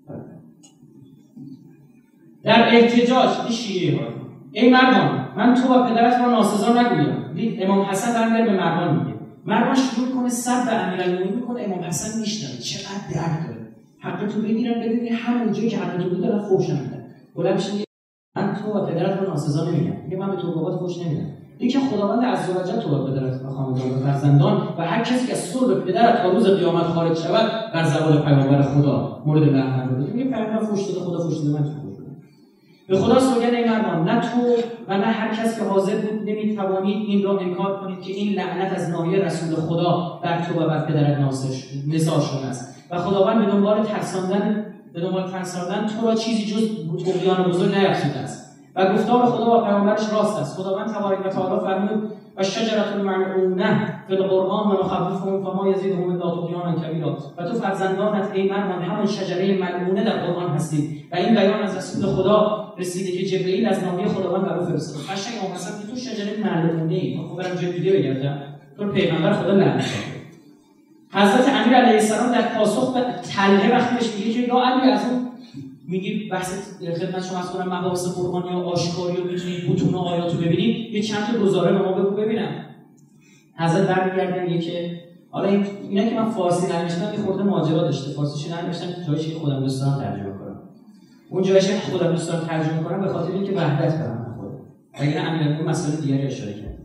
در احتجاج این شیعه ها، ای مردان من تو و پدرت را ناسزا نگویم. امام حسن برمیگره به مردان میگه، مردان شروع کنه صد به امیرالمومنین میکنه، امام حسن میشنوه چقدر درد داره، حق تو بگیرن ببینی همون جایی که حق تو بود دارن فحش میدن. بلند میشه میگه من تو و پدرت را ناسزا نمیگم، میگه من به تو بابات فحش نمیدم. اینکه خداوند عزوجل تو و پدرت و خاندان و فرزندان و هر کسی که از صلب پدرت تا روز قیامت خارج شود بر زبان پیامبر خدا مورد لعنت قرار بده. میگه پیامبر فحش داده، خدا فحش داده، من تو به خدا سوگند ای مردان، نه تو و نه هر کس که حاضر بود نمیتوانید این را انکار کنید که این لعنت از ناحیه رسول خدا بر تو و بر پدرت نثار شده است و خداوند به دنبال ترساندن به دنبال ترساندن تو را چیزی جز طغیان بزرگ نیافزوده است و گفتار خدا و پیامبرش راست است. خداوند تبارک و تعالی فرمود و شجرة الملعونه فی القرآن و نخوفهم فما یزیدهم الا طغیانا کبیرا. و تو فرزندانت ای مردان همون شجره ملعونه در قرآن هستید و این بیان از رسول خدا رسیده که جبرئیل از نامی خداوند بر او فرستاد. قشنگ امام حسن که تو شجره ملعونه ای، خب برام جای دیگه بگردم، تو پیغمبر خدا لعنت کرده. حضرت امیر علیه السلام در پاسخ به طلحه وقتی بهش میگه که یا علی از اون میگی بحث خدمت شما از کنم مباحث قرآنی و آشکاری و میتونید بوتون و آیاتو ببینید، یه چند تا گزاره به ما بگو ببینم. حضرت برمیگردن میگه که حالا این اینا که من فارسی ننوشتم یه خورده ماجرا داشته، فارسیش ننوشتم جاییش که خودم دوست دارم ترجمه کنم. اون جاییش که خودم دوست دارم ترجمه کنم به خاطر اینکه وحدت برام خود. اگر امیرالمومنین مسائل دیگری اشاره کرد.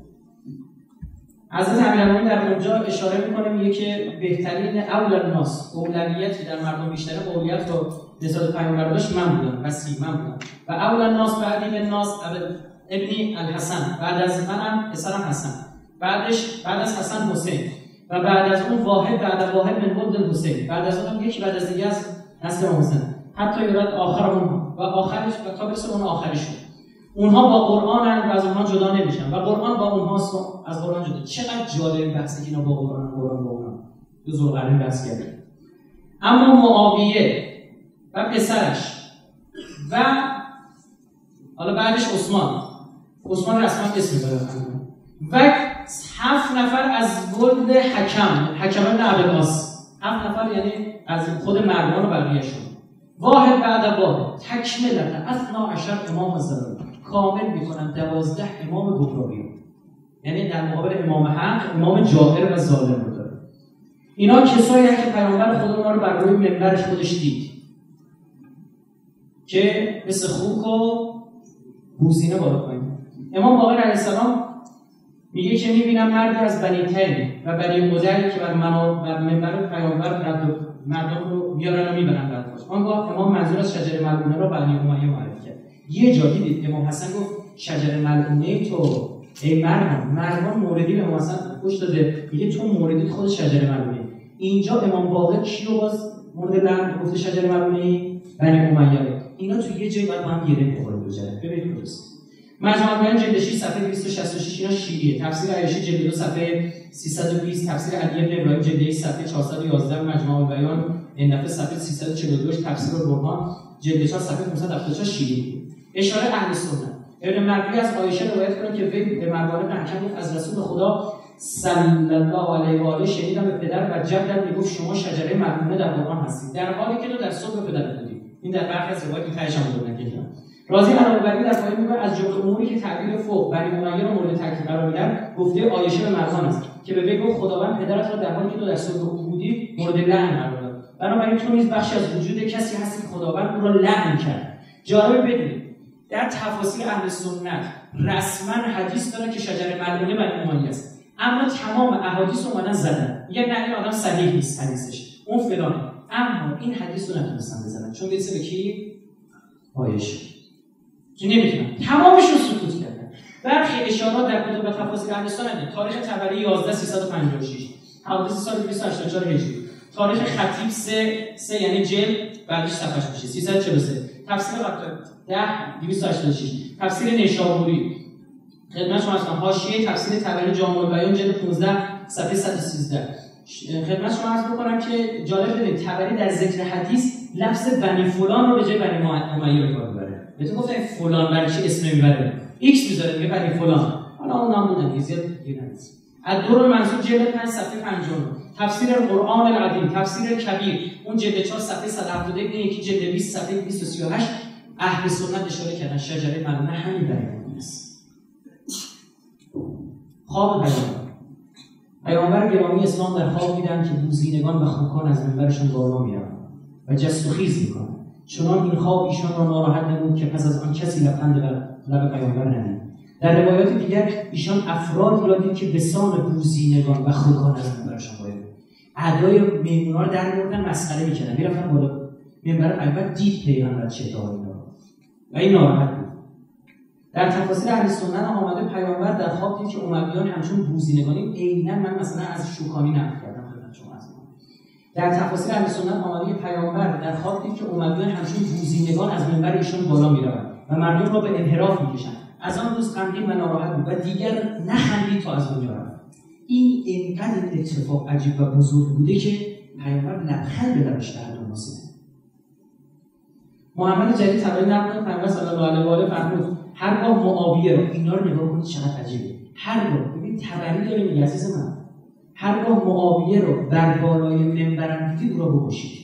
حضرت امیرالمومنین در اونجا اشاره میکنه میگه که بهترین اول الناس، اولویتی در مردم بیشتره اولویت رو نسبت پیامبر داشت من بودم، وصی من بودم. و اول الناس بعدی الناس ابن الحسن، بعد از منم پسرم حسن، بعدش بعد از حسن حسین و بعد از اون واحد بعد واحد من ولد الحسین، بعد از اون یکی بعد از دیگه از نسل حسین، حتی یاد آخرمون و آخرش و تا برسه اون آخریشون. اونها با قرآن و از اونها جدا نمیشن و قرآن با اونها از قرآن جدا. چقدر جالب بحثی که اینا با قرآن قرآن با اونها دو ذوالقرنین بحث کردن. اما معاویه و پسرش و حالا بعدش عثمان عثمان رسما اسم بردن و هفت نفر از ولد حکم حکم ابن ابوالعاص، هفت نفر یعنی از خود مردمان و بقیه‌شون، واحد بعد واحد تکملت اثنا عشر امام زرار، کامل میکنن دوازده امام گمراهی، یعنی در مقابل امام حق امام جائر و ظالم رو داره. اینا کسایی هستند که پیامبر خدا اونا رو بر روی منبرش خودش دید که مثل خوک و بوزینه بالا پایین. امام باقر علیه السلام میگه که میبینم مردی از بنی تیم و بنی مدعی که بر منبر پیامبر مردم رو میارن و میبرن بعد باش. آنگاه امام منظور از شجره ملعونه را بنی امیه معرفی کرد. یه جا دیدید امام حسن گفت شجره ملعونه تو ای مردم، مردم موردی به امام حسن گوش داده، میگه تو موردی خود شجره ملعونه. اینجا امام باقر کیو باز مورد لعنت گفته شجره ملعونه؟ بنی امیه. اینا تو یه جای باید با هم گره بخوره بجره. ببینید درست. مجموع البیان جلد شش صفحه دویست و شصت و شش اینا شیعیه. تفسیر عیاشی جلد دو صفحه سیصد و بیست، تفسیر علی بن ابراهیم جلد یک صفحه چهارصد و یازده، مجموع البیان این دفعه صفحه سیصد و چهل و دو، تفسیر البرهان جلد چهار صفحه پانصد و هفتاد و چهار شیعی. اشاره اهل سنت. ابن مردوی از عایشه روایت کنه که وی به مروان بن حکم گفت از رسول خدا صلی الله علیه و آله شنیدم به پدر و جدم میگفت شما شجره ملعونه در قرآن هستید، در حالی که تو در صبح پدرت بودی. این در برخی از روایات تایش هم بود نگیدم. راضی عنابری در پایین میگه از جمله اموری که تعبیر فوق بنی امیه را مورد تاکید قرار میدن گفته عایشه به مروان است که به وی گفت خداوند پدرت را در حالی که تو در صبح بودی مورد لعن قرار داد. بنابراین تو نیز بخشی از وجود کسی هستی که خداوند او را لعن کرد. جالب بدونید در تفاسیر اهل سنت رسما حدیث داره که شجره ملعونه بنی امیه است، اما تمام احادیث رو اومدن زدن. میگن نه این آدم صحیح نیست حدیثش، اون فلانه، اما این حدیث رو نتونستن بزنن چون برسه به کی؟ عایشه. که نمیتونن، تمامشون سکوت کردن. برخی اشارات در کتب تفاسیر اهل سنت تاریخ طبری یازده سیصد و پنجاه و شش، حوادث سال دویست و هشتاد و چهار هجری، تاریخ خطیب سه سه یعنی جلد بعدش صفحش میشه سیصد و چهل و سه، تفسیر ده دویست و هشتاد و شش، تفسیر نیشابوری خدمت شما هستم، حاشیه تفسیر طبری جامع البیان جلد پانزده صفحه صد و سیزده. خدمت شما عرض بکنم که جالب بدید طبری در ذکر حدیث لفظ بنی فلان رو به جای بنی امیه به کار میبره. بهتون گفتم فلان برای چی اسم میبره؟ ایکس میذاره میگه بنی فلان. حالا اون نام بودن که زیاد دیگه نیست. الدور المنصور جلد پنج صفحه پنجاه، تفسیر القرآن العظیم، تفسیر کبیر اون جلد چهار صفحه صد و هفتاد و یک، این یکی جلد بیست صفحه دویست و سی و هشت. اهل سنت اشاره کردن شجره ملعونه همین بنی است. خواب پیامبر. پیامبر گرامی اسلام در خواب دیدن که بوزینگان و خوکان از منبرشون بالا میروند و جست و خیز میکنند. چنان این خواب ایشان را ناراحت نمود که پس از آن کسی لبخند بر لب پیامبر ندید. در روایات دیگر ایشان افرادی را دید که به سان بوزینگان و خوکان از منبرشون بالا میروند. اعدای میمونا رو در می‌آوردن مسخره می‌کردن. میرفتن بالا منبر پیامبر دید پیغمبر چه ادعایی داره و این ناراحت بود. در تفاسیر اهل سنت آمده پیامبر در خواب دید که امویان همچون بوزینگانی، عیناً من مثلا از شوکانی نقل کردم خدمت شما از من. در تفاسیر اهل سنت آمده پیامبر در خواب دید که امویان همچون بوزینگان از منبر ایشان بالا میروند و مردم را به انحراف میکشند. از آن روز غمگین و ناراحت بود و دیگر نخندید تا از دنیا رفت. این اینقدر اتفاق عجیب و بزرگ بوده که پیامبر لبخند به لبش در نماسیده. محمد جلیل طبری نقل کنه پیامبر صلی الله علیه و آله فرمود هرگاه معاویه رو، اینا رو نگاه کنید چقدر عجیبه، هرگاه ببین طبری داره میگه عزیز من، هرگاه معاویه رو بر بالای منبرم دیدید او را بکشید.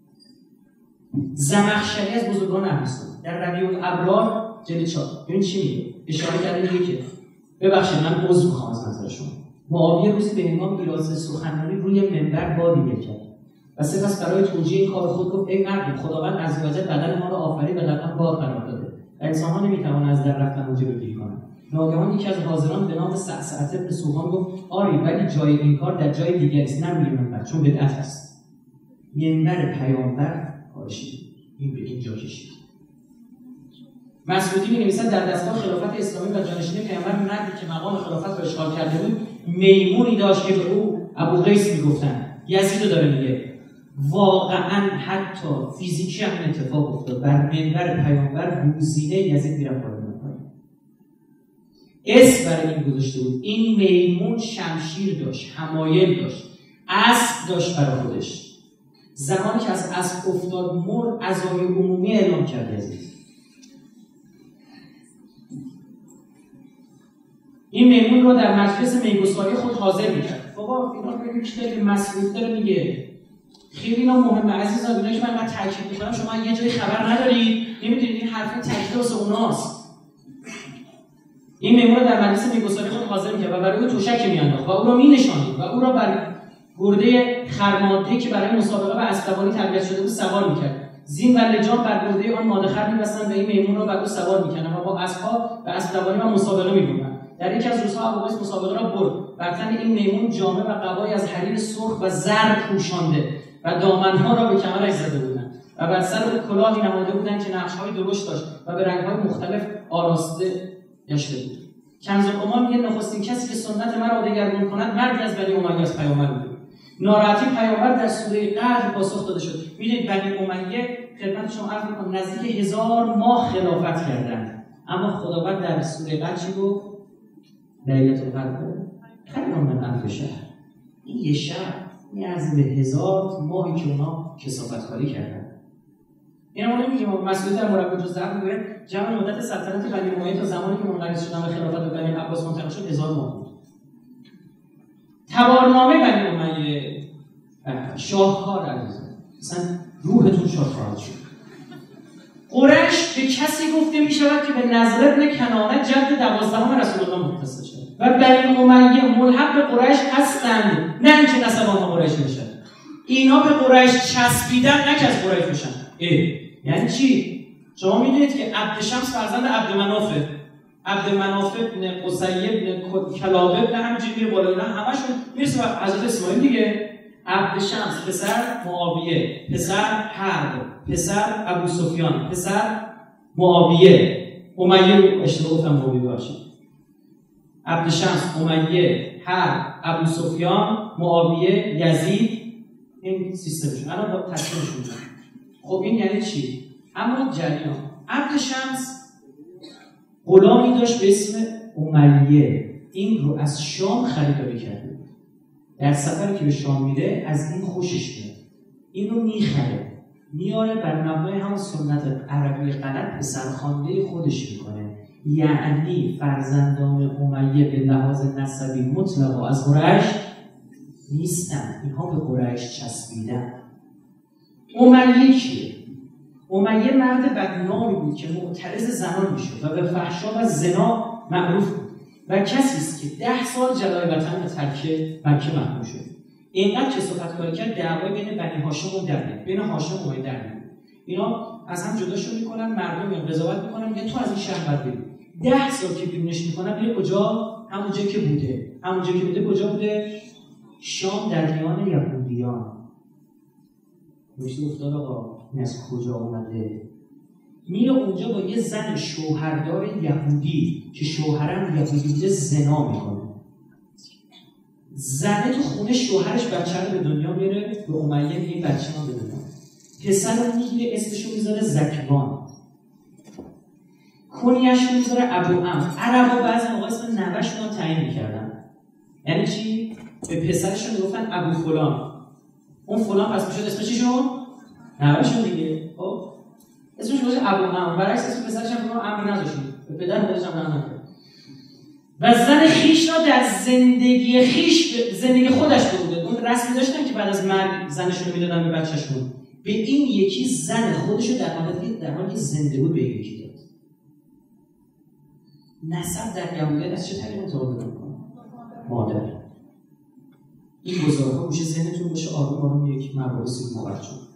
زمخشری از بزرگان اهل سنت در ربیع الابرار جلد چهار ببین چی میگه، اشاره کرده میگه که ببخشید من عذر میخوام از نظر شما، معاویه روزی به هنگام ایراز سخنرانی روی منبر بادی کرد و سپس برای توجیه این کار خود گفت ای مردم، خداوند عز و جل بدن ما را آفرید و در آن باد قرار داده و انسان‌ها نمی‌توانند از در رفتن اونجا جلوگیری کنند. ناگهان یکی از حاضران به نام سعسعة بن سوحان گفت آری ولی جای این کار در جای دیگری است، نه روی منبر، چون بدعت است. منبر پیامبر کاشید، این به اینجا کشید. مسعودی می‌نویسد در دستگاه خلافت اسلامی و جانشینی پیامبر مردی که مقام خلافت را اشغال کرده بود میمونی داشت که به او ابو قیس میگفتن. یزید رو داره میگه واقعا حتی فیزیکی هم اتفاق افتاد، بر منبر پیامبر بوزینه یزید میرفت بالا می‌آورد. اسم برای این گذاشته بود. این میمون شمشیر داشت، حمایل داشت، اسب داشت برای خودش. زمانی که از اسب افتاد مرد، عزای عمومی اعلام کرد یزید. این میمون رو در مجلس میگساری خود حاضر میکرد. بابا اینا بگیم که مسعود داره میگه خیلی اینا مهمه عزیزان، اینا که من اینقدر تاکید میکنم شما یه جایی خبر ندارید، نمیدونید این حرف تاکید واسه اوناست. این میمون رو در مجلس میگساری خود حاضر میکرد و برای او توشک میانداخت و او را مینشانید و او را بر گرده خرماده که برای مسابقه و اسبدوانی تربیت شده بود سوار میکرد. زین و لجام بر گرده آن ماده خر می‌بستند و این میمون را بر او سوار میکردند و با اسب‌ها و اسبدوانی و مسابقه می‌بردند. در یکی از روزها ابو قیس مسابقه را برد. بر تن این میمون جامه و قبایی از حریر سرخ و زرد پوشانده و دامنها را به کمرش زده بودند و بر سر کلاهی نهاده بودند که نقش‌های درشت داشت و به رنگ‌های مختلف آراسته گشته بود. کنز الامام میگه نخستین کسی که سنت مرا دگرگون کند مردی از بنی امیه از پیامبر بود. ناراحتی پیامبر در سوره قهر پاسخ داده شد. می‌دونید بنی امیه خدمت شما عرض می‌کنم نزدیک هزار ماه خلافت کردند، اما خداوند در سوره قدر چی گفت؟ لیلة القدر خیر من الف شهر. این یه شهر این از به هزار ماهی که اونا کثافت کاری کردن. این ما نمیگیم مسئولیت در مربع جزء میگه جمع مدت سلطنت بنی امیه تا زمانی که منقرض شدن به خلافت بنی عباس منتقل شد هزار ماه بود. تبارنامه بنی امیه شاهکار عزیز، مثلا روحتون شاد خواهد شد. قریش به کسی گفته می شود که به نضر ابن کنانه جد دوازدهم رسول الله متصل شد و بنی امیه ملحق به قریش هستند، نه اینکه نسب آنها قریش میشن. اینا به قریش چسبیدن، نه که از قریش بشن. یعنی چی؟ شما میدونید که عبد شمس فرزند عبد منافه، عبد مناف ابن قصی ابن کلاب ابن همینجوری میره بالا، اینا همشون میرسه به حضرت اسماعیل دیگه. عبد شمس پسر معاویه، پسر حرب، پسر ابو سفیان، پسر معاویه، امیه اشتباه گفتم معاویه باشه. عبد شمس، امیه، حرب، ابو سفیان، معاویه، یزید، این سیستمشون الان با تصمیمشون میشن. خب این یعنی چی؟ اما جریان عبد شمس غلامی داشت به اسم امیه، این رو از شام خریداری کرده. در سفری که به شام میره از این خوشش میاد، این رو میخره میاره بر مبنای همون سنت عربی غلط پسرخوانده خودش میکنه، یعنی فرزندان امیه به لحاظ نسبی مطلقا از قریش نیستن، اینها به قریش چسبیدن. امیه کیه؟ امیه مرد بدنامی بود که معترض زنان میشد و به فحشا و زنا معروف بود و کسی است که ده سال جلای وطن به ترک مکه محکوم شد. اینقدر کثافت کاری کرد دعوای بین بنی هاشم و در بین هاشم و امیه در اینا از هم جداشون میکنن، مردم میان قضاوت میکنن میگن تو از این شهر باید بری. ده سال که بیرونش میکنن میره کجا؟ همون جایی که بوده. همون جایی که بوده کجا بوده؟ شام در میان یهودیان. میشه افتاد آقا این از کجا اومده؟ میره اونجا با یه زن شوهردار یهودی که شوهرم یهودی بوده زنا میکنه. زنه تو خونه شوهرش بچه رو به دنیا میاره، به امیه میگه بچه ما به دنیا. پسر رو میگیره اسمشو میذاره زکوان، کنیش رو میذاره ابو عمرو. عربا بعضی موقع اسم نوه‌شون رو تعیین میکردن. یعنی چی؟ به پسرشون میگفتن ابو فلان. اون فلان پس میشد اسمش چی شد؟ نوه‌شون دیگه. خب اسمش باشه ابو عمرو، برعکس اسم پسرش هم بگم عمرو نذاشتیم، به پدر خودش هم نذاشتیم. و زن خیش را در زندگی خیش زندگی خودش بوده. اون رسمی داشتن که بعد از مرگ زنشون رو میدادن به بچه‌شون. به این یکی زن خودش رو در حالتی در حالی که زنده بود به یکی داد. نسب در یهودیت از چه طریق متولد میکنه؟ مادر. این گزاره‌ها گوشه ذهنتون باشه، آروم آروم یک مباحثی موارد شد.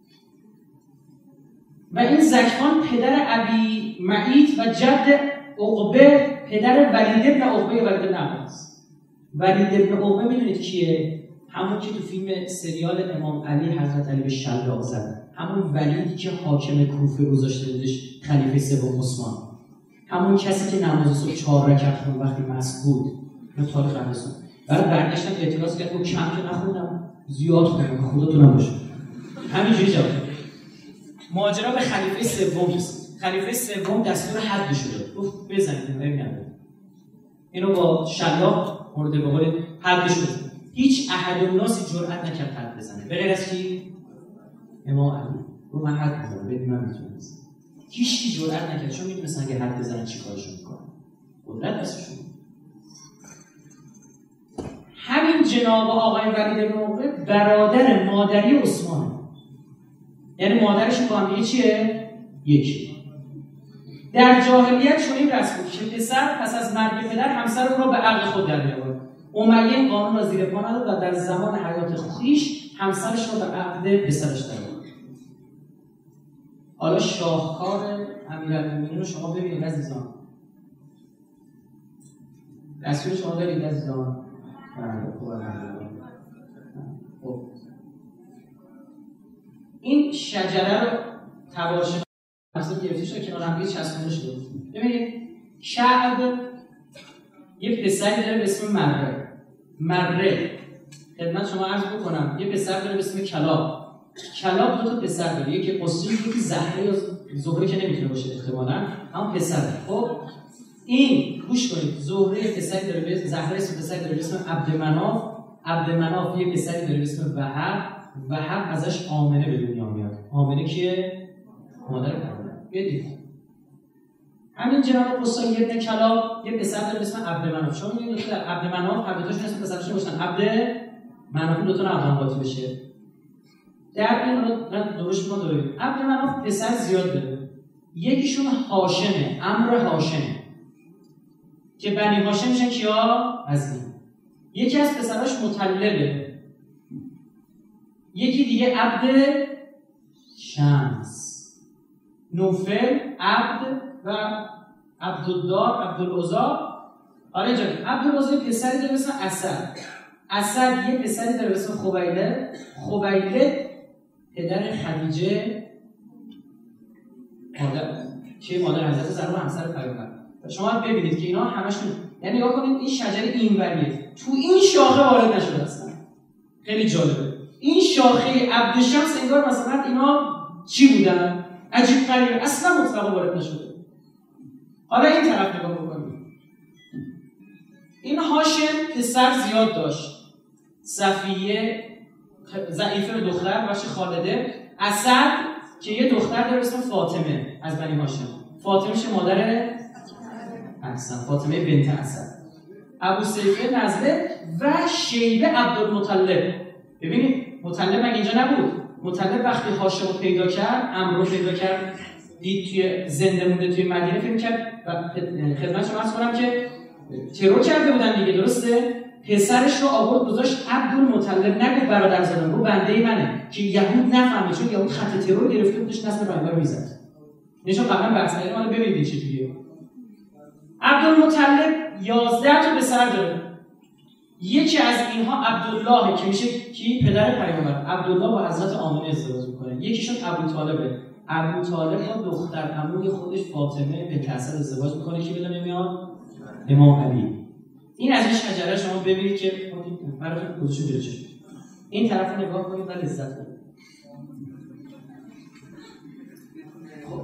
و این زکوان پدر ابی معیط و جد عقبه پدر ولید ابن عقبه ولید ابن عباس. ولید ابن عقبه میدونید کیه؟ همون که تو فیلم سریال امام علی حضرت علی به شلاق زد، همون ولیدی که حاکم کوفه گذاشته بودش خلیفه سوم عثمان، همون کسی که نماز صبح چهار رکعت خوند وقتی مست بود. یا تاریخ اندازون بعد برگشتن اعتراض کرد و کم که نخوندم زیاد خوندم خودتون هم باشه. همینجوری جواب داد. ماجرا به خلیفه سوم رسید. خلیفه سوم دستور حد شد، گفت بزنید نمیاد. اینو با شلاق مورد به قول حد شد. هیچ احد الناس جرئت نکرد حد بزنه به غیر از کی؟ امام علی. رو من حد بزنم بدید من میتونم بزنم. هیچ کی جرئت نکرد چون میدونستن که حد بزنن چیکارشون میکنن. قدرت دستشون. همین جناب آقای ولید بن عقبه برادر مادری عثمانه. یعنی مادرشون با هم دیگه چیه؟ یکی. در جاهلیت چنین رسم بود که پسر پس از مرگ پدر همسر او را به عقد خود در می‌آورد. امیه این قانون را زیر پا نداد و در زمان حیات خویش همسرش را به عقد پسرش در آورد. حالا شاهکار امیرالمومنین رو شما ببینید عزیزان. دستور شما دارید عزیزان؟ خب این شجره رو تبارشناسی مثلا گرفته شده کنار هم دیگه چسبونده شده. ببینید شعب یه پسری داره به اسم مره. مره خدمت شما عرض بکنم یه پسر داره به اسم کلاب. کلاب دو تا پسر داره، یکی قصی یکی زهره یا زهره که نمیتونه باشه احتمالاً، اما پسره. خب این گوش کنید، زهره پسری داره به اسم زهره، اسم پسری داره به اسم عبدمناف، عبدمناف یه پسری داره به اسم وهب، وهب ازش آمنه به دنیا میاد. آمنه کیه؟ مادر پیامبر. بدید همین جناب قصی ابن کلاب یه پسر داره به اسم عبدمناف. شما میگید دو تا عبدمناف هر دوتاشون اسم پسرشون باشن عبدمناف، دو تا نام قاطی بشه. در این حالت درست ما داریم عبدمناف پسر زیاد داره، یکیشون هاشمه، عمرو هاشمه که بنی هاشم میشن کیا؟ از این. یکی از پسراش مطلبه، یکی دیگه عبد شمس، نوفل، عبد و عبدالدار، عبدالعزا. آره جان، عبدالعزا پسری داره به اسم اسد، اسد یه پسری داره به اسم خویلد، خویلد پدر خدیجه مادر که مادر حضرت زهرا و همسر پیامبر. شما ببینید که اینا همشون، یعنی نگاه کنید این شجره اینوریه، تو این شاخه وارد نشده اصلا. خیلی جالبه. این شاخه عبدالشمس انگار مثلا اینا چی بودن؟ عجیب غریبه، اصلا مطلقا وارد نشده. حالا این طرف نگاه بکنید. این هاشم پسر زیاد داشت. صفیه ضعیفه دختر باشه، خالده، اسد که یه دختر داره به اسم فاطمه از بنی هاشم. فاطمه شه مادر احسن، فاطمه بنت اسد، ابو سیفه نزله و شیبه عبدالمطلب. ببینید مطلب مگه اینجا نبود؟ مطلب وقتی هاشم رو پیدا کرد، عمرو رو پیدا کرد، دید توی زنده مونده توی مدینه، فکر کرد و خدمت شما عرض کنم که ترور کرده بودن دیگه، درسته؟ پسرش رو آورد گذاشت عبدالمطلب، نگو برادرزادم، رو بنده منه، که یهود نفهمه، چون یهود خط ترور گرفته بودش نسل پیامبر رو میزد. نشون قبلا بحث کردیم، حالا ببینید چجوریه. عبدالمطلب یازده تا پسر داره. یکی از اینها عبدالله که میشه کی؟ پدر پیامبر. عبدالله با حضرت آمنه ازدواج میکنه. یکیشون ابوطالبه. ابوطالب با دختر عموی خودش فاطمه بنت اسد ازدواج میکنه که بدون نمیاد امام علی. این از این شجره شما ببینید که براتون گذاشته بره چشم. این طرف رو نگاه کنید و لذت ببرید. خب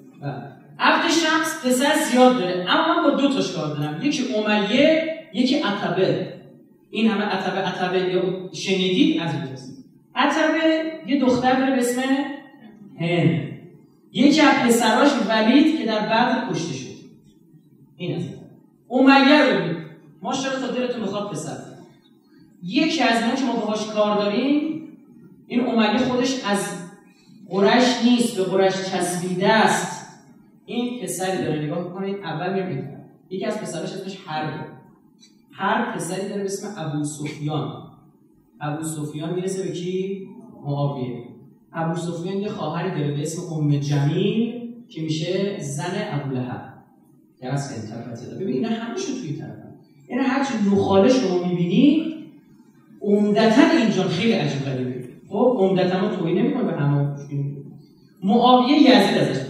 عبد شمس پسر زیاد داره، اما من با دو تاش کار دارم، یکی امیه، یکی عتبه. این همه عتبه عتبه یا شنیدید از این کسی. عتبه یه دختر داره به اسم هند. یکی از پسراش ولید که در بدر کشته شد. این از امیه رو ببینید، ماشاءالله تا دلتون میخواد پسر. یکی از اینا که ما باهاش کار داریم، این امیه خودش از قریش نیست، به قریش چسبیده است. این پسری داره، نگاه میکنید اول میام این طرف. یکی از پسراش اسمش حربه. حرب پسری داره به اسم ابو سفیان. ابو سفیان میرسه به کی؟ معاویه. ابو سفیان یه خواهری داره به اسم ام جمیل که میشه زن ابو لهب. در اصل این طرف داره. ببین اینا همشون توی این طرفن. یعنی هر چی نخاله شما میبینی عمدتاً اینجا خیلی عجیب غریبه. خب عمدتاً ما توهین نمی‌کنیم به همه. معاویه یزید ازش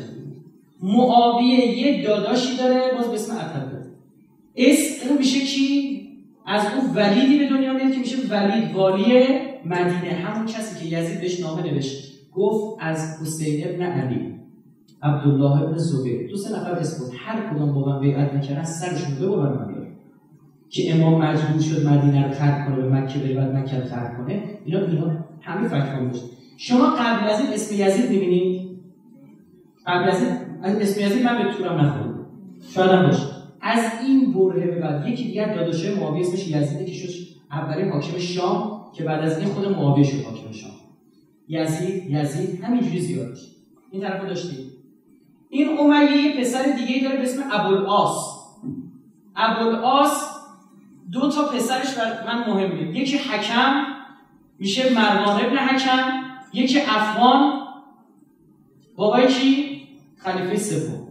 معاویه یه داداشی داره باز به اسم عتبه. اسم اون میشه کی؟ از اون ولیدی به دنیا میاد که میشه ولید والی مدینه، همون کسی که یزید بهش نامه نوشت گفت از حسین ابن علی، عبدالله ابن زبیر، دو سه نفر اسم بود، هر کدوم با من بیعت نکردن سرشون رو ببر من بیار که امام مجبور شد مدینه رو ترک کنه به مکه بره، بعد مکه رو ترک کنه. اینا اینا همین فکر داشت. شما قبل از این اسم یزید می‌بینید؟ قبل از این اسم یزید من به طورم نخوردم، شاید هم باشه. از این برهه به بعد یکی دیگر داداشه معاویه اسمش یزیده که شد اولین حاکم شام که بعد از این خود معاویه شد حاکم شام. یزید یزید همینجوری زیاد شد. این طرفو داشتید. این امیه یه پسر دیگه داره به اسم ابوالعاص. ابوالعاص دو تا پسرش بر من مهمه. یکی حکم میشه مروان ابن حکم، یکی افغان بابای کی؟ خلیفه سوم.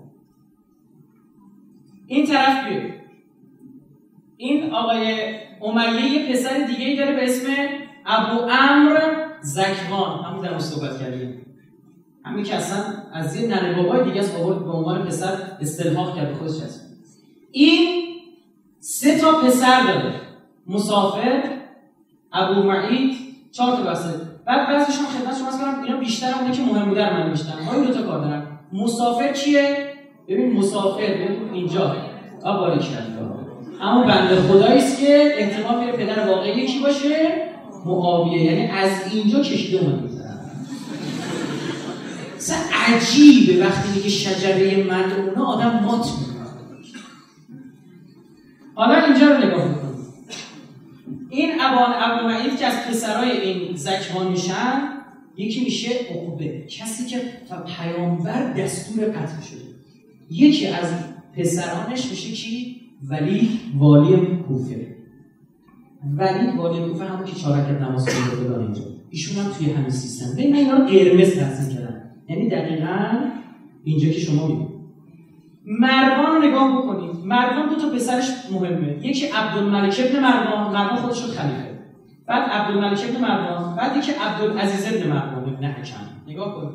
این طرف بیاد. این آقای امیه یه پسر دیگه‌ای داره به اسم ابو عمرو زکوان، همون در صحبت کردیم. همین که اصلا از یه ننه بابای دیگه از آورد به عنوان پسر استلحاق کرد خودش هست. این سه تا پسر داره. مسافر، ابو معید، چهار تا پسر. بعد بعضیشون خدمت شما میگم اینا بیشتر اونه که مهم بودن من نوشتم. ما این دو تا کار دارن. مسافر کیه؟ ببین مسافر اینجا آباری کرد. اما بنده خدایی است که احتمال میره پدر واقعی کی باشه؟ معاویه. یعنی از اینجا کشیده اومده. اصلا عجیبه وقتی میگه شجره ملعونه آدم مات میکنه. حالا اینجا رو نگاه میکنه. این ابان ابو معید که از پسرای این زکوان میشن، یکی میشه عقبه، کسی که پیامبر دستور قتل شده. یکی از پسرانش میشه کی؟ ولید والی کوفه. ولید والی کوفه همون که چهار رکعت نماز خونده داره اینجا. ایشون هم توی همین سیستم. ببین من اینا رو قرمز ترسیم کردم. یعنی دقیقاً اینجا که شما میبینید. مروان رو نگاه بکنید. مروان دو تا پسرش مهمه. یکی عبدالملک ابن مروان، مروان خودش شد خلیفه. بعد عبدالملک ابن مروان، بعد یکی عبدالعزیز ابن مروان ابن حکم. نگاه کنید.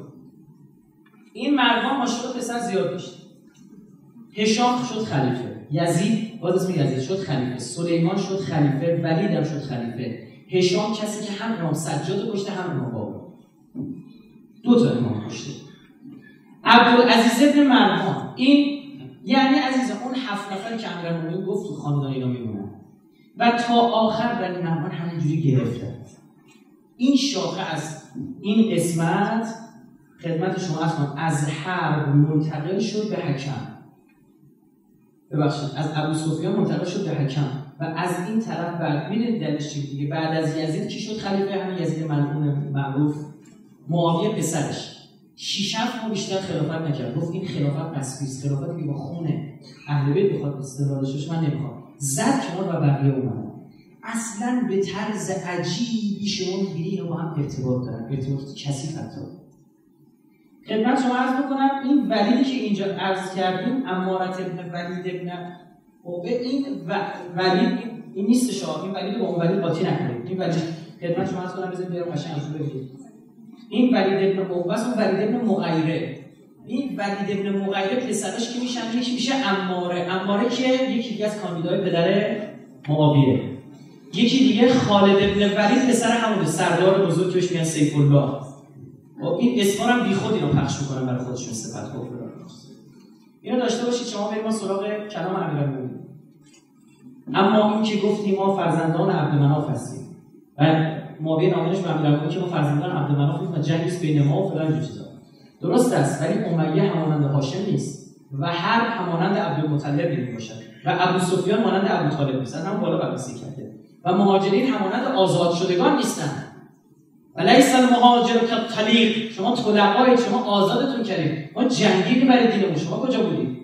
این مروان ماشاءالله پسر زیاد داشت. هشام شد خلیفه. یزید، باز اسم یزید شد خلیفه. سلیمان شد خلیفه. ولید هم شد خلیفه. هشام کسی که هم امام سجاد کشته هم امام باقر. دو تا امام کشته. عبدالعزیز ابن مروان، این یعنی عزیزان اون هفت نفر که امیرالمومنین گفت تو خاندان اینا میمونن و تا آخر بنی مروان همینجوری گرفتن. این شاخه از این قسمت خدمت شما اصلا از حرب منتقل شد به حکم. ببخشید از ابو سفیان منتقل شد به حکم و از این طرف بعد میدونید دلش چی دیگه. بعد از یزید کی شد خلیفه؟ همین یزید ملعون معروف. معاویه پسرش شش هفت ماه بیشتر خلافت نکرد. گفت این خلافت قصبیست، خلافتی که با خونه اهل بیت بخواد استقرارش بشه من نمیخوام. زد کنار و بقیه اومدن. اصلا به طرز عجیبی شما می‌بینید اینا با هم ارتباط دارن، ارتباط کثیف حتی. خدمت شما عرض بکنم این ولیدی که اینجا عرض کردیم، عمارة ابن ولید ابن عقبه، این ولید این نیست شاه، این ولید با اون ولید قاطی نکنید. این ولید خدمت شما عرض کنم بزنید برام قشنگ از ببینید. این ولید ابن عقبه است، اون ولید ابن مغیره. این ولید ابن مغیره پسرش که میشن یکی میشه عماره. عماره که یکی دیگه از کاندیدای پدر معاویه. یکی دیگه خالد ابن ولید پسر همونه، سردار بزرگ که بهش میگن سیف الله. این اسما رو هم بیخود اینا پخش میکنن برای خودشون صفت کفر. اینو داشته باشید شما. بریم ما سراغ کلام امیرالمومنین. اما این که گفتیم ما فرزندان عبدالمناف هستیم و معاویه نامش به امیرالمومنین که ما فرزندان عبدالمناف هستیم و جنگی بین ما و فلان چیزا. درست است، ولی امیه همانند هاشم نیست و حرب همانند عبدالمطلب نمیباشد و ابو سفیان مانند ابوطالب نیست. هم بالا بررسی کرده. و مهاجرین همانند آزاد شدگان نیستند. ولیس المهاجر کالطلیق. شما طلقای شما آزادتون کردیم. ما جنگیدیم برای دینمون. شما کجا بودید؟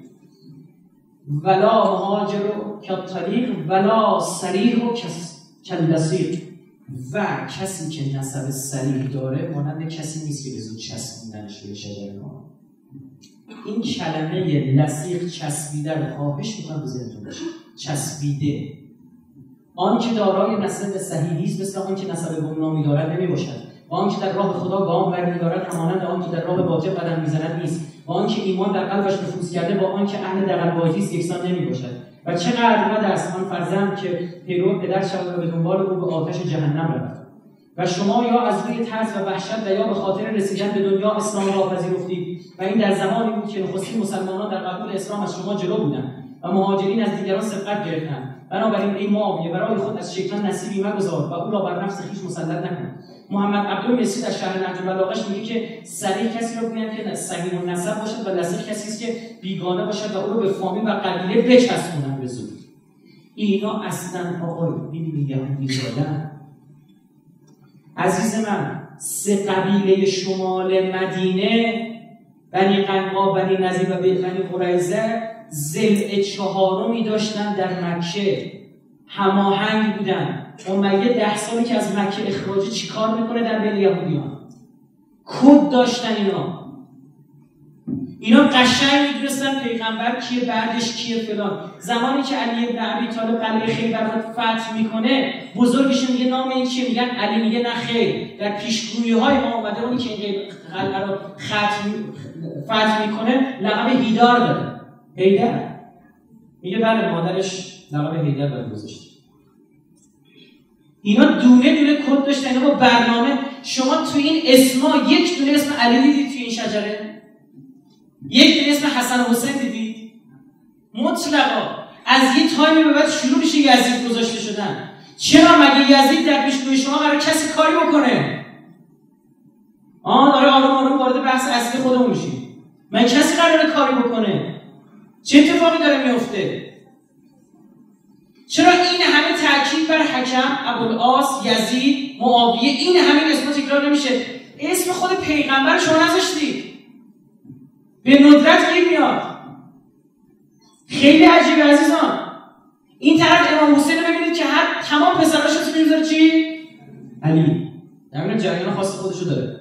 ولا مهاجر کالطلیق ولا صریح کاللصیق. و کسی که نسب صریح داره مانند کسی نیست که به زود چسبیدنش به شجره ما. این کلمه لصیق چسبیده رو خواهش میکنم به ذهنتون باشه. چسبیده. آن که دارای نسب صحیحی است مثل آن که نسب گمنامی دارد نمیباشد. و آن که در راه خدا گام برمی‌دارد همانند آن که در راه باطل قدم می‌زند نیست. و آن که ایمان در قلبش نفوذ کرده با آن که اهل دغل‌بازی است یکسان نمیباشد. و چقدر بد است آن فرزند که پیرو پدر شود و به دنبال او به آتش جهنم رود. و شما یا از روی ترس و وحشت و یا به خاطر رسیدن به دنیا اسلام را پذیرفتید و این در زمانی بود که نخستین مسلمانان در قبول اسلام از شما جلو بودند و مهاجرین از دیگران سبقت گرفتند. بنابراین ای معاویه برای خود از شیطان نصیبی مگذار و او را بر نفس خویش مسلط نکن. محمد عبدالمصری در شرح نهج البلاغه میگه که صریح کسی را بگویند که صحیح النسب باشد و لصیق کسی است که بیگانه باشد و او را به فامیل و قبیله بچسبونند به زور. اینا اصلا آقای دیدی یهودی زادن. عزیز من، سه قبیله شمال مدینه، بنی قنقا، بنی نضیر و بنی قریظه، ضلع چهارمی داشتن در مکه، هماهنگ بودن. امیه ده سالی که از مکه اخراجه چیکار میکنه در بین یهودیان؟ کد داشتن اینا. اینا قشنگ میدونستن پیغمبر کیه، بعدش کیه، فلان. زمانی که علی بن ابی طالب قلعه خیبر رو فتح میکنه، بزرگش میگه نام این چیه؟ میگن علی. میگه نه خیر، در پیشگویی های ما اومده اونی که این قلعه رو فتح میکنه لقب هیدار داره. هیدر. میگه بله مادرش لقب هیدر بر گذاشت. اینا دونه دونه کد داشتن. اینا با برنامه شما تو این اسما یک دونه اسم علی دیدید تو این شجره؟ یک دونه اسم حسن و حسین دیدید؟ مطلقا از یه تایمی به بعد شروع میشه یزید گذاشته شدن. چرا مگه یزید در پیشگوی شما قرار کسی کاری بکنه؟ آه داره آروم آروم وارد بحث اصلی خودمون میشیم. من کسی قراره کاری بکنه؟ چه اتفاقی داره میفته؟ چرا این همه تاکید بر حکم، ابوالعاص، یزید، معاویه، این همه اسم تکرار نمیشه؟ اسم خود پیغمبر شما نذاشتید. به ندرت گیر میاد. خیلی عجیبه عزیزان. این طرف امام حسین رو ببینید که هر تمام پسراش رو میذاره چی؟ علی. در جریان خاص خودشو داره.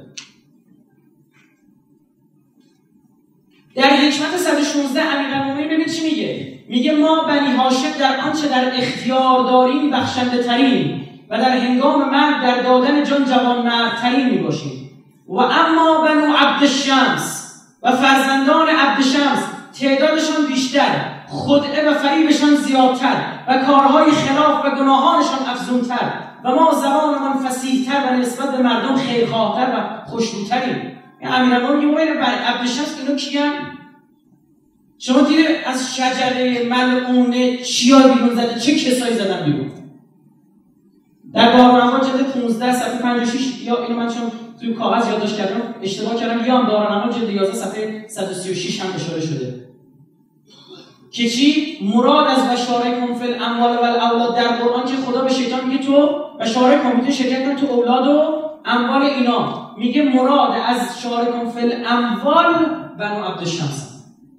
در حکمت صد و شانزده امیرالمومنین ببین چی میگه؟ میگه ما بنی هاشم در آنچه در اختیار داریم بخشنده ترین و در هنگام مرگ در دادن جان جوانمردترین میباشیم. و اما بنو عبدالشمس و فرزندان عبدالشمس تعدادشان بیشتر، خدعه و فریبشان زیادتر و کارهای خلاف و گناهانشان افزونتر و ما زبانمان فصیحتر و نسبت به مردم خیرخواهتر و خوشروتریم. امیرالمومنین میگه بر عبدالشمس اینو کیان؟ شما دیدید از شجره ملعونه چیا بیرون زده؟ چه کسایی زدن بیرون؟ در دارالنوا جلد پانزده صفحه پنجاه و شش، یا اینو من چون توی کاغذ یادداشت کردم اشتباه کردم، یا هم دارالنوا جلد یازده صفحه صد و سی و شش هم اشاره شده که چی؟ مراد از بشارکم فی الاموال و الاولاد در قرآن که خدا به شیطان میگه تو بشارکم میتونی شرکت کنی تو اولاد و اموال اینا. میگه مراد از شارکم فی الاموال بنو عبدالشمس.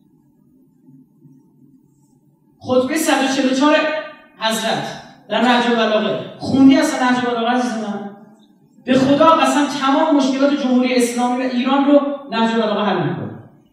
خطبه صد و چهل و چهار حضرت در نهج البلاغه خوندی اصلا نهج البلاغه عزیز من؟ به خدا قسم تمام مشکلات جمهوری اسلامی و ایران رو نهج البلاغه حل میکنه.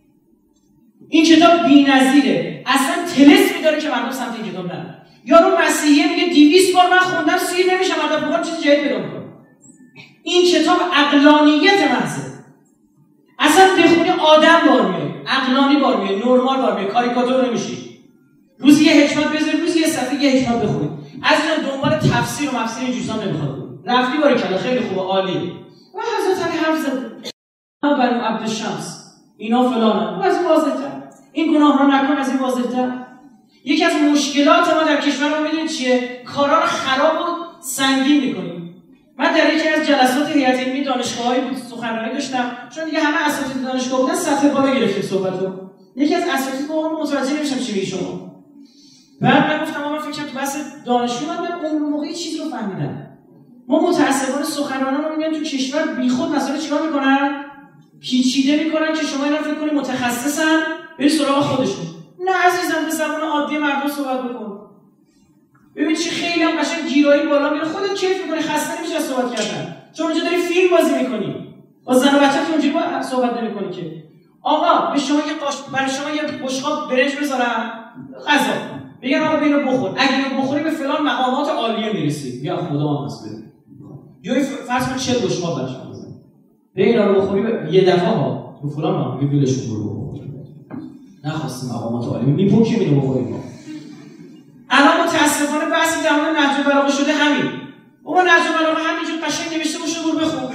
این کتاب بی‌نظیره، اصلا طلسمی داره که مردم سمت این کتاب نرن. یارو مسیحیه میگه دویست بار من خوندم سیر نمیشم، بعد بخوام چیز جدید پیدا میکنم. این کتاب عقلانیت محضه. اصلا بخونی آدم بار میاد، عقلانی بار میاد، نرمال بار میاد، کاریکاتور نمیشی. روزی یه حکمت بذارید، روزی یه صفحه یه حکمت بخونید. از اینا دنبال تفسیر و مفسیر این جوزا نمیخواد. رفتی باری کلا خیلی خوبه، عالیه. و حضرت علی حرف زد. بنو عبدالشمس اینا فلانه. و از این واضح‌تر. این گناه رو نکن، از این واضح‌تر. یکی از مشکلات ما در کشورمون میدونید چیه؟ کارا رو خراب و سنگین می‌کنیم. من در یکی از جلسات هیئت علمی دانشگاه‌ای بود سخنرانی داشتم، چون دیگه همه اساتید دانشگاه بودن سطح بالا گرفتیم صحبتو. یکی از اساتید گفت متوجه نمیشم چی میگی شما. بعد من گفتم من فکر کنم تو بحث دانشجو من اون موقع چیزی رو فهمیدم. ما متأسفانه سخنرانان رو میگن تو کشور بیخود مسائل چیکار میکنن؟ پیچیده میکنن که شما اینا فکر کنید متخصصن، بری سراغ خودشون. نه عزیزم، به زبان عادی مردم صحبت بکن. ببین چه خیلی هم قشنگ گیرایی بالا میره، خودت کیف میکنی، خسته نمیشی از صحبت کردن. چون اونجا داری فیلم بازی میکنی. با زن و بچه‌ت اونجوری با صحبت نمیکنی که. آقا به شما یه قاش برای شما یه بشقاب برنج بذارم غذا. میگن آقا بینو بخور. اگه اینو بخوری به فلان مقامات عالیه میرسی. یا خدا ما هست بده. یا فرض کن چهل بشقاب برش بزن. به اینا رو بخوری یه دفعه ها تو فلان ها میگه بیلشون برو. نخواستیم مقامات عالی میپوکی اینو بخوریم ما. الان متاسفانه بحثی در مورد نهج البلاغه شده همین. اون نهج البلاغه همینجور قشنگ نوشته باشه برو بخون.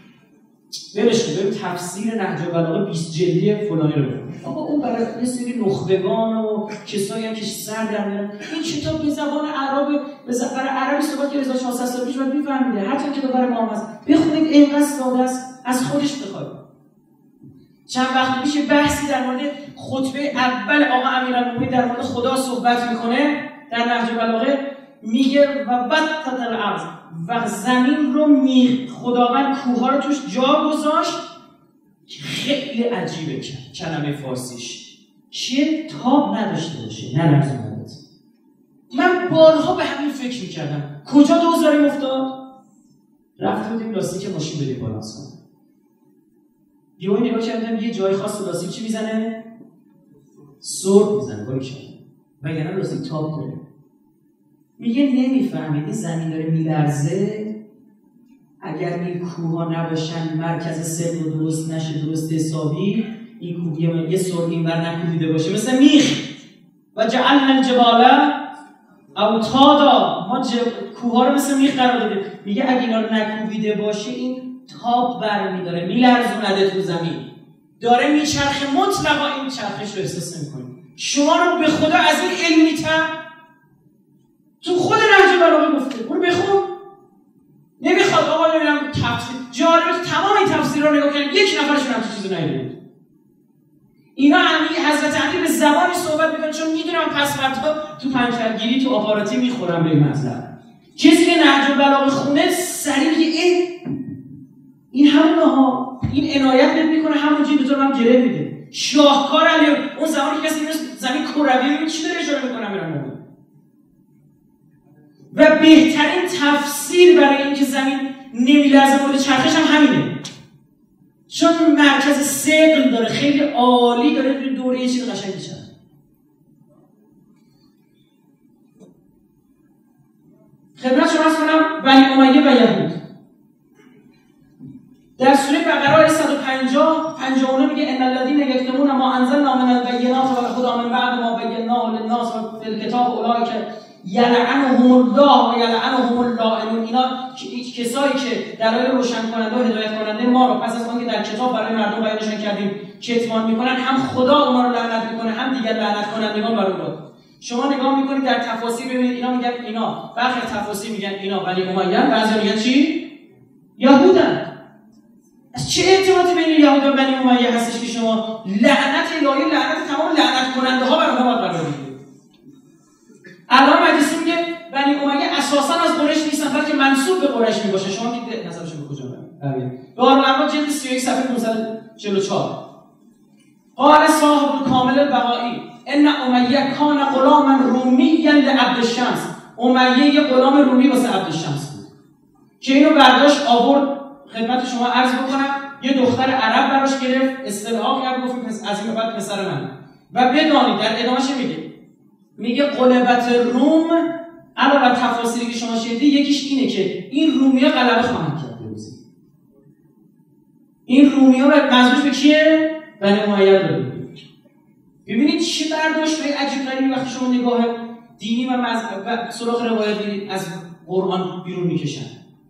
ولش کن، ببین تفسیر نهج البلاغه بیست جلدی فلانی رو بخون. آقا اون برای یه سری نخبگان و کسایی هم که سر در میارن. این کتاب به زبان عرب به زبان عربی صحبت که هزار و چهارصد سال پیش بعد میفهمیده. هر چند کتاب برای ما هست. بخونید اینقدر ساده است، از خودش بخواید. چند وقت پیش بحثی در مورد خطبه اول آقا امیرالمومنین در مورد خدا صحبت میکنه در نهج البلاغه، میگه و بطت الارض و زمین رو می خداوند کوها رو توش جا گذاشت. خیلی عجیبه کلمه فارسیش چیه؟ تاب نداشته باشه، نه نرزوندت. من بارها به همین فکر میکردم کجا دوزاریم افتاد؟ رفت بودیم لاستیک ماشین بدیم بالانس کنم، یهو نگاه کردم یه جای خاص لاستیک چی میزنه؟ سرد میزنه، باری کردم وگرنه لاستیک تاب داره. میگه نمیفهمیدی زمین داره میلرزه؟ اگر این کوها نباشن مرکز سر رو درست نشه، درست حسابی، این کوه یه, یه سرد این بر نکوبیده باشه مثل میخ. و جعلنا الجبال اوتادا، ما جب... کوها رو مثل میخ قرار داده. میگه اگه اینا رو نکوبیده باشه این تاب برمی‌داره، میلرزونه تو زمین، داره میچرخه، مطلقا این چرخش رو احساس نمی‌کنی. شما رو به خدا از این علمی‌تر تو خود نهج البلاغه گفته، برو بخون. نمیخواد آقا ببینم تفسیر جالب، تمام این تفسیرها رو نگاه کنید یک نفرشون هم تو چیزی ندید. اینا امی حضرت امیر به زبانی صحبت میکنن چون میدونم پس فردا تو پنجرگیری تو آپاراتی میخورم به این مطلب. کسی که نهج البلاغه خونه سریع ای این همونه ها، این عنایت بهت میکنه همونجوری به تو هم گره میده. شاهکار علی اون زمانی که کسی میره زمین کروی میبینه چی داره اشاره میکنه میرم و بهترین تفسیر برای اینکه زمین نمیلرزه مورد چرخش هم همینه، چون مرکز ثقل داره، خیلی عالی داره توی دوره یه چیز قشنگی شد. خدمت شما عرض کنم بنی امیه و یهود در سوره بقره آیه صد و پنجاه پنجاه و نه میگه ان الذين يكتمون ما انزلنا من البينات والهدى من بعد ما بيناه للناس في الكتاب اولئك یلعنهم الله و یلعنهم اللائنون. اینا کسایی که دلایل روشن کننده و هدایت کننده ما رو پس از آنکه در کتاب برای مردم بیانشون کردیم کتمان میکنن، هم خدا اونا رو لعنت میکنه هم دیگر لعنت کنندگان بر اونها. شما نگاه میکنید در تفاسیر ببینید اینا میگن اینا، برخی تفاسیر میگن اینا بنی امیه، بعضی میگن چی؟ یهودن. از چه ارتباطی بین یهود و بنی امیه هستش که شما لعنت الهی، لعنت تمام لعنت کننده ها بر اونها قرار میدید؟ الان مجلسی میگه بنی امیه اساسا از قریش نیستن بلکه منسوب به قریش میباشه. شما که نظرشون به کجا میاد؟ دارالمعاد جلد سی و یک صفحه پانصد و چهل و چهار قال صاحب کامل البهایی ان امیه کان غلاما رومیا لعبد الشمس. امیه یه غلام رومی واسه عبد الشمس بود که اینو برداشت آورد خدمت شما عرض بکنم، یه دختر عرب براش گرفت، استدعا کرد، گفت پس از این بعد پسر من. و بدانید در ادامهش میگه میگه قلبت روم علاوه تفاسیری که شما شنیدید یکیش اینه که این رومی‌ها غلبه خواهند کرد بروزی. این رومی‌ها منظورش به کیه؟ بنی امیه رو ببینید چه برداشت‌های عجیب غریبی وقتی شما نگاه دینی و مذهب سراغ روایت می‌رید از قرآن بیرون می‌کشن.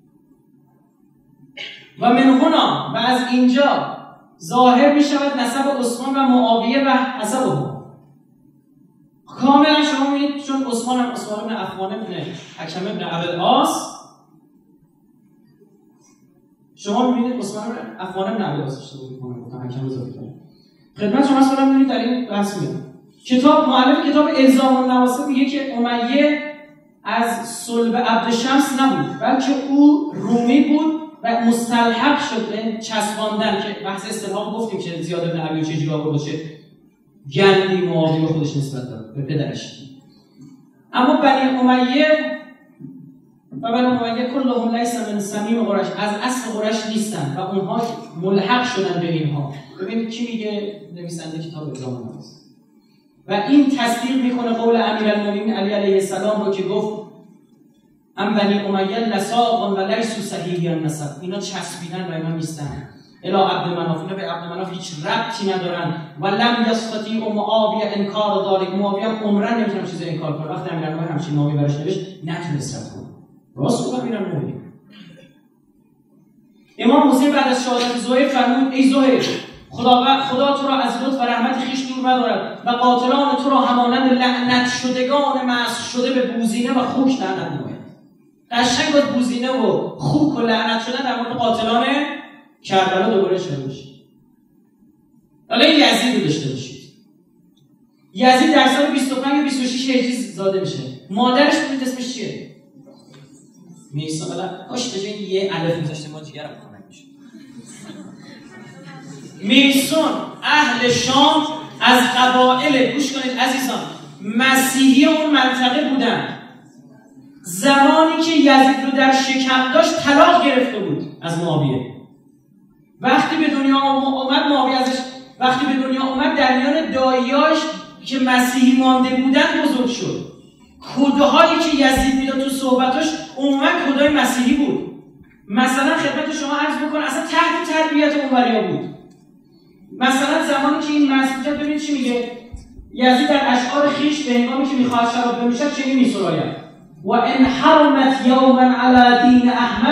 و من هنا و از اینجا ظاهر می‌شود نسب عثمان و معاویه و حسبه. کاملا شما می‌بینید چون عثمان هم عثمان بن عفان بن حکم بن ابوالعاص، شما می‌بینید عثمان بن عفان بن ابوالعاص اشتباه می‌کنه گفتم حکم اضافه کردم. خدمت شما اصلا می‌بینید در این بحث میاد. کتاب مؤلف کتاب الزام النواسب میگه که امیه از صلب عبدالشمس نبود بلکه او رومی بود و مستلحق شد به چسباندن که بحث اصطلاح گفتیم که زیاد بن ابی چجوری آورد باشه گندی معاویه خودش نسبت داد به پدرش. اما بنی امیه و بنی امیه کلهم لیس من صمیم قریش، از اصل قریش نیستن و اونها ملحق شدن به اینها. ببینید کی میگه؟ نویسنده کتاب الزام النواسب. و این تصدیق میکنه قول امیرالمومنین علی علیه السلام رو که گفت ام بنی امیه لساق و لیسوا صحیحی النسب. اینا چسبیدن و اینا نیستن الی عبد مناف، اینا به عبد مناف هیچ ربطی ندارن. و لم یستطیع معاویه انکار ذلک، معاویه هم عمرن نمیتونه چیز انکار کنه. وقتی امیرالمومنین همچین نامی براش نوشت نتونست رد کنه. راست گفت امیرالمومنین. امام حسین بعد از شهادت زهیر فرمود ای زهیر خدا خدا تو را از لطف و رحمت خویش دور ندارد و قاتلان تو را همانند لعنت شدگان مسخ شده به بوزینه و خوک لعنت نماید. قشنگ بود بوزینه و خوک و لعنت شدن در مورد قاتلان کربلا دوباره اشاره میشه. حالا این یزید رو داشته باشید. یزید در سال بیست و پنج و بیست و شش هجری زاده میشه. مادرش بود اسمش چیه؟ میسا. بلا کاش به جای یه الف میذاشته ما جیگرم کنه میشه. میسون اهل شام از قبایل، گوش کنید عزیزان، مسیحی اون منطقه بودن. زمانی که یزید رو در شکم داشت طلاق گرفته بود از معاویه. وقتی به دنیا اومد معاویه ازش وقتی به دنیا اومد در میان داییاش که مسیحی مانده بودن بزرگ شد. کدهایی که یزید میداد تو صحبتاش عموما کدهای مسیحی بود. مثلا خدمت شما عرض بکنم اصلا تحت تربیت اونوریا بود. مثلا زمانی که این مسجد ببینید چی میگه یزید در اشعار خیش به هنگامی که میخواد شراب بنوشد چنین میسراید و ان حرمت یوما علی دین احمد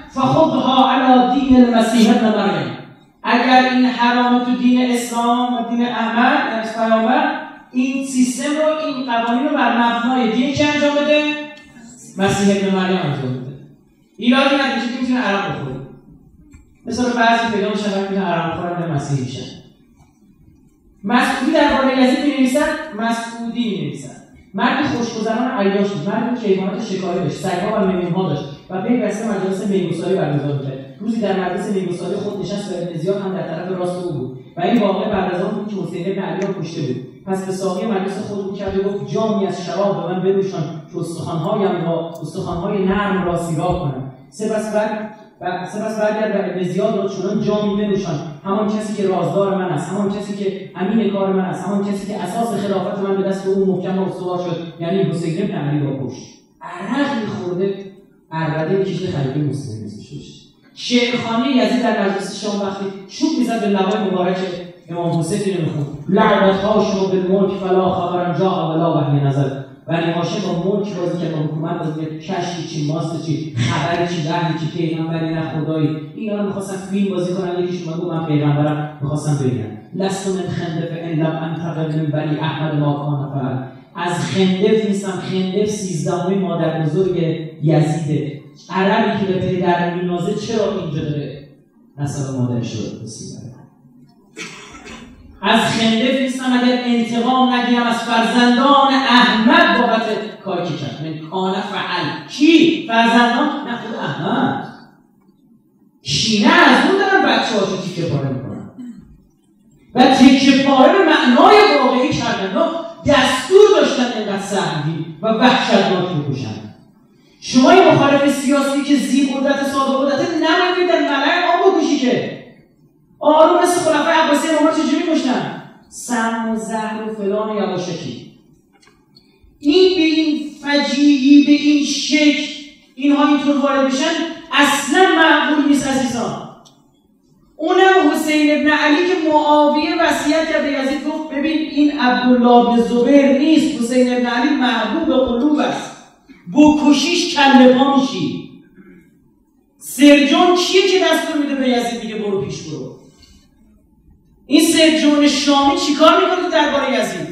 فخذها علی دین المسیح ابن مریم. اگر این حرام تو دین اسلام و دین احمد یعنی پیامبر، این سیستم رو، این قوانین رو بر مبنای دین چه انجام بده؟ مسیح ابن مریم انجام بده. ایرادی نداره که میتونه عرق بخوره. مثلا بعضی پیدا میشن وقتی میتونه عرق بخورن به مسیح میشن. مسعودی درباره یزید می‌نویسد، مسعودی می‌نویسد مردی خوشگذران عیاش بود، مردی که حیوانات شکاری داشت، سگ‌ها و میمون‌ها داشت و پیوسته مجالس میگساری برگزار می‌کرد. روزی در مجلس میگساری خود نشست و ابن زیاد هم در طرف راست او بود و این واقعه بعد از آن بود که حسین بن علی را کشته بود. پس به ساقی مجلس خود رو کرد و گفت جامی از شراب به من بنوشان که استخوان‌هایم را استخوان‌های نرم را سیراب کنم. سپس بعد و سپس برگرد و ابن زیاد را چنان جامی بنوشان، همان کسی که رازدار من است، همان کسی که امین کار من است، همان کسی که اساس خلافت من به دست او محکم و استوار شد، یعنی حسین بن علی را کشت. عرق می‌خورده، عربده کشته خلیفه مسلم می‌شد. شعرخوانی یزید در مجلس شام وقتی چوب می‌زد به لبای مبارک امام حسین رو می‌خوند: لعنت هاشم بالملک فلا خبرا جاء ولا وحی نزل. ولی هاشم با ملک بازی کرد، با حکومت بازی کرد، کشکی چی، ماست چی، خبری چی، وحی چی، پیغمبری نه خدایی. اینا رو می‌خواستن فیلم بازی کنن، یکیش اومد گفت من پیغمبرم، می‌خواستن بگن لست من خندف ان لم انتقل من بنی احمد ما کان فعل. از خندف نیستم، خندف سیزدهمین مادر بزرگ یزیده. عربی که به پدر مینازه چرا اینجا داره نسل مادرش رو بسیار. از خندف نیستم اگر انتقام نگیرم از فرزندان احمد بابت کاری که کرد. من کان فعل. کی؟ فرزندان؟ نه خود احمد. کینه از اون دارن بچه هاشو تیکه پاره میکنن و تیکه پاره به معنای واقعی کردن و دستور داشتن اینقدر سهمی و وحشتناک بکشن. شما این مخالف سیاسی که زی قدرت ساده قدرت نمید در ملع آن بکشی که آروم مثل خلفای عباسی امام چجوری کشتن؟ سم و زهر و فلان و یواشکی. این به این فجیعی، به این شکل اینها اینطور وارد بشن اصلا معقول نیست عزیزان. اونم حسین ابن علی که معاویه وصیت کرد به یزید گفت ببین این عبدالله بن زبیر نیست، حسین ابن علی محبوب قلوب است، بکشیش کله پا میشی. سرجان کیه که دستور میده به یزید میگه برو پیش برو؟ این سرجان شامی چیکار میکنه تو دربار یزید؟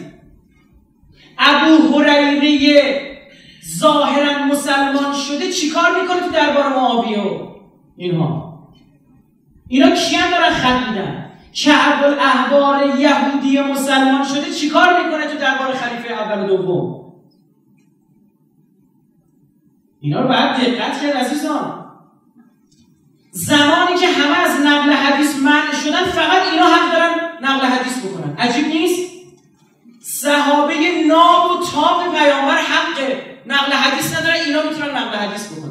ابو هریره ظاهرا مسلمان شده چیکار میکنه تو دربار معاویه و اینها؟ اینا کیان دارن خط میدن؟ کعب الاحبار یهودی مسلمان شده چیکار میکنه تو دربار خلیفه اول و دوم؟ اینا رو باید دقت کرد عزیزان. زمانی که همه از نقل حدیث منع شدن فقط اینا حق دارن نقل حدیث بکنن. عجیب نیست؟ صحابه ناب و تاب پیامبر حق نقل حدیث ندارن، اینا میتونن نقل حدیث بکنن.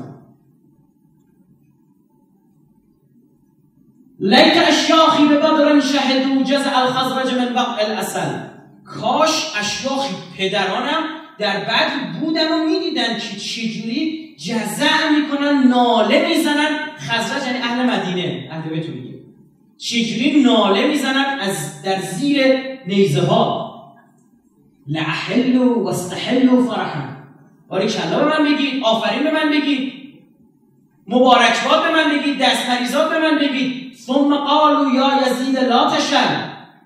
لیت اشیاخی به بدر شهدوا جزع الخزرج من بقع العسل. کاش اشیاخی پدرانم در بدر بودن و میدیدن که چجوری جزع میکنن، ناله میزنن. خزرج یعنی اهل مدینه، اهل بیت میگه، چجوری ناله میزنن از در زیر نیزه ها. لأحلوا واستحلوا فرحا. باریکالله به من بگید، آفرین به من بگید، مبارکباد به من بگید، دستمریزات به من بگید. ثم قالوا یا یزید لا تشل.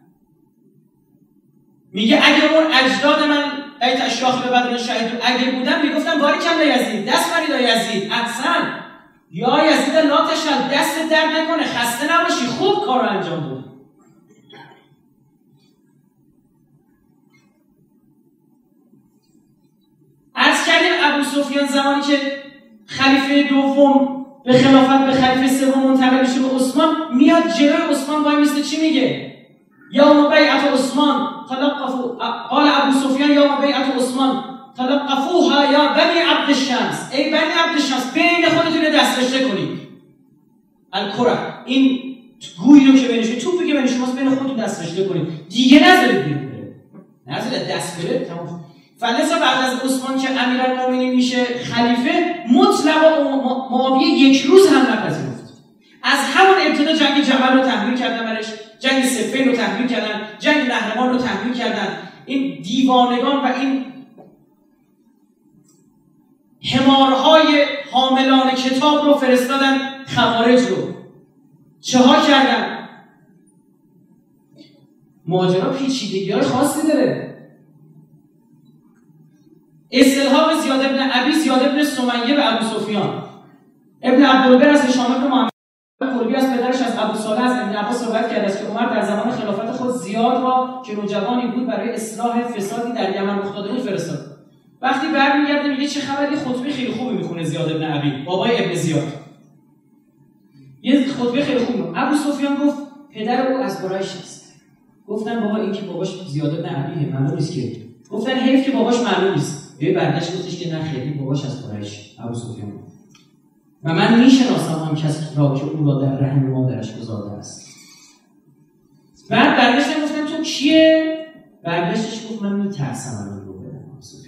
میگه اگر اون اجداد من ایت اشراخ به بدر شهید اگر بودن میگفتن باریکالله یزید، دست فرید یزید، احسن یا یزید لا تشل، دست درد نکنه، خسته نباشی، خوب کارو انجام بده. عرض کردیم ابو سفیان زمانی که خلیفه دوم به خلافت به خلیفه سوم منتقل میشه به عثمان، میاد جلوی عثمان وای میسته، چی میگه؟ یوم بیعت عثمان تلقفوا. قال ابو سفیان یوم بیعت عثمان تلقفوها یا بنی عبد الشمس. ای بنی عبد الشمس بین خودتون دست رشته کنید. الکره، این گویی رو که بین شما، توپی که بین شماست بین خودتون دست رشته کنید، دیگه نذارید بیرون بره، نذارید دست بره. تمام. فلسا بعد از عثمان که امیرالمومنین میشه خلیفه، مطلقا معاویه یک روز هم نپذیرفت. از همون ابتدا جنگ جمل رو تحمیل کردن برش، جنگ صفین رو تحمیل کردن، جنگ نهروان رو تحمیل کردن. این دیوانگان و این حمارهای حاملان کتاب رو فرستادن خوارج رو چه ها کردن؟ ماجرا پیچیدگی‌های خاصی داره. استلحاق زیاد ابن ابی زیاد ابن سمیه به ابو سفیان. ابن عبدالبر از هشام بن محمد قربی از پدرش از ابو صالح از ابن عباس روایت کرده است که عمر در زمان خلافت خود زیاد را که نوجوانی بود برای اصلاح فسادی در یمن رخ داده بود فرستاد. وقتی برمیگرده میگه چه خبری؟ خطبه خیلی خوبی میخونه زیاد ابن ابی، بابای ابن زیاد. یه خطبه خیلی خوب میخونه. ابو سفیان گفت پدر او از قریش است. گفتن بابا این که باباش زیاد ابن ابیه معلوم نیست که. گفتن حیف که باباش معلوم نیست. یه برگشت گفتش که نه خیلی باباش از قریش. ابو سفیان و من میشناسم آن کسی را که او را در رحم مادرش گذارده است. بعد برگشتن گفتن تو کیه؟ برگشتش گفت من میترسم الان رو بدم.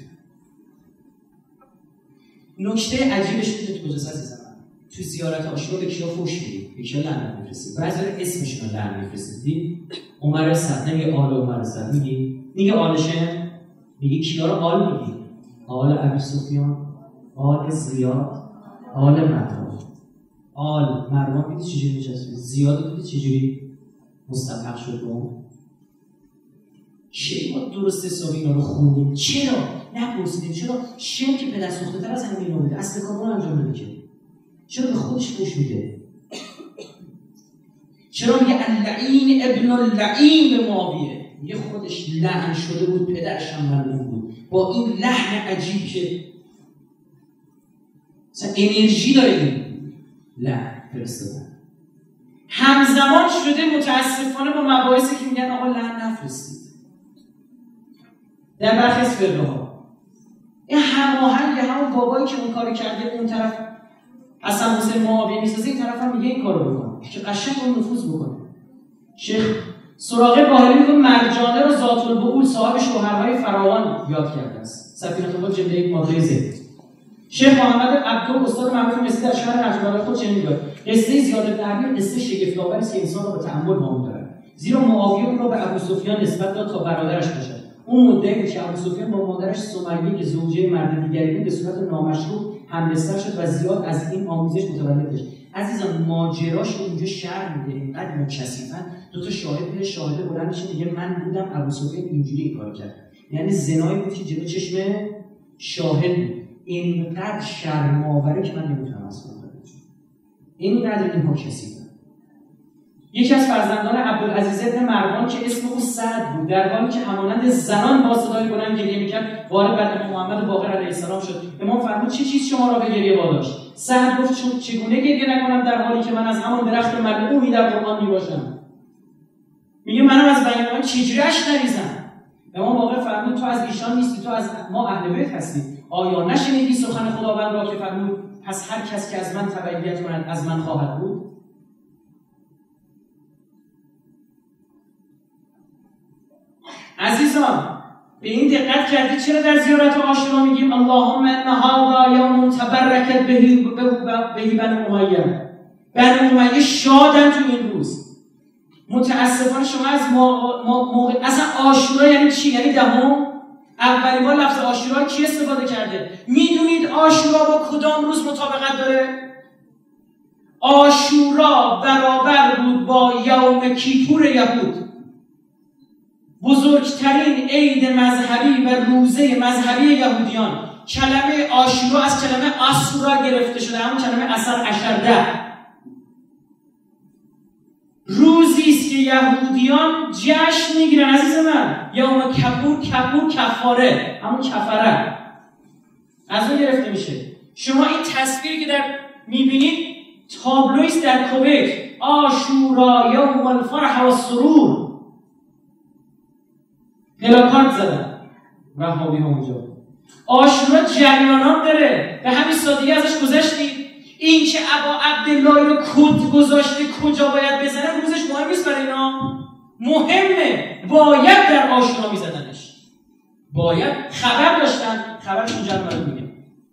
نکته عجیبش بوده تو کجاست عزیزم؟ تو زیارت عاشورا به کیا فحش میدید؟ به کیا لعنت میفرستید؟ بعضی اسمشون رو لعنت میفرستید. عمر صد نمیگه آل عمر صد، میگی میگه آلشه، میگی کیا رو آل میگی؟ آل ابی سفیان، آل زیاد، آل مروان. آل مروان دیدی چجوری میچسبید؟ زیاد دیدی چجوری مستحق شد اون؟ چه ما درست حسابی اینا رو خوندیم؟ چرا؟ نپرسیدیم چرا؟ شم که پدر سوخته تر از همین اینا بوده، اصل کارون انجام نده که چرا به خودش فحش میده؟ چرا میگه اللعین ابن اللعین به معاویه؟ میگه خودش لعن شده بود، پدرش هم ملعون بود، با این لحن عجیب که مثلا انرژی داره این لعن فرستادن. همزمان شده متاسفانه با مباحثی که میگن آقا لعن نفرستید در برخی از فرقه ها. این هماهنگ همون بابایی که اون کارو کرده اون طرف حسن حسین معاویه میسازه، این طرف هم میگه این کارو بکن که قشنگ اون نفوذ بکنه. شیخ سراغ باهلی میگه مرجانه رو ذات البعول صاحب شوهرهای فراوان یاد کرده است. سفینه الله جلد یک ماده زد. شیخ محمد عبدو استاد معروف مصری در شهر نجف خود چنین میگه قصه زیاد بن ابی قصه شگفت‌آوری است که انسان را به تأمل وام دارد. زیرا معاویه اون را به ابو سفیان نسبت داد تا برادرش باشد. اون مدعی بود که ابو سفیان با مادرش سمیه که زوجه مرد دیگری بود به صورت نامشروع همبستر شد و زیاد از این آموزش متولد شد. عزیزان ماجراش رو اونجا شرح میده، اینقدر مکثفاً دو تا شاهد شاهد بلند میشه میگه من بودم ابو سفیان اینجوری این کار کرد. یعنی زنایی بود که جلو چشم شاهد بود. اینقدر شرم‌آوره که من نمیتونم اصلا بگم. اینقدر اینها کثیفه. یکی از فرزندان عبدالعزیز ابن مروان که اسم او سعد بود، در حالی که همانند زنان با صدای بلند گریه میکرد وارد بر محمد باقر علیه السلام شد. امام فرمود چه چیز شما را به گریه واداشت؟ سعد گفت چون چگونه گریه نکنم در حالی که من از همان درخت ملعونی در قرآن میباشم. میگه منم از بنی آدم چجوری اش نریزم؟ امام باقر فرمود تو از ایشان نیستی، تو از ما اهل بیت هستی. آیا نشنیدی سخن خداوند را که فرمود پس هر کس که از من تبعیت کند از من خواهد بود؟ عزیزان به این دقت کردید چرا در زیارت عاشورا میگیم اللهم ان هذا یوم تبرکت به به بنی امیه. بنی امیه شادن تو این روز. متاسفانه شما از موقع اصلا عاشورا یعنی چی؟ یعنی دهم اولین بار لفظ عاشورا کی استفاده کرده؟ میدونید عاشورا با کدام روز مطابقت داره؟ عاشورا برابر بود با یوم کیپور یهود، بزرگترین عید مذهبی و روزه مذهبی یهودیان. کلمه عاشورا از کلمه اسورا گرفته شده، همون کلمه اثر اشرده. روزی است که یهودیان جشن میگیرن عزیز من. یوم کپور، کپور کفاره، همون کفاره از اون گرفته میشه. شما این تصویری که در میبینید تابلویست در کویت، عاشورا یوم الفرح و السرور، پلاکارد زدن وهابی ها اونجا. عاشورا جریانات داره، به همین سادگی ازش گذشتید. این که ابا عبدالله رو کد گذاشته کجا باید بزنه روزش مهم نیست برای اینا، مهمه باید در عاشورا میزدنش، باید خبر داشتن، خبرش اونجا رو میگه.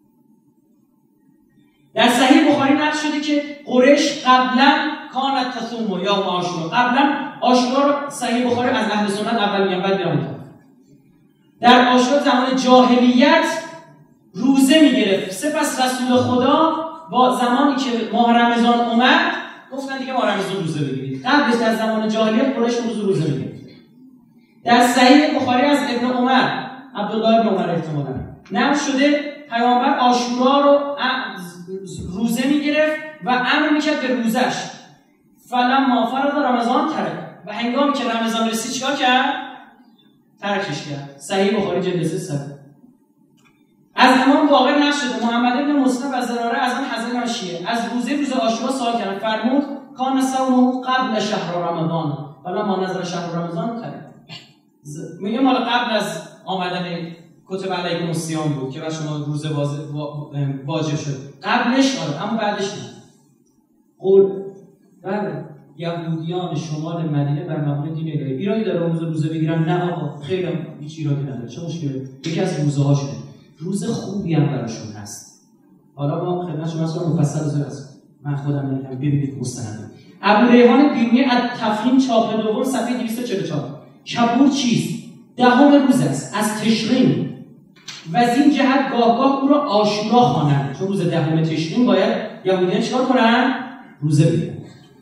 در صحیح بخاری نقل شده که قریش قبلا کانت تصوم یوم عاشورا، قبلا عاشورا رو صحیح بخاری از اهل سنت اول میگن بعد میرم. در عاشورا زمان جاهلیت روزه میگرفت، سپس رسول خدا با زمانی که ماه رمضان اومد گفتن دیگه ماه رمضان روزه بگیرید. قبلش در زمان جاهلیت قریش روز روزه میگرفت. در صحیح بخاری از ابن عمر، عبدالله ابن عمر احتمالاً نقل شده پیامبر عاشورا رو روزه میگرفت و امر میکرد به روزش. فلما فرض رمضان ترک، و هنگامی که رمضان رسید چیکار کرد؟ ترکش کرد. صحیح بخاری جلد سه. از امام باقر نقل شده محمد ابن مسلم از زراره از آن حضرت شیعه از روزه روز عاشورا سوال کردن، فرمود کان صومه قبل شهر رمضان فلما نزل شهر رمضان ترک. میگه مال قبل از آمدن کتب علیکم الصیام بود که بر شما روزه واجب شد. قبلش آره، اما بعدش نه. قول بله یهودیان شمال مدینه بر مبنای دین الهی ایرادی داره روزه روزه بگیرن؟ نه آقا، خیلی هم هیچ ایرادی نداره. چه مشکلی؟ یکی از روزه هاشونه، روز خوبی هم براشون هست. حالا ما خدمت شما اصلا مفصل روزه هست، من خودم نمی‌دونم، ببینید مستند ابو ریحان بیرونی از تفهیم چاپ دوم صفحه دویست و چهل و چهار. کپور چیست؟ دهم روز است از تشرین و از این جهت گاه گاه او را عاشورا خوانند، چون روز دهم تشرین باید یهودیان چیکار کنن؟ روزه بگیرن.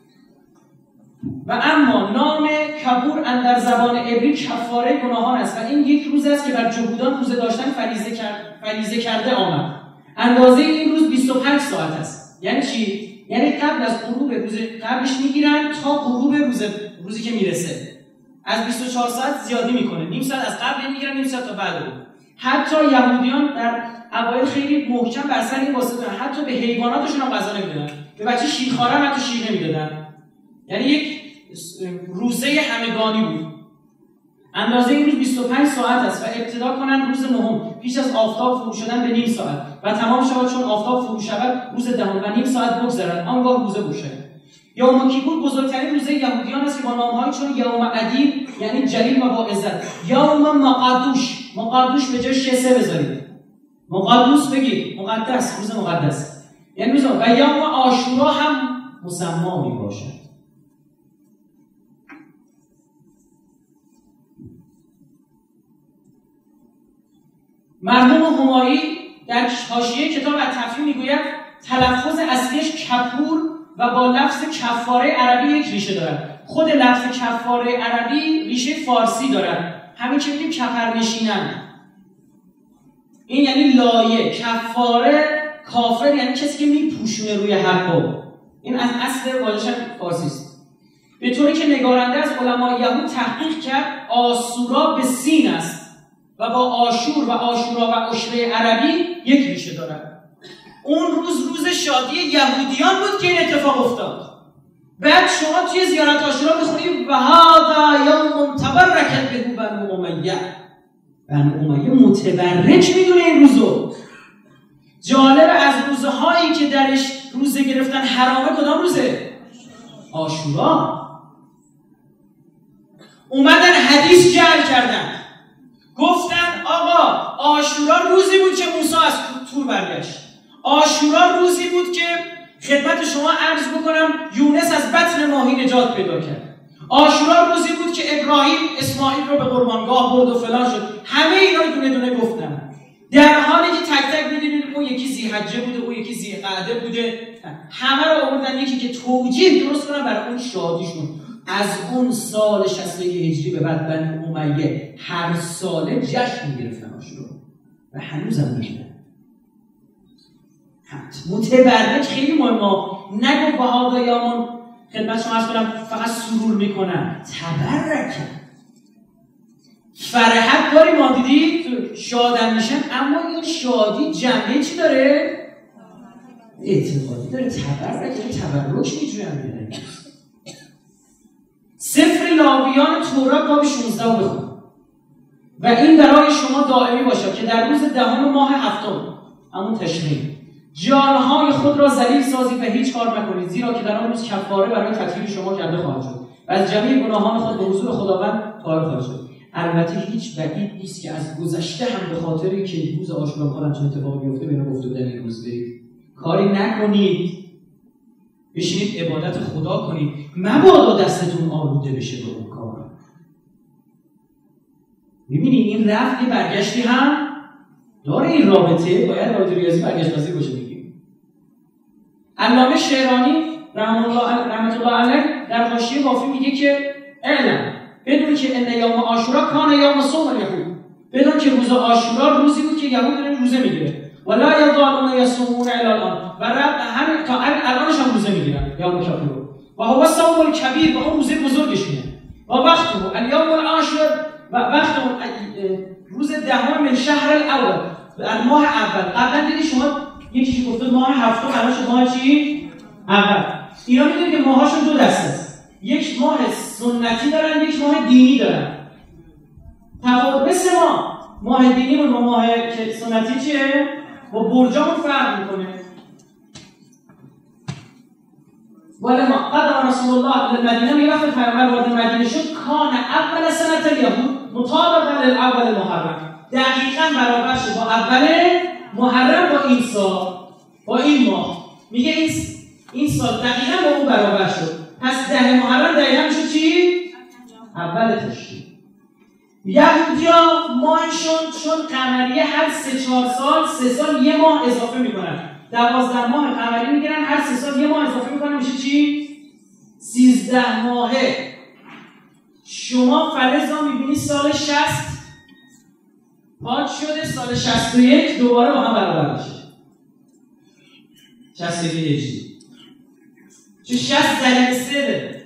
و اما نام کپور اندر زبان عبری کفاره گناهان است و این یک روز است که بر جهودان روزه داشتن فریضه کرد فریضه کرده آمد. اندازه این روز بیست و پنج ساعت است. یعنی چی؟ یعنی قبل از غروب روز قبلش میگیرن تا غروب روز روزی که میرسه. از بیست و چهار ساعت زیادی میکنه، نیم ساعت از قبل میگیرن، نیم ساعت تا بعد. حتی یهودیان در اوایل خیلی محکم بر سر این واسطه دادن، حتی به حیواناتشون هم غذا نمیدادن. به بچه شیرخواره هم حتی شیر نمیدادن. یعنی یک روزه همگانی بود. اندازه این روز بیست و پنج ساعت است و ابتدا کنند روز نهم پیش از آفتاب فرو شدن به نیم ساعت و تمام شود چون آفتاب فرو شود روز دهم و نیم ساعت بگذرد آنگاه روزه باشد. یوم کیپور بزرگترین روزه یهودیان است که با نام‌های چون یوم عدید یعنی جلیل و با عزت، یوم مقدوش، مقدوش به جای شسه بذارید، مقدوس بگید، مقدس، روز مقدس یعنی روز، و یوم عاشورا هم مسما میباشد. مرحوم همایی در حاشیه کتاب التفهیم میگوید تلفظ اصلیش کپور و با لفظ کفاره عربی یک ریشه دارد. خود لفظ کفاره عربی ریشه فارسی دارد، همین که میگیم کفرنشینن، این یعنی لایه. کفاره کافر یعنی کسی که میپوشونه روی حقو، این از اصل واژه‌ش فارسی است. به طوری که نگارنده از علمای یهود تحقیق کرد آسورا به سین است و با آشور و آشورا و عشره عربی یک ریشه دارد. اون روز روز شادی یهودیان بود که این اتفاق افتاد. بعد شما توی زیارت عاشورا میخونید و هذا یوم تبرکت به بنو امیه، بنو امیه متبرک میدونه این روزو. جالب از روزهایی که درش روزه گرفتن حرامه کدام روزه؟ عاشورا. اومدن حدیث جعل کردن، گفتن آقا عاشورا روزی بود که موسی از طور برگشت، عاشورا روزی بود که خدمت شما عرض بکنم یونس از بطن ماهی نجات پیدا کرد، عاشورا روزی بود که ابراهیم اسماعیل رو به قربانگاه برد و فلان شد. همه اینا رو دونه دونه گفتن، در حالی که تک تک می‌دونید اون یکی ذی‌حجه بوده، اون یکی ذی‌قعده بوده، همه رو آوردن یکی که توجیه درست کنن برای اون شادیشون. از اون سال شصت و یک هجری به بعد بنو امیه هر ساله جشن می‌گرفتن عاشورا و هنوزم می‌گیرن. متبرک خیلی مهمه، نگو به هاذا یوم، خدمت شما عرض کنم فقط سرور میکنن، تبرک فرحت داری. ما دیدی تو شادن میشن، اما این شادی جنبه چی داره؟ اعتقادی داره. تبرک یعنی تبرک میجوین. سفر لاویان تورات باب شانزده رو بخون و این برای شما دائمی باشد که در روز دهم ماه هفتم همون تشرین جانهای خود را ذلیل سازید و هیچ کار نکنید، زیرا که در آن روز کفاره برای تطهیر شما کرده خواهد شد و از جمیع گناهان خود به حضور خداوند طاهر خواهد شد. البته هیچ بعید نیست که از گذشته هم به خاطری که روز عاشورا می‌خواد چه اتفاقی بیفته بین گفت و دل این روز برید کاری نکنید، بشینید عبادت خدا کنید، مبادا دستتون آلوده بشه به اون کار. می‌بینید این رفت یه برگشتی هم داره. این رابطه باید رابطه ریاضی برگشت پذیر باشه. دیگه علامه شیرانی رحمت الله رحمت الله علیه در حاشیه وافی میگه که اعلم بدون که ان یوم عاشورا کان یوم صوم الیهود، بدون که روز عاشورا روزی بود که یهود دارن روزه میگیره ولا یضالون یصومون الی الان و رب همین تا الانش هم روزه میگیرن یوم کپور و هو الصوم الکبیر و اون روزه بزرگشونه و وقته الیوم العاشر و وقت روز دهم من شهر الاول در ماه اول. قبلا دیدی شما یکی که گفته ماه هفتم الان شد ماه چی؟ اول. اینا میدونید که ماهاشون دو دسته است، یک ماه سنتی دارن یک ماه دینی دارن. تفاوت مثل ما ماه دینی و ماه سنتی چیه؟ با برجامون فرق میکنه. ولما قدم رسول الله الى المدینه میگه وقتی پیامبر وارد مدینه شد کان اول سنت الیهود مطابقا للاول محرم، دقیقاً برابر شد با اول محرم با این سال با این ماه. میگه این این سال دقیقاً با اون برابر شد. پس ده محرم دقیقاً شد چی؟ اول تشریع. یهودیا ماهشون چون قمری هر سه چهار سال سه سال یه ماه اضافه میکنن، دوازده ماه قمری میگیرن، هر سه سال یه ماه اضافه میکنن، میشه چی؟ سیزده ماهه. شما فلزا میبینی سال شصت پاک شده، سال شصت و یک دوباره با هم برابر میشه. شصت و یک هجری چه شصت دلیل سه داره.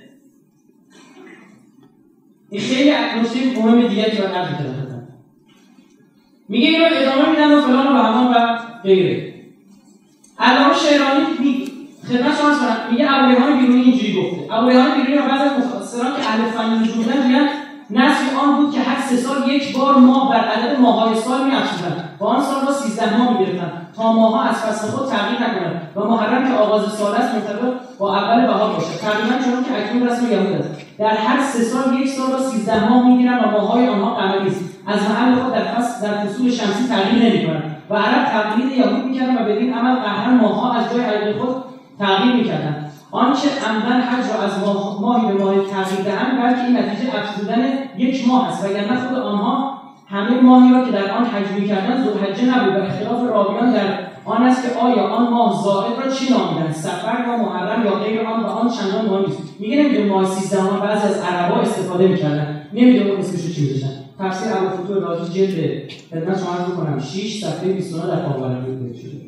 این خیلی نکته مهم دیگه که من نقل کردم. میگه اینو ادامه میدن و فلان و بهمان و غیره. علامه شیرانی می خدمت شما هستم میگه ابوریحان بیرونی اینجوری گفته. ابوریحان بیرونی و بعضی از مفسران که اهل فن نجوم بودن میگن نسل آن بود که هر سه سال یک بار ماه بر عدد ماه‌های سال می‌افزودند و آن سال را سیزده ماه می‌گرفتند تا ماه‌ها از فصل خود تغییر نکنند و محرم که آغاز سال است مرتبط با اول بهار باشد. تقریبا چون که اکنون رسم یهود است در هر سه سال یک سال را سیزده ماه می‌گیرند و ماه‌های آنها قمری است، از محل خود در فصل در فصول شمسی تغییر نمی‌کنند و عرب تقلید یهود می‌کردند و بدین عمل قهرن ماه‌ها از جای حقیقی خود تغییر می‌کردند. آنچه عمدن حج را از ماه ماهی به ماهی تغییر دهند بلکه این نتیجه افزودن یک ماه است، وگرنه خود آنها همه ماهی را که در آن حج می‌کردند ذوالحجه نبود. و اختلاف راویان در آن است که آیا آن ماه زائد را چی نامیدند، سفر یا محرم یا غیر آن، و آن چندان مهم نیست. میگه نمیدونم ماه سیزده ماه بعضی از عربا استفاده می‌کردن، نمیدونم اسمش رو چی می‌ذاشتن. تفسیر ابوالفتوح رازی جلد خدمت شما عرض می‌کنم شش صفحه بیست و نه در پاورقی نوشته شده.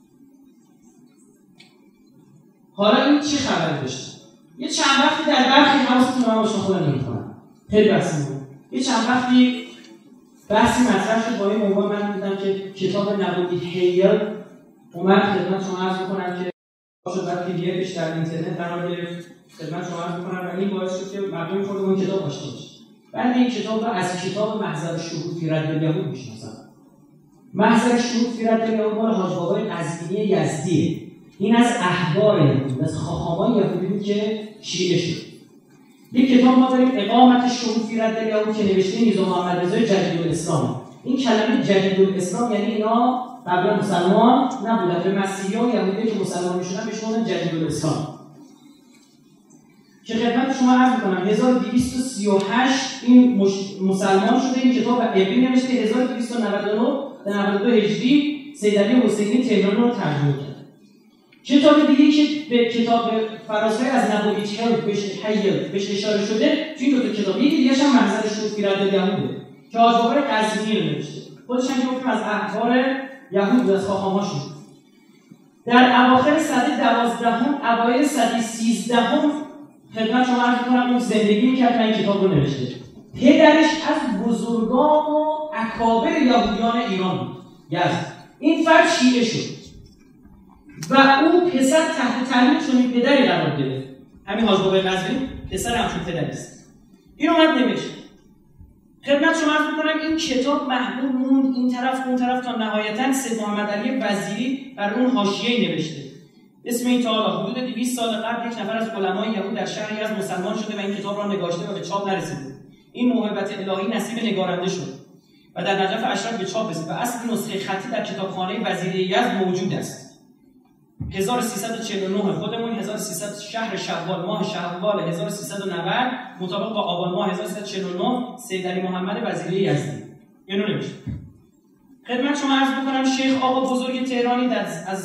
حالا این چی خبر داشته؟ یه چند وقتی در برخی حواستون رو باشون خودم نمی‌کنم. خیلی بحثی بود. یه چند وقتی بحثی مطرح شد با این موضوع. من دیدم که کتاب نبوی هیل اومد خدمت شما عرض می‌کنم که شد بعد پی دی افش در اینترنت قرار گرفت. خدمت شما عرض می‌کنم و این باعث شد که مردم خودمون کتاب داشته باشه. بعد این کتاب رو از کتاب محضر الشهود فی رد الیهود می‌شناسم. محضر الشهود فی رد الیهود مال حاج بابای قزوینی یزدیه. این از احبار یهود، از خاخامای یهودی بود که شیعه شد. یک کتاب ما داریم اقامت الشهود فی رد الیهود که نوشته میرزا محمد رضا جدیدالاسلام. این کلمه جدیدالاسلام یعنی اینا قبلا مسلمان نبودن، به مسیحیان و یهودی که مسلمان میشدن بهشون میگن جدیدالاسلام. که خدمت شما عرض می‌کنم هزار و دویست و سی و هشت این مش... مسلمان شده. این کتاب ابری نوشته هزار و دویست و نود و نه در نود و دو هجری سید علی حسینی تهران رو ترجمه کرد. کتاب دیگه که به کتاب فرازهای از نبوی هیل بهش هیل بهش اشاره شده تو این دو تا کتاب، یکی دیگه هم محضر الشهود فی رد الیهود که حاج بابای قزوینی رو نوشته. خودش هم گفتیم از احبار یهود از خاخاماشون. در اواخر سده دوازدهم اوایل سده سیزدهم خدمت شما عرض می‌کنم اون زندگی می‌کرد و این کتاب رو نوشته. پدرش از بزرگان و اکابر یهودیان ایران بود. یزد. این فرد شیعه شد. و او پسر تحت تعلیم چنین پدری قرار گرفت. همین حاج بابای قزوینی پسر همچون پدری است. این اومد نوشت. خدمت شما عرض می‌کنم این کتاب محبوب موند این طرف اون طرف تا نهایتاً سید محمد علی وزیری بر اون حاشیه‌ای نوشته. اسم این تعالی حدود دویست سال قبل یک نفر از علمای یهود در شهری از مسلمان شده و این کتاب را نگاشته و به چاپ نرسیده. این موهبت الهی نصیب نگارنده شد و در نجف اشرف به چاپ رسید و اصل نسخه خطی در کتابخانه وزیری یزد موجود است. هزار و سیصد و چهل و نه خودمون هزار و سیصد شهر شوال ماه شوال هزار و سیصد و نود مطابق با آبان ماه هزار و سیصد و چهل و نه سید علی محمد وزیری یزدی. اینو نمیشه. خدمت شما عرض می‌کنم شیخ آقا بزرگ تهرانی در از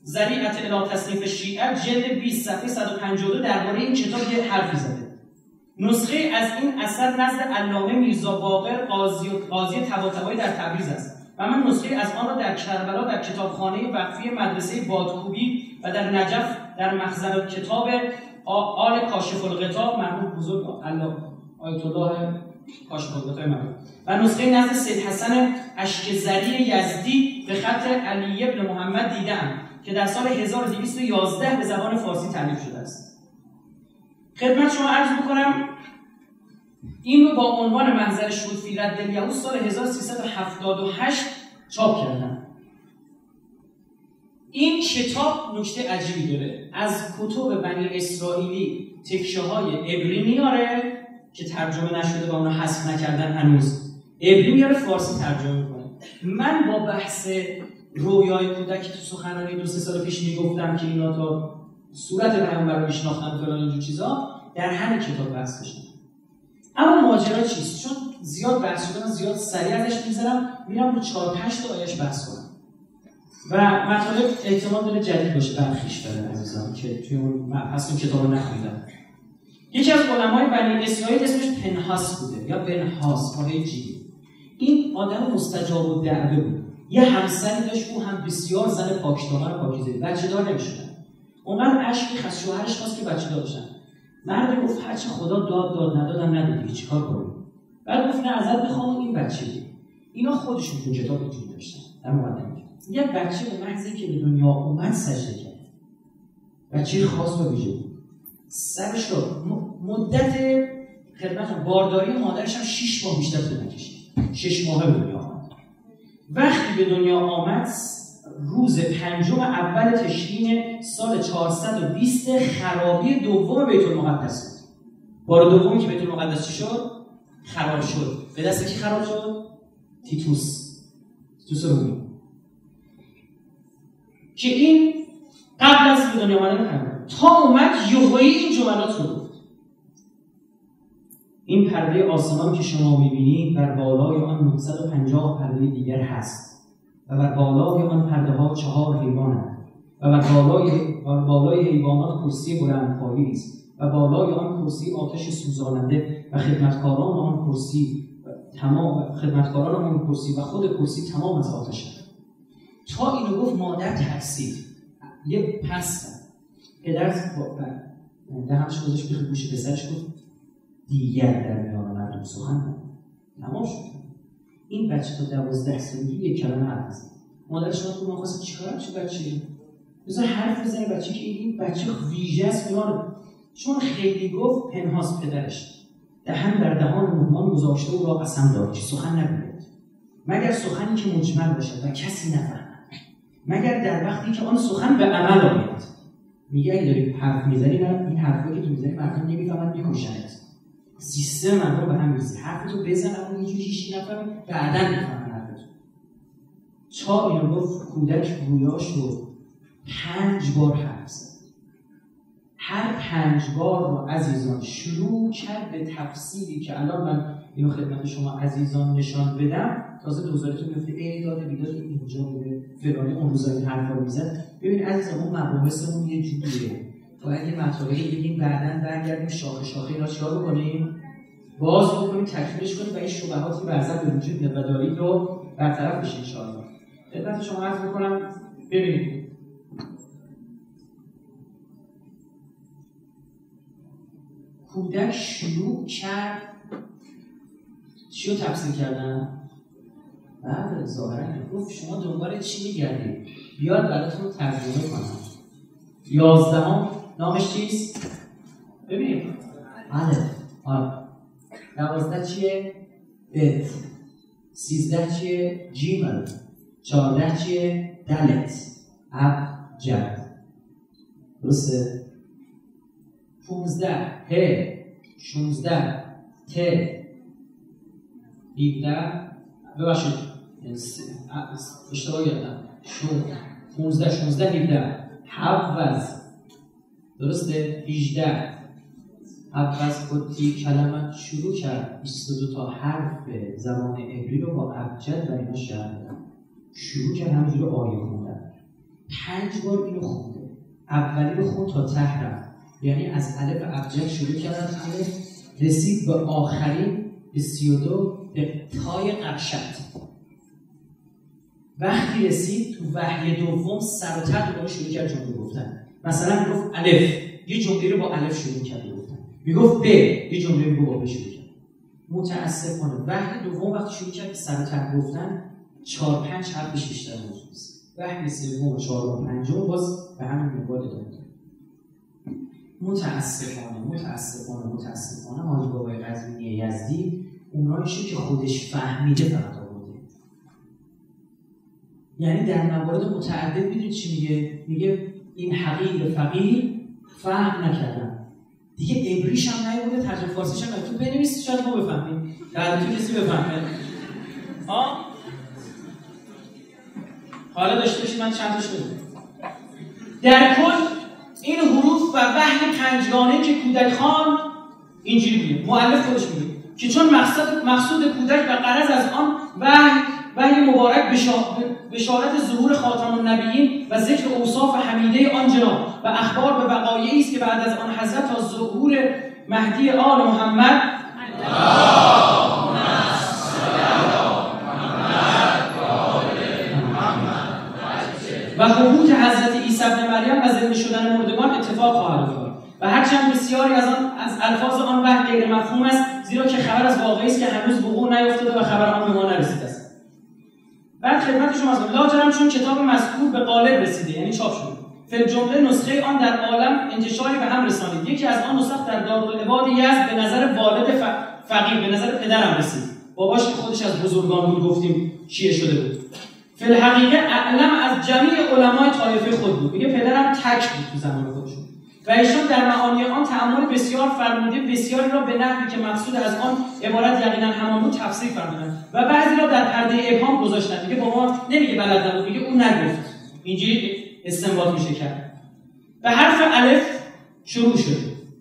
ذریعه الی تصنیف شیعه جلد بیست صفحه صد و پنجاه و دو درباره این کتاب یه حرفی زده. نسخه از این اثر نزد علامه میرزا باقر قاضی قاضی طباطبایی در تبریز است و من نسخه از آن را در کربلا در کتابخانه وقفی مدرسه بادکوبی و در نجف در مخزن کتاب آل کاشف الغطا مرحوم بزرگ الله آیت الله کاشف الغطا مرحوم و نسخه نزد سید حسن اشکزری یزدی به خط علی ابن محمد دیدم که در سال هزار و دویست و یازده به زبان فارسی تألیف شده است. خدمت شما عرض می‌کنم این رو با عنوان محضر شهود فی رد الیهود سال هزار و سیصد و هفتاد و هشت چاپ کردم. این کتاب نکته عجیبی داره. از کتب بنی اسرائیلی تکشه‌های عبری میاره که ترجمه نشده و اونو حذف نکردن هنوز. عبری میاره فارسی ترجمه میکنه. من با بحث رویای کودک تو سخنرانی دو سه سال پیش میگفتم که اینا تا صورت پیامبر رو میشناختن فلان اینجور چیزا در همین کتاب بحث بشن. اما ماجرا چیست؟ چون زیاد بحث شده، من زیاد سریع ازش میذارم، میرم رو چهار پنج تا آیه‌اش بحث کنم. و مطالب احتمال داره جدید باشه برخیش داره عزیزان که توی اون مبحث اون کتاب رو نخوندم. یکی از علمای بنی اسرائیل اسمش پنهاس بوده یا بنهاس با جی. این آدم مستجاب الدعوه بود. یه همسری داشت، او هم بسیار زن پاکدامن و پاکیزه، بچه دار نمی‌شدن. اونقدر اشکی خواست، شوهرش خواست که بچه دار بشن. مرد گفت هرچی خدا داد داد ندادم ندادی چیکار کنیم؟ بعد گفت نه ازت میخوام این بچه دی. اینا خودشون تو کتاب اینجوری داشتن. در مقدمه یه بچه به محضی که به دنیا اومد سجده کرد. بچه خاص و ویژه بود. سرش رو مدت خدمت بارداری مادرش هم شش ماه بیشتر طول نکشید. شش ماه به دنیا آمد. وقتی به دنیا آمد روز پنجم اول تشرین سال چهارصد و بیست خرابی دوم بیت المقدس بود. بار دومی که بیت المقدس چی شد؟ خراب شد. به دست کی خراب شد؟ تیتوس. تیتوس رومی. که این قبل از به دنیا آمدن پیامبر تا اومد یهویی این جملات رو گفت. این پرده آسمان که شما می‌بینید بر بالای آن نهصد و پنجاه پرده دیگر هست و بر بالای آن پرده ها چهار حیوانند و بر بالای بر بالای حیوانات کرسی بلندپایه‌ای است و بالای آن کرسی آتش سوزاننده و خدمتکاران آن کرسی تمام خدمتکاران آن کرسی و خود کرسی تمام از آتش. تا اینو گفت مادر ترسید. یه پس پدر دهنش گذاشت به گوش پسرش گفت دیگر در میان مردم سخن تمام شد. این بچه تا دوازده سالگی یک کلمه حرف نزد. مادرش اومد گفت من خواستم چیکار چه بچه‌ای؟ بذار حرف بزنه بچه که این بچه ویژه است فلان. چون خیلی گفت پنهاس پدرش دهن در دهان مهمان گذاشته او را قسم داد که سخن نگوید مگر سخنی که مجمل باشد و کسی نفهمد، مگر در وقتی که آن سخن به عمل آید. میگه اگه داری حرف میزنی من این حرفایی که تو میزنی مردم نمیفهمن میکشنت. سیستم مردم به هم میزنه. حرفتو بزن اما یه جوری هیچ نفهمه بعداً میفهمن حرفتو. چا اینو گفت کودک گویا شد پنج بار حرف زد. هر پنج بار رو عزیزان شروع کرد به تفسیری که الان من اینو خدمت شما عزیزان نشان بدم. تازه دوزارتون میفته ای داده بیداد اینجا بوده فلانی اون روزا این حرفا رو میزد. ببین عزیزان اون مباحثمون یه جوریه. باید یه مطالبی بگیم بعداً برگردیم شاخه شاخه اینا چیکار بکنیم؟ باز بکنیم تکمیلش کنیم و این شبهاتی که بعضا به وجود میاد و دارید رو برطرف بشه ان شاء الله. خدمت شما عرض می‌کنم ببینید کودک شروع کرد چی رو تفسیر کردن؟ بعد ظاهرا گفت شما دنبال چی میگردید؟ بیاد براتون ترجمه کنم. یازدهم نامش چیست؟ ببینید الف آره دوازده چیه؟ بت سیزده چیه؟ جیمل چهارده چیه؟ دلت ابجد درسته؟ پونزده ه شونزده ت هیده ببخشید اشتباه یادم پونزده شونزده هیده حوز درسته؟ هیجده حوز کتی کلمه شروع کرد بیست و دو تا حرف زبان عبری رو با ابجد و اینا شهر دادن. شروع کرد همینجور آیه خوندن. پنج بار اینو خونده. اولی رو خون تا ته رفت، یعنی از الف ابجد شروع کرد، الف رسید به آخرین به سی و دو به تای قرشت. وقتی رسید تو وحی دوم سر و ته رو شروع کرد جمله گفتن. مثلا میگفت الف، یه جمله رو با الف شروع کرد گفتن. میگفت ب، یه جمله رو با ب شروع کرد. متاسفانه وحی دوم وقتی شروع کرد سر و ته گفتن چهار پنج حرفش بیشتر موضوع است. وحی سوم و چهارم و پنجم باز به همین منوال ادامه داد. متاسفانه متاسفانه متاسفانه حاجی بابای قزوینی یزدی اوناییشو که خودش فهمیده فقط آورده. یعنی در موارد متعدد میدونید چی میگه؟ میگه این حقیر فقیر فهم نکردم. دیگه عبریش هم نیورده، ترجمه فارسیش هم تو بنویسید شاید ما بفهمیم. در تو کسی بفهمه. ها؟ حالا داشته باشید من چند تاش بگم. در کل این حروف و وحی پنجگانه که کودک خان اینجوری میگه، مؤلف خودش میگه که چون مقصد مقصود کودک و غرض از آن وحی وحی مبارک بشارت ظهور خاتم النبیین و ذکر اوصاف حمیده آن جناب و اخبار به وقایعی است که بعد از آن حضرت تا ظهور مهدی آل محمد و حبوط حضرت عیسی ابن مریم و زنده شدن مردگان اتفاق خواهد افتاد و هرچند بسیاری از آن از الفاظ آن وحی غیر مفهوم است، زیرا که خبر از واقعی است که هنوز وقوع نیفتاده و خبر آن به ما نرسیده است. بعد خدمت شما هستم لاجرم چون کتاب مذکور به قالب رسیده، یعنی چاپ شده، فی جمله نسخه آن در عالم انتشاری به هم رسانید. یکی از آن نسخ در دارالعباد یزد به نظر والد فقیه، به نظر پدرم رسید. باباش که خودش از بزرگان بود، گفتیم شیعه شده بود. فی الحقیقه اعلم از جمیع علمای طایفه خود بود. میگه پدرم تک بود تو زمان خودشون و ایشون در معانی آن تأمل بسیار فرموده، بسیاری را به نحوی که مقصود از آن عبارت یقینا همان بود تفسیر فرمودند و بعضی را در پرده ابهام گذاشتند. میگه بابا نمیگه بلد نبود، میگه اون نگفت. اینجوری استنباط میشه کرد. به حرف الف شروع شد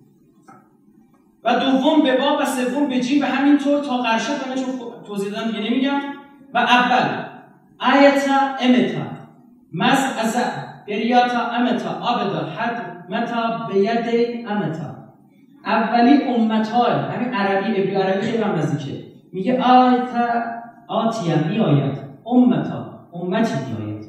و دوم به با و سوم به جیم و همینطور تا قرشت و چون توضیح دادم دیگه نمیگم. و اول آیتا امتا مز از بریاتا امتا آبدا حد متا بیده امتا. اولی امتای همین عربی عبری عربی خیلی هم نزدیکه. میگه آیتا آتیا می آید، امتا امتی می آید،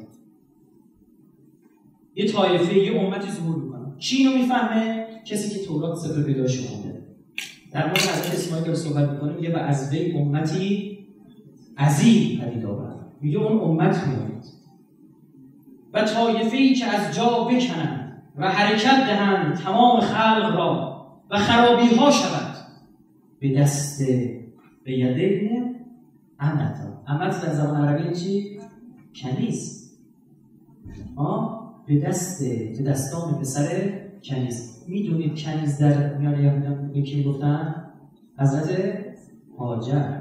یه طایفه یه امتی ظهور میکنه. کی اینو میفهمه؟ کسی که تورات سفر پیدایش خونده. در مورد حضرت اسماعیل که صحبت میکنه میگه و از وی امتی عظیم پدید آورد. میگه اون امت میاد و طایفه‌ای که از جا بکنند و حرکت دهند تمام خلق را و خرابی ها شود به دست به یدین امتا. امت در زبان عربی چی؟ کنیز. آه به دست به دستان پسر کنیز. میدونید کنیز در میان یهودیان به کی میگفتن؟ حضرت هاجر.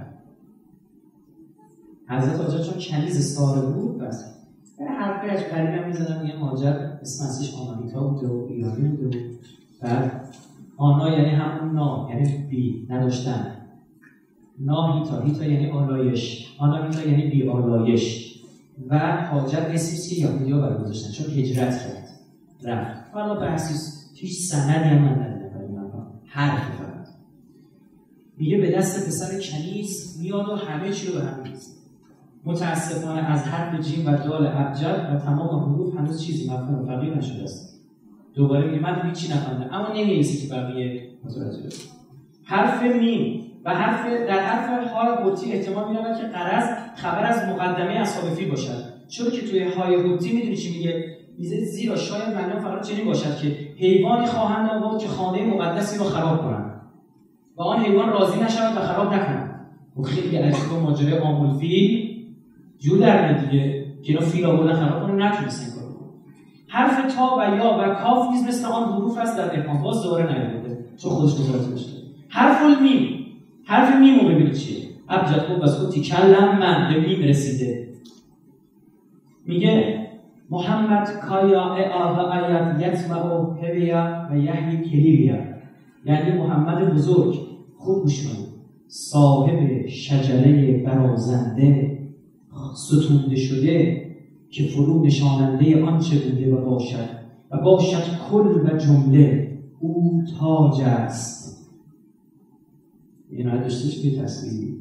حضرت هاجر چون کنیز ساره بود بس در حرفی از قریب هم میزدن میگن هاجر اسم اصلیش آناهیتا بوده و ایرانی بوده و آنا یعنی همون نا یعنی بی نداشتن، ناهیتا هیتا یعنی آلایش، آناهیتا یعنی بی آلایش و هاجر اسمی که یهودی‌ها برگذاشتن چون هجرت کرد رفت. حالا بحثیست هیچ سندی هم من ندیدم برای من حرف فقط میگه به دست پسر کنیز میاد و همه چی رو به هم می‌ریزه. متاسفانه از حرف جیم و دال ابجد و تمام حروف هنوز چیزی مفهوم فقیر نشده است. دوباره میگه من هیچی نفهمیدم، اما نمی‌نویسی که بقیه متوجه بشن. حرف میم و حرف در حرف های قطعی احتمال می‌رود که غرض خبر از مقدمه اصحاب فیل باشد، چون که توی های قطعی میدونی چی میگه؟ میگه زیرا شاید معنی فقط چنین باشد که حیوانی خواهند آورد که خانه مقدسی را خراب کنند و آن حیوان راضی نشود و خراب نکند. و خیلی عجیبه ماجرای آمول فیل جو در میاد دیگه که اینا فیل آوردن خراب کنن نتونستن کارو کنن. حرف تا و یا و کاف نیز مثل آن حروف است در ابهام، باز دوباره نیاورده چون خودش متوجه بشه. حرف المیم، حرف میم رو ببینید چیه؟ ابجد خوب بس خود تکلم من به میم رسیده. میگه محمد کایا ا و آیت یتمع و هویا و یحیی کلیلیا، یعنی محمد بزرگ خوب گوش کنید، صاحب شجره برازنده ستونده شده که فرو نشاننده آنچه بوده و باشد و باشد کل و جمله او تاج است. این آیه داشتهش به تصویری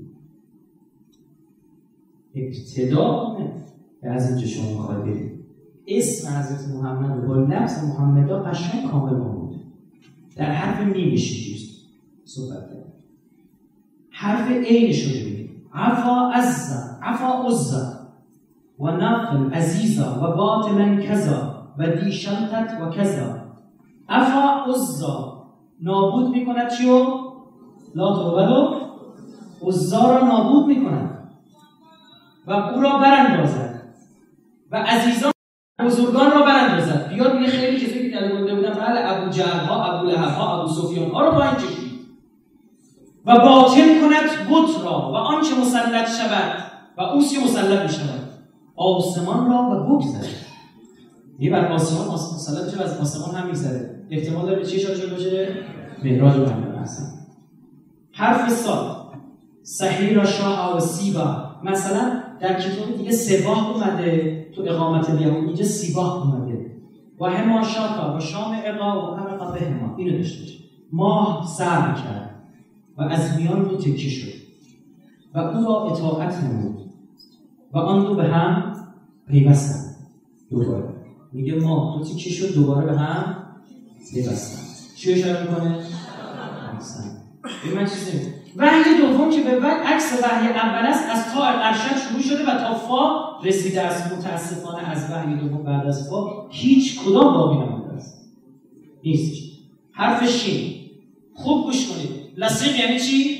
ابتدا به از اینجا شما میخواید برید اسم حضرت محمد با لفظ محمدا قشنگ کامل بود. در حرف میمیشی جوست صحبت کرد. حرف عینش رو ببینید. عفا عزا عفا عزا و نفل عزیزا و باطلا کذا و دیشنتت و کذا. عفا عزا نابود میکند چیو؟ لا توبلو عزا را نابود میکند و او را براندازد و عزیزان بزرگان را براندازد. بیاد میگه خیلی کسی که کلمه گفته بودن بله ابو جهل ها، ابو لهب ها، ابو سفیان ها رو پایین کشید و باطل کند بت را و آنچه مسلط شود و اوسی مسلط میشود آسمان را و بگذرد. یه بر آسمان مسلط میشه و از آسمان هم میگذره. احتمال داره چی شده باشه؟ معراج رو بنده اصلا. حرف صاد سحیر شاه و سیبا. مثلا در کتاب دیگه سباه اومده تو اقامت الیهود، اینجا سیباه اومده و هما شاکا و شام اقا و حرقا به هما. اینو داشته ماه سر میکرد و از میان رو تکه شد و او را اطاعت نمود و آن دو به هم پیوستند. دوباره میگه ماه دو تکه شد دوباره به هم پیوستند. چی اشاره میکنه؟ این من چیز نمید. وحی دوم که به بعد عکس وحی اول است از تا ارشد شروع شده و تا فا رسیده است. متاسفانه از وحی دوم بعد از فا هیچ کدام باقی نمانده است. نیست. حرف شین خوب گوش کنید. لصیق یعنی چی؟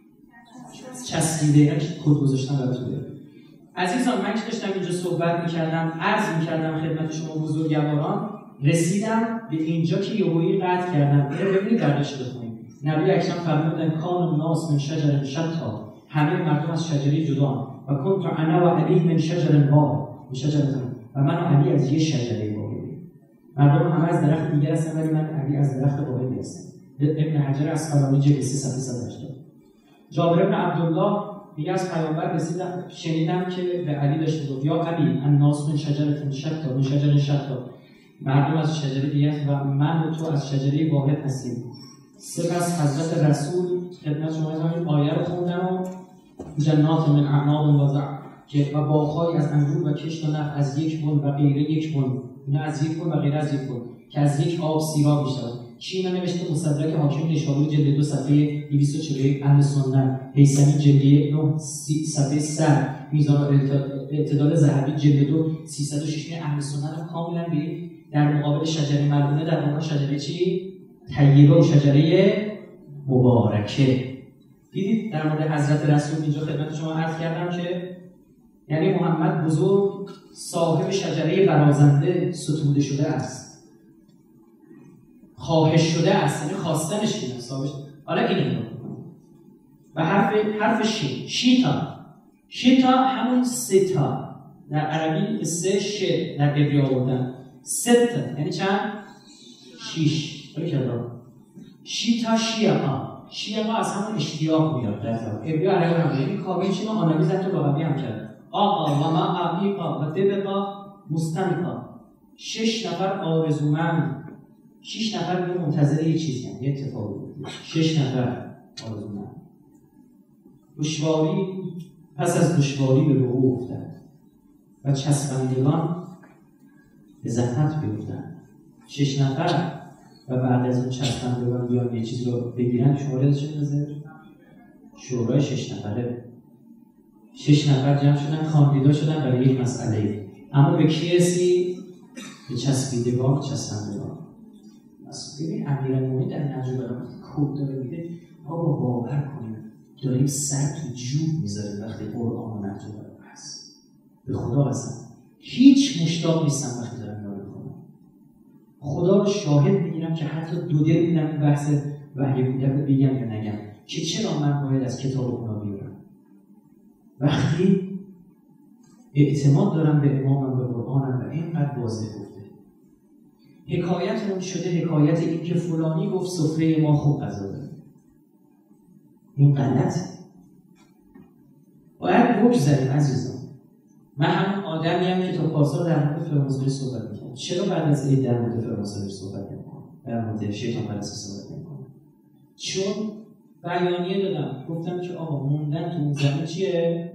چسبیده، یعنی کد گذاشتن براتون. عزیزان من که داشتم اینجا صحبت میکردم عرض میکردم خدمت شما بزرگواران رسیدم به اینجا که یهویی قطع کردم. اینو ببینید دردش بخونید. نبی اکرم فرمودن کان الناس من شجر شتا. همه مردم از شجره جدا و کنت انا و علی من شجر واحد من شجره و من و علی از یه شجره واحدی. مردم همه از درخت دیگر هستن ولی من علی از درخت واحدی هستم. ابن حجر اسقلانی جلد سه صفحه صد و هشتاد. جابر بن عبدالله میگه از پیامبر رسیدم شنیدم که به علی داشته گفت یا علی الناس من شجره شتا من شجر شتا. مردم از شجره دیگر و من و تو از شجره واحد هستیم. سپس حضرت رسول خدمت شما این آیه رو خوندن و جنات من اعناب و زرع که و باغ‌های از انگور و کشت و نخل از یک بن و غیره یک بن، نه از یک بن و غیره از یک بن که از یک آب سیراب می‌شود. چی اینا نوشته مصدرک حاکم نشابوری جلد دو صفحه دویست و چهل و یک اهل سنت، هیثمی جلد نه صفحه صد، میزان اعتدال ذهبی جلد دو سیصد و شش اهل سنت کاملا به در مقابل شجره مردونه در مقابل شجره چی؟ طیبه و شجره مبارکه. دیدید در مورد حضرت رسول اینجا خدمت شما عرض کردم که یعنی محمد بزرگ صاحب شجره برازنده ستوده شده است، خواهش شده است، یعنی خواستنش کنه صاحبش. حالا اینو نگاه کنید و حرف حرف شین شیتا. شیتا همون ستا در عربی سه ش در عبری آوردن. ست یعنی چند؟ شیش. شیتا شیعا شیعا از همون اشتیاق میاد در زبان عبری عربی هم یعنی کامل چیه آنالیز حتی لغوی هم کرد. آقا و ما عقیقا و دبقا مستمقا. شش نفر آرزومند، شش نفر به منتظر یه چیزی هم یه اتفاقی بود. شش نفر آرزومند. دشواری پس از دشواری به وقوع افتاد و چسبندگان به زحمت بیفتند. شش نفر و بعد از اون چسبندگان بیان یه چیزی رو بگیرن. شماره چه می‌ذاره؟ شورای شش نفره. شش نفر جمع شدن کاندیدا شدن برای یک مسئله. اما به کی رسید؟ به چسبیدگان و چسبندگان. مثلا ببین امیرالمومنین در نهج البلاغه کد داره میگه آقا باور کنید داریم سر تو جوب میذاریم وقتی قرآن و نهج البلاغه هست. به خدا قسم هیچ مشتاق نیستم وقتی دارم اینا رو میخونم. خدا رو شاهد میگیرم که حتی دو دل میدم این بحث وحی بودن رو بگم یا نگم که چرا من باید از کتاب اونا بیارم. وقتی اعتماد دارم به امامم به قرآنم و اینقدر واضح گفته. حکایتمون شده حکایت این که فلانی گفت سفره ما خوب غذا داره. این غلطه. باید بگذاریم عزیزان. من همون آدمی هم که تا پارسال در مورد فراماسونری صحبت می‌کردم. چرا بعد از عید در مورد فراماسونری صحبت نمی‌کنم؟ در مورد شیطان پرستی صحبت نمی‌کنم؟ چون بیانیه دادم، گفتم که آقا موندن تو اون زمین چیه؟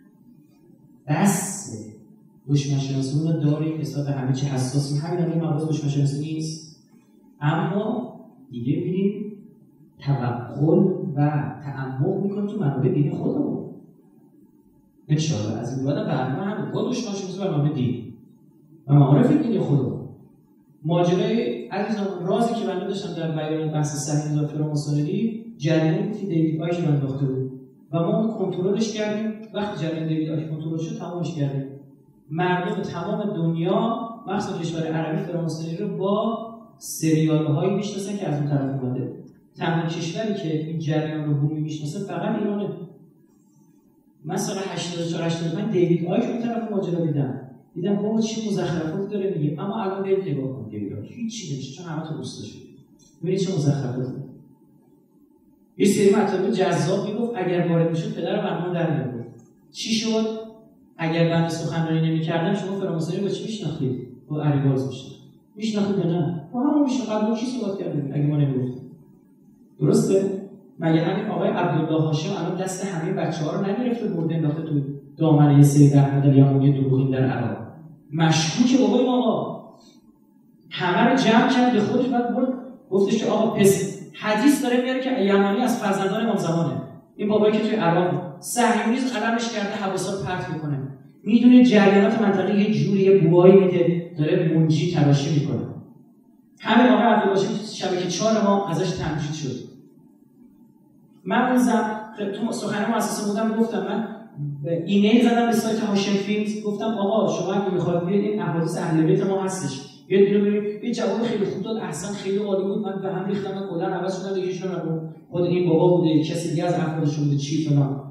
بسه. دشمن شناسی رو داریم، حساب همه چی حساسیم، همین الان مباحث دشمن شناسی نیست. اما دیگه می‌ریم توکل و تعمق می‌کنیم تو منابع دینی خودمون. ان شاءالله از این بعد برنامه هم با دشمن شناسی و منابع دینی و معارف دینی خودمون. ماجرای عزیزان رازی که من داشتم در بیان بحث صحیح فراماسونری جریانی بود که دیوید آیک رو انداخته بود و ما اون کنترلش کردیم. وقتی جریان دیوید آیک کنترل شد تمامش کردیم. مردم تمام دنیا مخصوصا کشور عربی فراماسونری رو با سریال‌هایی میشناسن که از اون طرف اومده. تنها کشوری که این جریان رو بومی میشناسه فقط ایرانه. من سال هشتاد و چهار هشتاد و پنج دیوید آیک اون طرف ماجرا دیدم. دیدم بابا چه مزخرفاتی داره میگه، اما الان برید نگاه کن دیوید آیک هیچی نمیشه چون همه تو دوست داشتید. ببینید چه مزخرفاتی. یه سری مطالب جذاب میگفت اگر وارد میشد پدر برنامه در میآورد. چی شد؟ اگر بنده سخنرانی نمی‌کردم شما فراماسونری با چی میشناختید؟ با عریباز میشناختید. میشناختید نه؟ با همون میشه قبلا کی صحبت کردیم اگه ما نمیگفتیم. درسته؟ مگه همین آقای عبدالله هاشم الان دست همه بچه‌ها رو نگرفته برده انداخته تو دامنه سید احمد الیامانی دروغین در عراق. مشکوکه بابا این آقا. همه رو جمع کرد به خودش بعد برد گفتش که آقا پس حدیث داره میاره که یمانی از فرزندان امام زمانه. این بابایی که توی عراق صهیونیسم علمش کرده حواسا پرت میکنه. میدونه جریانات منطقه یه جوری یه بوایی میده داره منجی تلاشی میکنه. همین آقای عبدالباشی شبکه چهار ما ازش تنقید شد. من اون زم تو سخنرانی مؤسسه بودم گفتم من ایمیل زدم به سایت هاشم فیلمز گفتم آقا شما اگه میخواید بیاید این احادیث اهل بیت ما هستش بیاید اینو ببینید. یه جواب خیلی خوب داد احسن خیلی عالی بود. من به هم ریختم و کلا عوض شدم یکیشون رو خود این بابا بوده کسی دیگه از افرادش بوده چی فلان.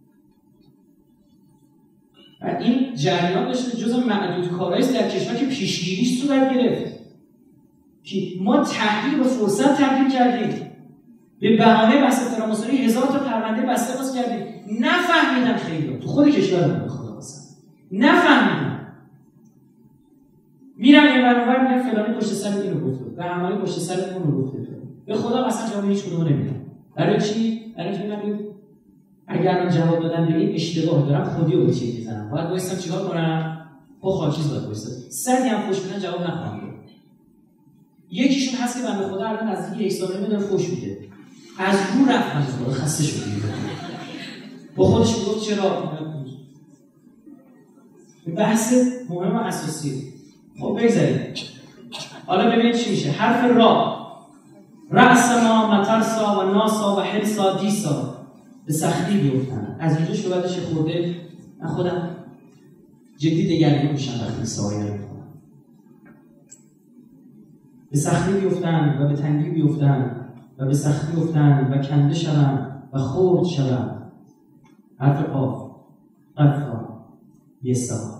و این جریان داشته جزء معدود کارهایی در کشور که پیشگیریش صورت گرفت. که ما تحلیل به فرصت تبدیل کردیم. به بهانه بحث فراماسونری هزار تا پرونده بسته باز کردیم. نفهمیدن خیلی تو خود کشورمون به خدا واسه. نفهمیدن. میرن این برنامه میگن فلانی پشت سر اینو گفته. به همانی پشت سر اون رو گفته. به خدا اصلا جواب هیچ کدومو نمیدن. برای چی؟ برای اینکه من اگر من جواب دادن به این اشتباه دارم خودی رو چی میزنم. باید وایسم چیکار کنم؟ خب خاکیز باید وایسم. سری هم خوش بدن جواب نخواهم داد. یکیشون هست که بنده خدا الان نزدیک یک سال نمیدونه فوش میده. از رو رفت من خدا خسته شد. با خودش میگفت چرا؟ بحث مهم و اساسی. خب بگذارید. حالا ببینید چی میشه. حرف را رأس ما مترسا و ناسا و حلسا دیسا به سختی بیفتن. از اینجا شو بعدش خورده من خودم جدی دگرگون میشم وقتی سواری رو میکنم. به سختی بیفتن و به تنگی بیفتن و به سختی بیفتن و کنده شدن و خورد شدن. حرف قاف قفا یسا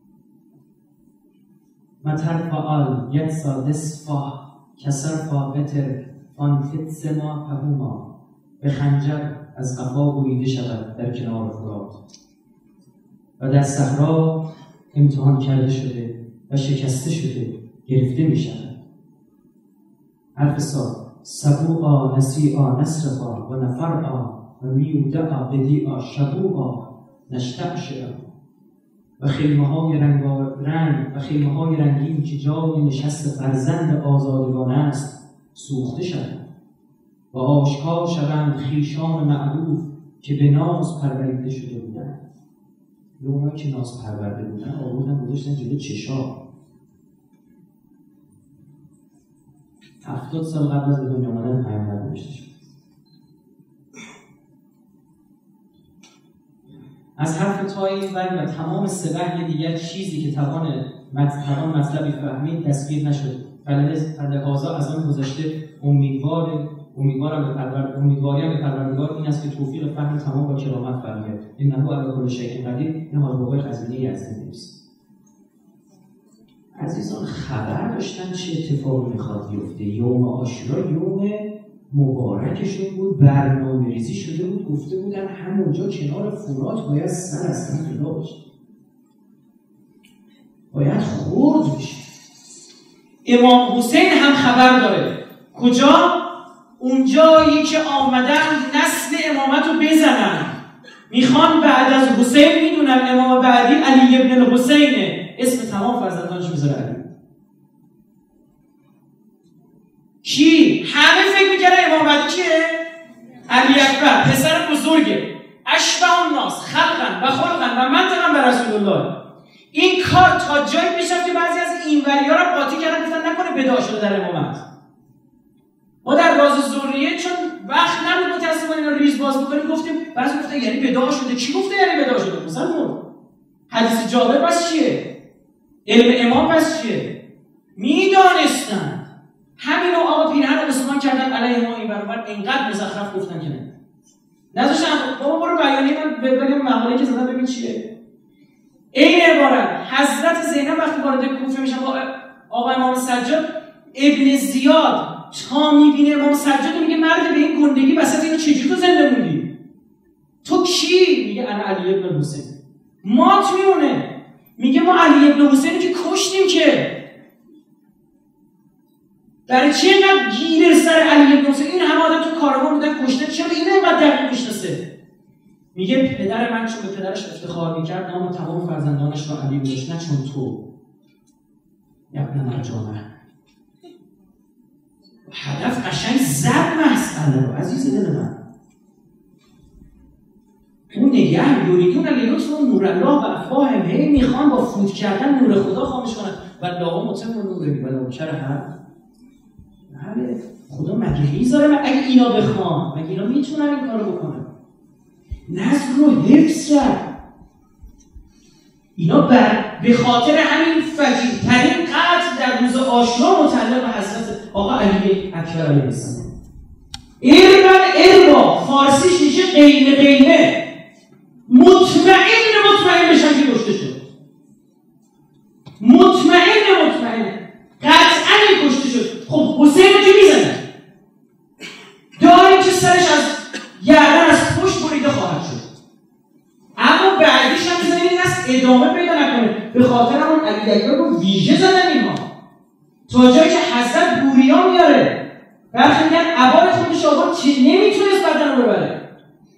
مترفا آل یتسا دسفا کسرفا بتر آن فتسما پهوما به خنجر از قفا بویده شود در کنار فرات و در صحرا امتحان کرده شده و شکسته شده گرفته می شود. حرف سا سبوعا نسیعا نسرفا و نفرعا و میودعا بدیعا شبوعا نشتعشعا و خیمه های رنگ و خیمه های رنگین که جای نشست فرزند آزادگان است سوخته شد و آشکار شوند خویشان معروف که به ناز پروریده شده بودند. به اونایی که ناز پرورده بودن آوردن گذاشتن جلو چشا. هفتاد سال قبل از به دنیا آمدن پیامبر نوشته شد. از حرف تایی و تمام سبح دیگر چیزی که توان توان مطلبی فهمید دستگیر نشد. بلده آزا از آن گذشته امیدوار امیدوارم به پرورد امیدواریم به پروردگار این است که توفیق فهم تمام را کرامت فرماید. انه علی کل شیء قدیر. این حال بابای خزینه یزدی نیست. عزیزان خبر داشتن چه اتفاقی میخواد بیفته. یوم عاشورا یوم مبارکشون بود، برنامه ریزی شده بود، گفته بودن همونجا کنار فرات باید سر از تن جدا باشه. باید خورد بشه. امام حسین هم خبر داره. کجا؟ اونجایی که آمدن نسل امامت رو بزنن، میخوان بعد از حسین، میدونن امام بعدی علی ابن الحسینه، اسم تمام فرزندانش میذاره علی. کی؟ همه فکر میکردن امام بعدی کیه؟ علی اکبر، پسر بزرگه، اشبه الناس خلقا و خلقا و منطقا به رسول الله. این کار تا جایی میشه که بعضی از اینوریا رو قاطی کردن، گفتن نکنه بدعا شده در امامت. ما در راز ذریه چون وقت نبود متأسفانه اینا ریز باز بکنیم، گفتیم بعضی گفتن یعنی بدعا شده. کی گفته یعنی بدعا شده؟ مثلا حدیث جابر پس چیه؟ علم امام پس چیه؟ میدانستن. همینو آقا پیرهن رو مسلمان کردن علیه ما این برابر، اینقدر مزخرف گفتن که نه نذاشتن. بابا برو بیانیه من بگم مقاله که زدن ببین چیه. این عبارت حضرت زینب وقتی وارد کوفه میشن با آقا امام سجاد، ابن زیاد تا میبینه امام سجاد میگه مرد به این گندگی وسط اینو چجوری تو زنده موندی؟ تو کی؟ میگه انا علی ابن حسین. مات میمونه، میگه ما علی ابن حسینی که کشتیم که. برای چی اینقدر گیر سر علی ابن حسین؟ این همه آدم تو کاروان بودن کشته، چرا این اینقدر دقیق میشناسه؟ میگه پدر من چون به پدرش افتخار میکرد نام تمام فرزندانش رو علی گذاشت، نه چون تو ابن مرجانه. هدف قشنگ زد مسئله رو عزیز دل من. اون نگه یوریدون علی لطف نور الله و افواهم، هی میخوان با فوت کردن نور خدا خاموش کنن. و لاغا متم نوری و لاکر هم بله خدا مگه میذاره اگه اینا بخوان؟ مگه اینا میتونن این کارو بکنن؟ نظر رو حفظ کرد. اینا بر به خاطر همین فجیع‌ترین قتل در روز عاشورا متعلق به حضرت آقا علی اکبر علیه السلام. اربن اربا فارسیش میشه قیمه قیمه. مطمئن مطمئن بشن که کشته شد. مطمئن مطمئن قطعا این کشته شد. خب حسین رو که میزنه داریم که سرش از گردن از پشت بریده خواهد شد، اما بعدیش هم میزنه این از ادامه پیدا نکنه. به خاطر همون علی اکبر رو ویژه زدن اینها تا جایی که حضرت بوریا میاره. برخی میگن عبای خودش آقا چه نمیتونست بدن رو ببره،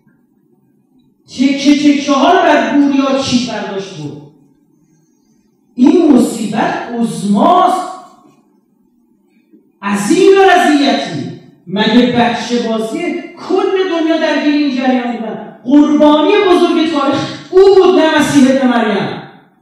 تکه تکه ها رو بر بوریا چی برداشت بود. این مصیبت عظماست. عظیم و رضیتی مگه بچه بازیه؟ کل دنیا درگیر این جریان بودن. قربانی بزرگ تاریخ او بود، نه مسیح ابن مریم.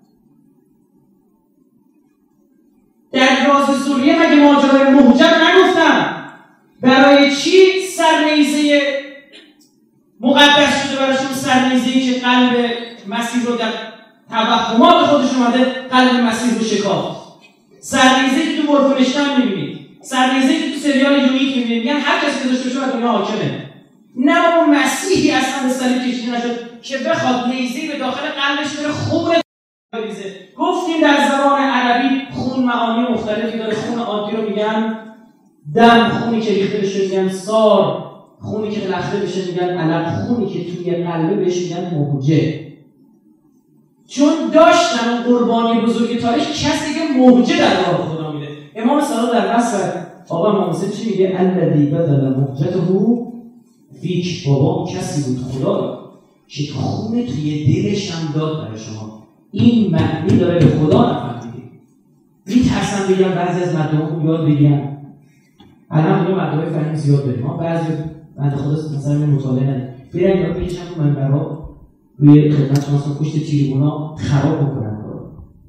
در راز ذریه مگه ماجرای محجب نگفتم؟ برای چی سرنیزه مقدس شده براشون؟ سرنیزه‌ای که قلب مسیح رو در توهمات خودش اومده قلب مسیح رو شکافت. سرنیزه‌ای که تو ورفنشتاین می‌بینید، سرنیزه‌ای که تو سریال یونیک می‌بینید، میگن هر کسی که داشته باشه دنیا حاکمه. نه با مسیحی اصلا به صلیب کشیده نشد که بخواد نیزه‌ای به داخل قلبش بره خون بریزه. گفتیم در زبان عربی خون معانی مختلفی داره. خون عادی رو میگن دم، خونی که ریخته بشه میگن سار، خونی که لخته بشه میگن علق، خونی که توی قلبه بهش میگن موجه. چون داشتن اون قربانی بزرگ تاریخ کسی که موجه در راه خدا میده. امام صادق در نصر آقا امام حسین چی میگه؟ الذی بدل موجته فیک. بابا کسی بود خدا که خون توی دلش هم داد برای شما. این معنی داره به خدا نفهمیدید. میترسم بگم بعضی از مردم یاد بگیرن. الان دو مردم فهمی زیاد داریم. ما بعضی بنده خدا مثلا مطالعه نداریم. برن یاد بگیرن که منبرها روی خدمت شما مثلا پشت تریبونا خراب بکنن کارو.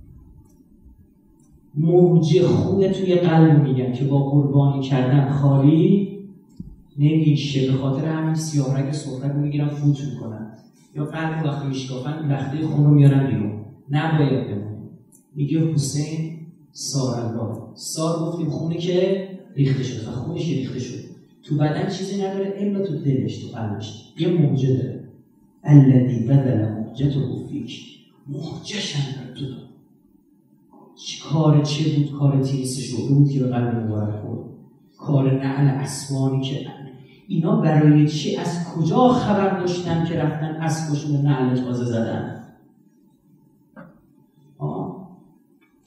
موجه خون توی قلب میگن که با قربانی کردن خالی نمیشه. به خاطر همین سیاه رگ سرخک رو میگیرن فوت میکنن، یا قلب وقتی میشکافن لخته خون رو میارن بیرون. نباید بمونه. میگه حسین سار الله. سار گفتیم خونی که ریخته شد و خونش که ریخته شد تو بدن چیزی نداره الا تو دلش، تو قلبش یه موجه داره. الذی بدل موجته فیک. موجه‌ش هم تو داد. کار چه بود؟ کار تیریس شعبه بود که به قلب مبارک خورد. کار نعل اسوانی که اینا برای چی؟ از کجا خبر داشتن که رفتن اسبشون رو نعل تازه زدن؟ آه.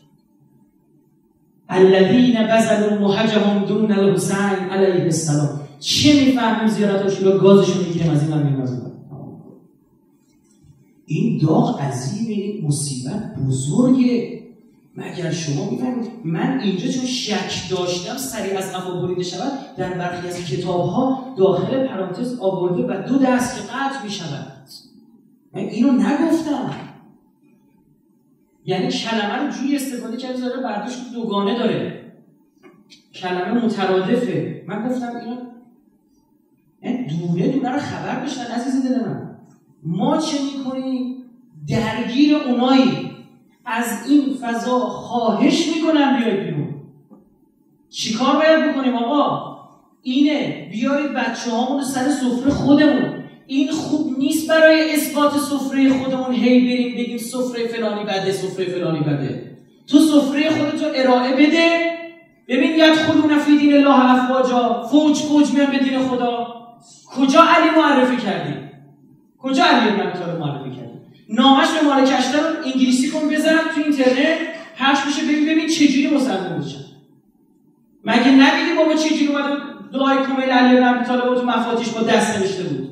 الذین بذلوا مهجهم دون الحسین علیه السلام. چه میفهمیم زیارتاشون رو؟ گازشون میگیریم از این من میگم. این داغ عظیمه، این مصیبت بزرگه. مگر شما میفهمید؟ من اینجا چون شک داشتم سریع از عفا بریده شود، در برخی از کتاب‌ها داخل پرانتز آورده و دو دست که قطع میشود. من اینو نگفتم. یعنی کلمه رو جوری استفاده کرده داره برداشت دوگانه داره، کلمه مترادفه. من گفتم اینو این دونه دونه رو خبر بشن عزیز دل من. ما چه میکنیم؟ درگیر اونایی از این فضا خواهش میکنم بیاید بیرون. چی کار باید بکنیم آقا؟ اینه بیارید بچه هامون سر سفره خودمون. این خوب نیست برای اثبات سفره خودمون هی بریم بگیم سفره فلانی بده، سفره فلانی بده. تو سفره خودتو ارائه بده. ببین یدخلون فی دین الله افواجا، فوج فوج میان به دین خدا. کجا علی معرفی کردی؟ کجا علی ابن ابی طالب معرفی کردی؟ نامش به مالک اشتر رو انگلیسی کن بزنم تو اینترنت پخش میشه، ببین ببین چجوری مسلمان میشن. مگه ندیدی بابا چجوری اومده دعای کمیل علی ابن ابی طالب تو مفاتیش با دست نوشته بود؟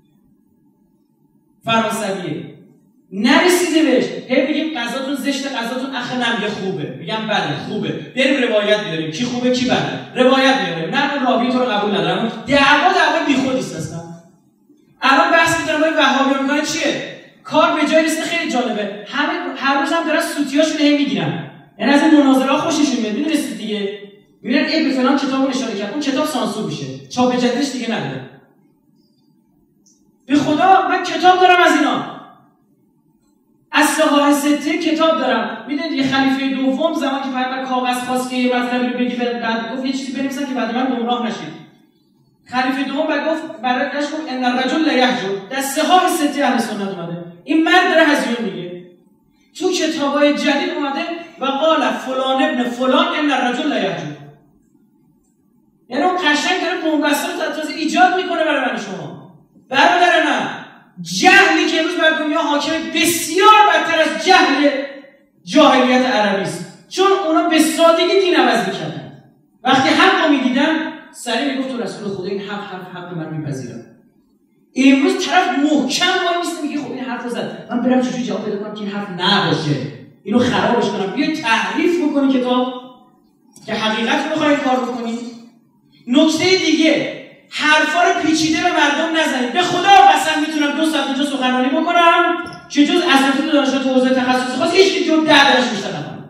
فرانسویه. نرسیده بهش. هی بگیم قضاتون زشته، قضاتون اخ نمیگه خوبه. میگم بله خوبه. بریم روایت بیاریم. کی خوبه کی بده. روایت بیاریم. نه من راوی تو رو قبول ندارم. دعوا دعوا بیخودی است اصلا. الان بحث می‌کنم با وهابی میگن چیه؟ کار به جای نیست. خیلی جالبه. همه هر روز هم دارن سوتیاشون هی میگیرن. یعنی از این مناظره‌ها خوششون میاد. میدونید دیگه. میرن ای به فلان کتابو اشاره کرد. اون کتاب سانسور میشه. چاپ جدیدش دیگه نداره. به خدا من کتاب دارم از اینا. از صحاح سته کتاب دارم. میدونید یه خلیفه دوم زمان که پیامبر کاغذ خواست که یه مطلبی رو بگی بعد گفت یه چیزی بنویسن که بعد من گمراه نشید. خلیفه دوم بعد گفت برای گشت گفت ان الرجل لا یحجر. در صحاح سته اهل سنت اومده. این مرد داره هزیون میگه. تو کتابای جدید اومده و قال فلان ابن فلان ان الرجل لا یحجر. یعنی اون قشنگ داره بنبسته رو تازه ایجاد میکنه برای من شما. برادر من، جهلی که امروز بر دنیا حاکم بسیار بدتر از جهل جاهلیت عربی است. چون اونا به سادگی دین عوض میکردن. وقتی حق رو میدیدن سریع میگفت تو رسول خدا این حق حرف حق من میپذیرم. امروز طرف محکم وای میسته میگه خب این حرف رو زد، من برم چجوری جواب پیدا کنم که این حرف نباشه، اینو خرابش کنم. بیا تحریف بکنی کتاب که حقیقت رو بخواید کار بکنی. نکته دیگه، حرفا رو پیچیده به مردم نزنید. به خدا قسم میتونم دو ساعت اینجا سخنرانی بکنم که جز اساتید دانشگاه حوزه تخصصی خاص هیچ کی جو ده درش بیشتر نکنه.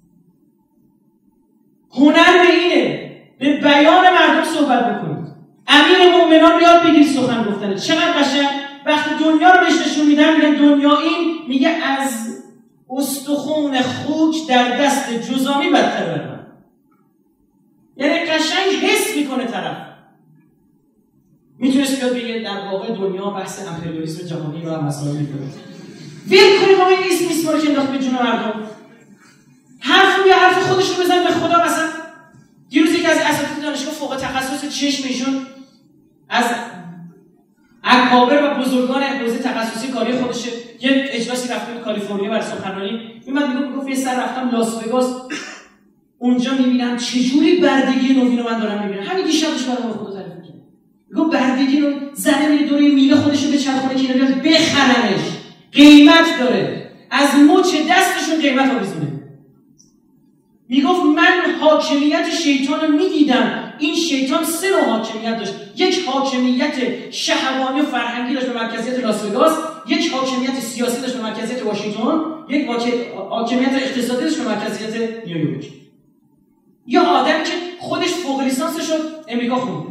هنر به اینه، به بیان مردم صحبت بکنید. امیر مومنان یاد بگیرید سخن گفتن. چقدر قشنگ وقتی دنیا رو بهش نشون میدن میگن دنیا این میگه از استخون خوک در دست جزامی بدتر برن. یعنی قشنگ حس میکنه طرف. میتونست بیاد بگه در واقع دنیا بحث امپریالیسم جهانی و مسائل میکنه. ویل کنیم آقا این اسم میسماره که انداخت به جون مردم. حرف رو یه حرف خودش رو بزن به خدا. مثلا دیروز یکی از اساتید دانشگاه فوق تخصص چشم ایشون از اکابر و بزرگان حوزه تخصصی کاری خودشه یه اجلاسی رفتم کالیفرنیا برای سخنرانی. میومد میگفت میگفت یه سر رفتم لاس وگاس، اونجا میبینم چجوری بردگی نوین رو من دارم میبینم. همین دیشبش برام خدا تعریف می‌کنه. میگم بردگی رو زنه میره دوره میله خودش رو به چرخونه که اینا بیاد بخرنش، قیمت داره، از مچ دستشون قیمت آویزونه. میگفت من حاکمیت شیطان رو میدیدم. این شیطان سه نوع حاکمیت داشت. یک حاکمیت شهوانی و فرهنگی داشت به مرکزیت لاس وگاس، یک حاکمیت سیاسی داشت به مرکزیت واشنگتن، یک حاکمیت اقتصادی داشت به مرکزیت نیویورک. یه آدمی که خودش فوق لیسانسش رو امریکا خونده.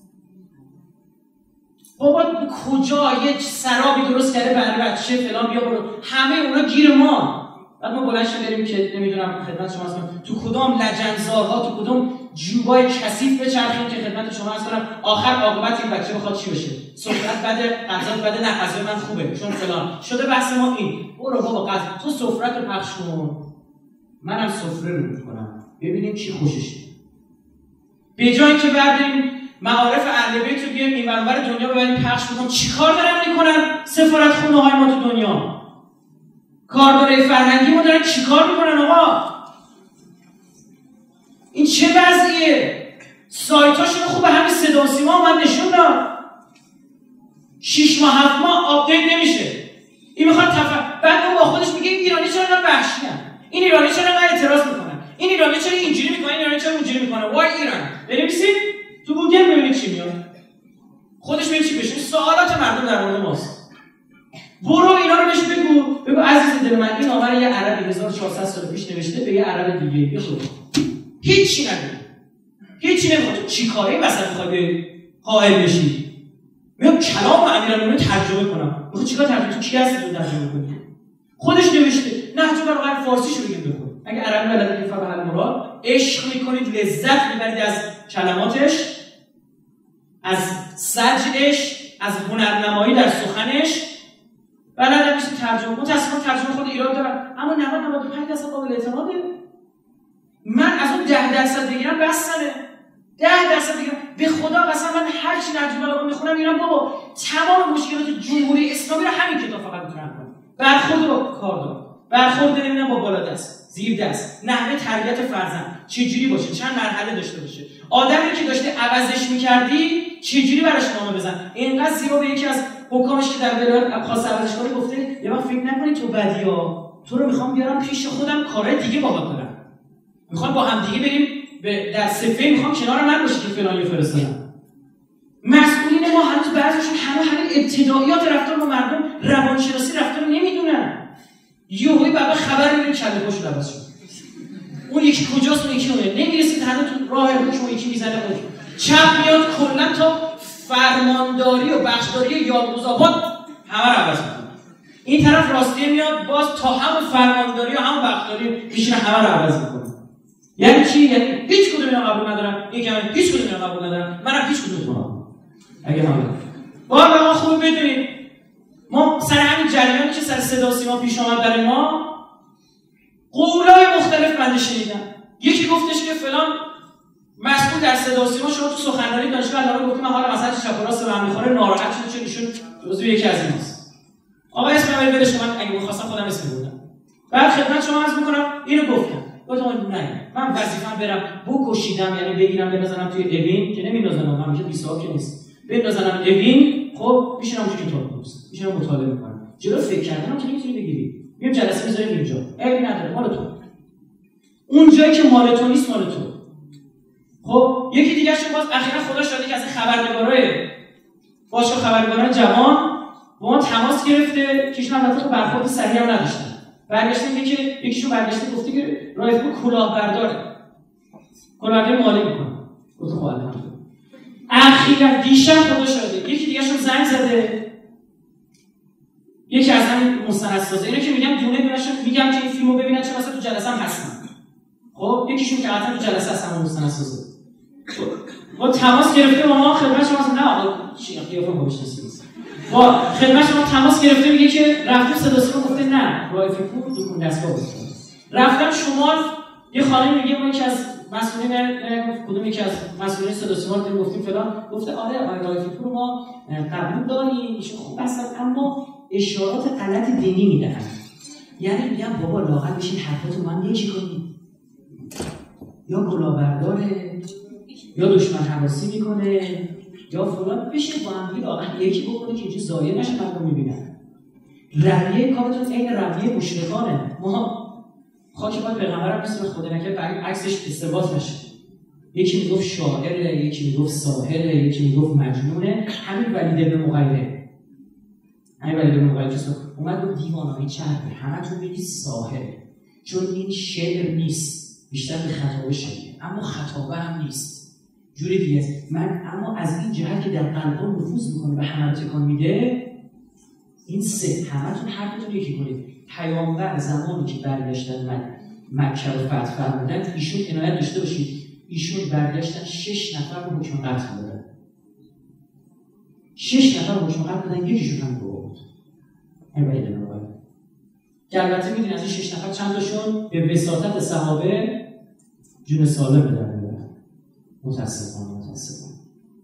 بابا کجا یک سرابی درست کرده برای بچه فلان بیا برو، همه اونا گیر ما. بعد ما بلند شیم بریم که نمیدونم خدمت شما هستم تو کدام لجنزارها تو کدام جوبای کثیف بچرخیم که خدمت شما هستم آخر عاقبت این بچه بخواد چی بشه. سفرت بده، غذا بده، نه غذا من خوبه چون فلان شده. بحث ما این. برو بابا غذا تو سفرت رو پخش کن، منم سفره رو میکنم ببینیم چی خوششه. به جای که بردیم معارف اهل بیت رو بیایم این ور دنیا ببریم پخش بکنیم. چیکار دارن میکنن سفارت خونه های ما تو دنیا؟ کاردار فرهنگی ما دارن چیکار میکنن آقا؟ دیگه سایتاشون خوب همین صدا و سیما من نشون داد شش ماه هفت ماه آپدیت نمیشه. این میخواد تفکر بعد اون با خودش میگه این ایرانی چرا انقدر وحشیان، این ایرانی چرا انقدر اعتراض میکنن، این ایرانی چرا اینجوری میکنه، این ایرانی چرا اونجوری میکنه. وای ایران بنویسید تو گوگل ببینید چی میاد، خودش ببین چی بشه. سوالات مردم در مورد ماست. برو اینا رو بهش بگو، بگو عزیز دل من این آمر یه عربی هزار و چهارصد سال پیش نوشته به یه عرب دیگه بخون. هیچی نگو. هیچی نمیخواد. تو چی کاری وسط میخوای قائل بشی؟ میام کلام امیرالمومنین ترجمه کنم. میخوای چیکار ترجمه؟ تو کی هستی تو ترجمه کنی؟ خودش نوشته. نهج البلاغه فارسیشو بگید بخون. اگه عربی بلدی که فقط المراد عشق میکنید، لذت میبرید از کلماتش، از سجعش، از هنرنمایی در سخنش. بلد میشه ترجمه. متأسفانه ترجمه خود ایران دارن، اما نود تا نود و پنج درصد قابل اعتماده. من از اون ده درصد بگیرم بسنه. ده درصد بگیرم به خدا قسم من هر چی نهج البلاغه میخونم میگم بابا تمام مشکلات جمهوری اسلامی رو همین کتاب فقط میتونه حل کنه. برخورد با کاردار، برخورد نمیدونم با بالا دست، زیر دست، نحوه تربیت فرزند چجوری باشه، چند مرحله داشته باشه، آدمی که داشته عوضش میکردی چجوری براش نامه بزن. اینقدر زیبا به یکی از حکامش که در ولایت خاص عوضش کنه گفته یه وقت فکر نکنی تو بدیا، تو رو میخوام بیارم پیش خودم کارهای دیگه باهات دارم، میخوام با هم دیگه بریم در صفه، میخوام کنار من باشی که فلانی فرستادم. مسئولین ما هنوز بعضیشون همه همین ابتداییات رفتار با مردم، روانشناسی رفتار نمیدونن. یهویی بابا خبر میگیره کله پاش لباس شد. اون یکی کجاست، اون یکی اونه، نمیرسید هنوز تو راه رو چون یکی میزنه خودش. چپ میاد کلا تا فرمانداری و بخشداری یالبوزآباد همه رو عوض میکنه. این طرف راستی میاد باز تا همون فرمانداری و همون بخشداری میشینه همه رو عوض میکنه. یعنی چی؟ یعنی هیچ کدوم اینا قبول ندارم، یکی هم هیچ کدوم اینا قبول ندارم، منم هیچ کدوم نمیخوام. اگه همین والا ما خوب بدونید ما سر همین جریانی که سر صدا و سیما پیش آمد برای ما قولای مختلف بنده شنیدم. یکی گفتش که فلان مسئول در صدا و سیما شما تو سخنرانی دانشگاه علامه گفت من حالا مثلا چپ و راست به هم میخوره، ناراحت شد چون ایشون جزو یکی از ایناست. آقا اسم من بدش، من اگه می‌خواستم خودم اسم بردم. بعد خدمت شما عرض می‌کنم اینو گفتم. گفتم نه من وظیفه‌ام برم بکشیدم، یعنی بگیرم بنازنم توی اوین که نمی‌نازنم، من که بیست سال که نیست. بنازنم اوین، خب میشینم اونجا کتاب می‌نویسم، میشینم مطالعه می‌کنم. جلو فکر کردنم که نمی‌تونی بگیری. میام جلسه می‌ذاریم اینجا. عیبی نداره، مال تو. اون جایی که مال تو نیست مال تو. خب یکی دیگه شون باز اخیراً خدا شاده که از خبرنگارای باشگاه خبرنگاران جوان با ما تماس گرفته که ایشون البته برخورد سریع هم نداشتن. برگشته میگه که یکیشون برگشته گفته که رایفپور کلاهبرداره. کلاهبرداری مالی میکنه. گفت خب الحمدلله. اخیراً دیشب خدا شاده یکی دیگه شون زنگ زده. یکی از همین مستندسازا اینا که میگم دونه دونهشون میگم که این فیلمو ببینن چه مثلا تو جلسه هم هستن. خب یکیشون که حتما تو جلسه هستن مستندسازا. با تماس گرفته با ما خدمت شما نه آقا چی قیافه خوبش نیست. با خدمت شما تماس گرفته میگه که رفتم صدا سیما گفته نه رایفپور دکون دستگاه بود. رفتم شمال یه خانم میگه ما یکی از مسئولین کدوم یکی از مسئولین صدا سیما رو گفتیم فلان، گفته آره آقای رایفپور ما قبول داریم ایشون خوب هستن اما اشارات غلط دینی میدن. یعنی میگم بابا لااقل بشین حرفاتو من یکی کنید. یا کلاهبرداره یا دشمن هواسی میکنه یا فلان، بشه با هم دیگه واقعا یکی بکنه که اینجا ضایع نشه مردم میبینن. رویه کارتون عین رویه مشرکانه. ما خاک پای پیغمبرم مثل خدا نکرد برای عکسش استباط نشه. یکی میگفت شاعره، یکی میگفت ساحره، یکی میگفت مجنونه. همین ولید بن مغیره همین ولید بن مغیره که اومد گفت دیوانه‌ای چربه، همتون بگید ساحره، چون این شعر نیست، بیشتر به خطابه شدید، اما خطابه هم نیست، جوری دیگه است. من اما از این جهت که در قلبم نفوذ میکنه به همه تکان میده، این سه همتون حرفتون یکی کنید. پیامبر زمانی که برگشتن من مکه رو فتح فرمودن، ایشون عنایت داشته باشید ایشون برگشتن شش نفر رو حکم قتل دادن. شش نفر رو حکم قتل دادن، یکیشون هم بود ابراهیم بن مغیره. که البته میدونید از این شش نفر چند تاشون به وساطت صحابه جون سالم به در میبرن. متاسفانه متاسفانه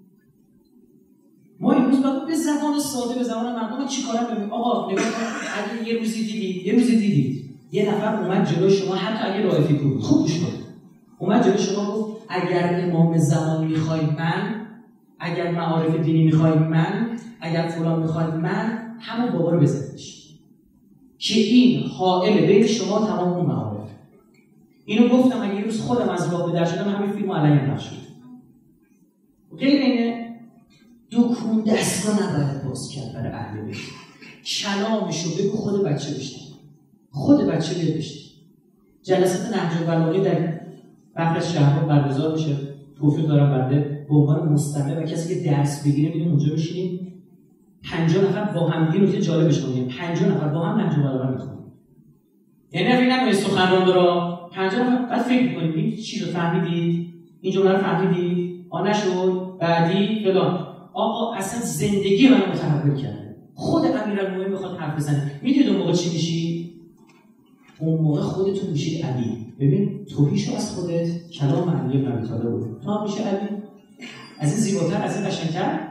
ما امروز باید به زبان ساده به زبان مردم چی کارم ببینیم. آقا نگاه کن، اگه یه روزی دیدید یه روزی دیدید یه نفر اومد جلوی شما، حتی اگه رایفپور بود خوب گوش کنید، اومد جلوی شما گفت اگر امام زمان میخوای من، اگر معارف دینی میخوای من، اگر فلان میخوای من، همون بابا رو بزنش که این حائل بین شما تمام اون معارف. اینو گفتم اگه یه روز خودم از راه بدر شدم همین فیلمو علیه پخش شد. غیر اینه دکون دستگاه نباید باز کرد برای اهل بیت. کلامشو بگو خود بچه بشنه، خود بچه بیاد بشنه. جلسات نهج البلاغه در بخش شهرها برگزار میشه. توفیق دارم بنده به عنوان مستمع و کسی که درس بگیره میریم اونجا بشینیم پنجاه نفر با هم دیگه نکته جالبش کنیم. پنجاه نفر با هم نهج البلاغه میخونیم. یعنی فکر نکنید سخنران را پنجاه نفر بعد فکر می‌کنید این چی رو فهمیدید؟ این جمله رو فهمیدید؟ آ نشد بعدی فلان. آقا اصلا زندگی منو متحول کرده. خود امیرالمومنین میخواد حرف بزنه. میدونید اون موقع چی میشی؟ اون موقع خودتون میشید علی. ببین توحیدشو از خودت کلام علی بن ابی طالب بود. تو هم میشه علی. از این زیباتر، از این قشنگتر.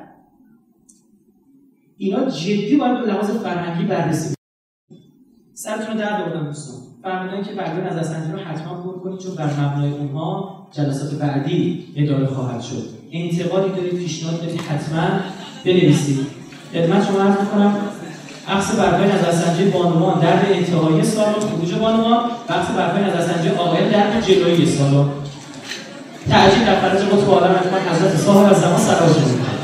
اینا جدی باید به لحاظ فرهنگی بررسی. سرتون رو درد آوردم دوستان. فرمودن که برنامه نظرسنجی رو حتما پر کنید چون بر مبنای اونها جلسات بعدی اداره خواهد شد. انتقادی دارید، پیشنهاد دارید، حتما بنویسید. خدمت شما عرض می‌کنم بحث برنامه نظرسنجی بانوان در انتهای سالن، خروج بانوان، بحث برنامه نظرسنجی آقایان در جلوی سالن. تعجیل در خارج ما تو عالم حضرت صاحب از زمان سلام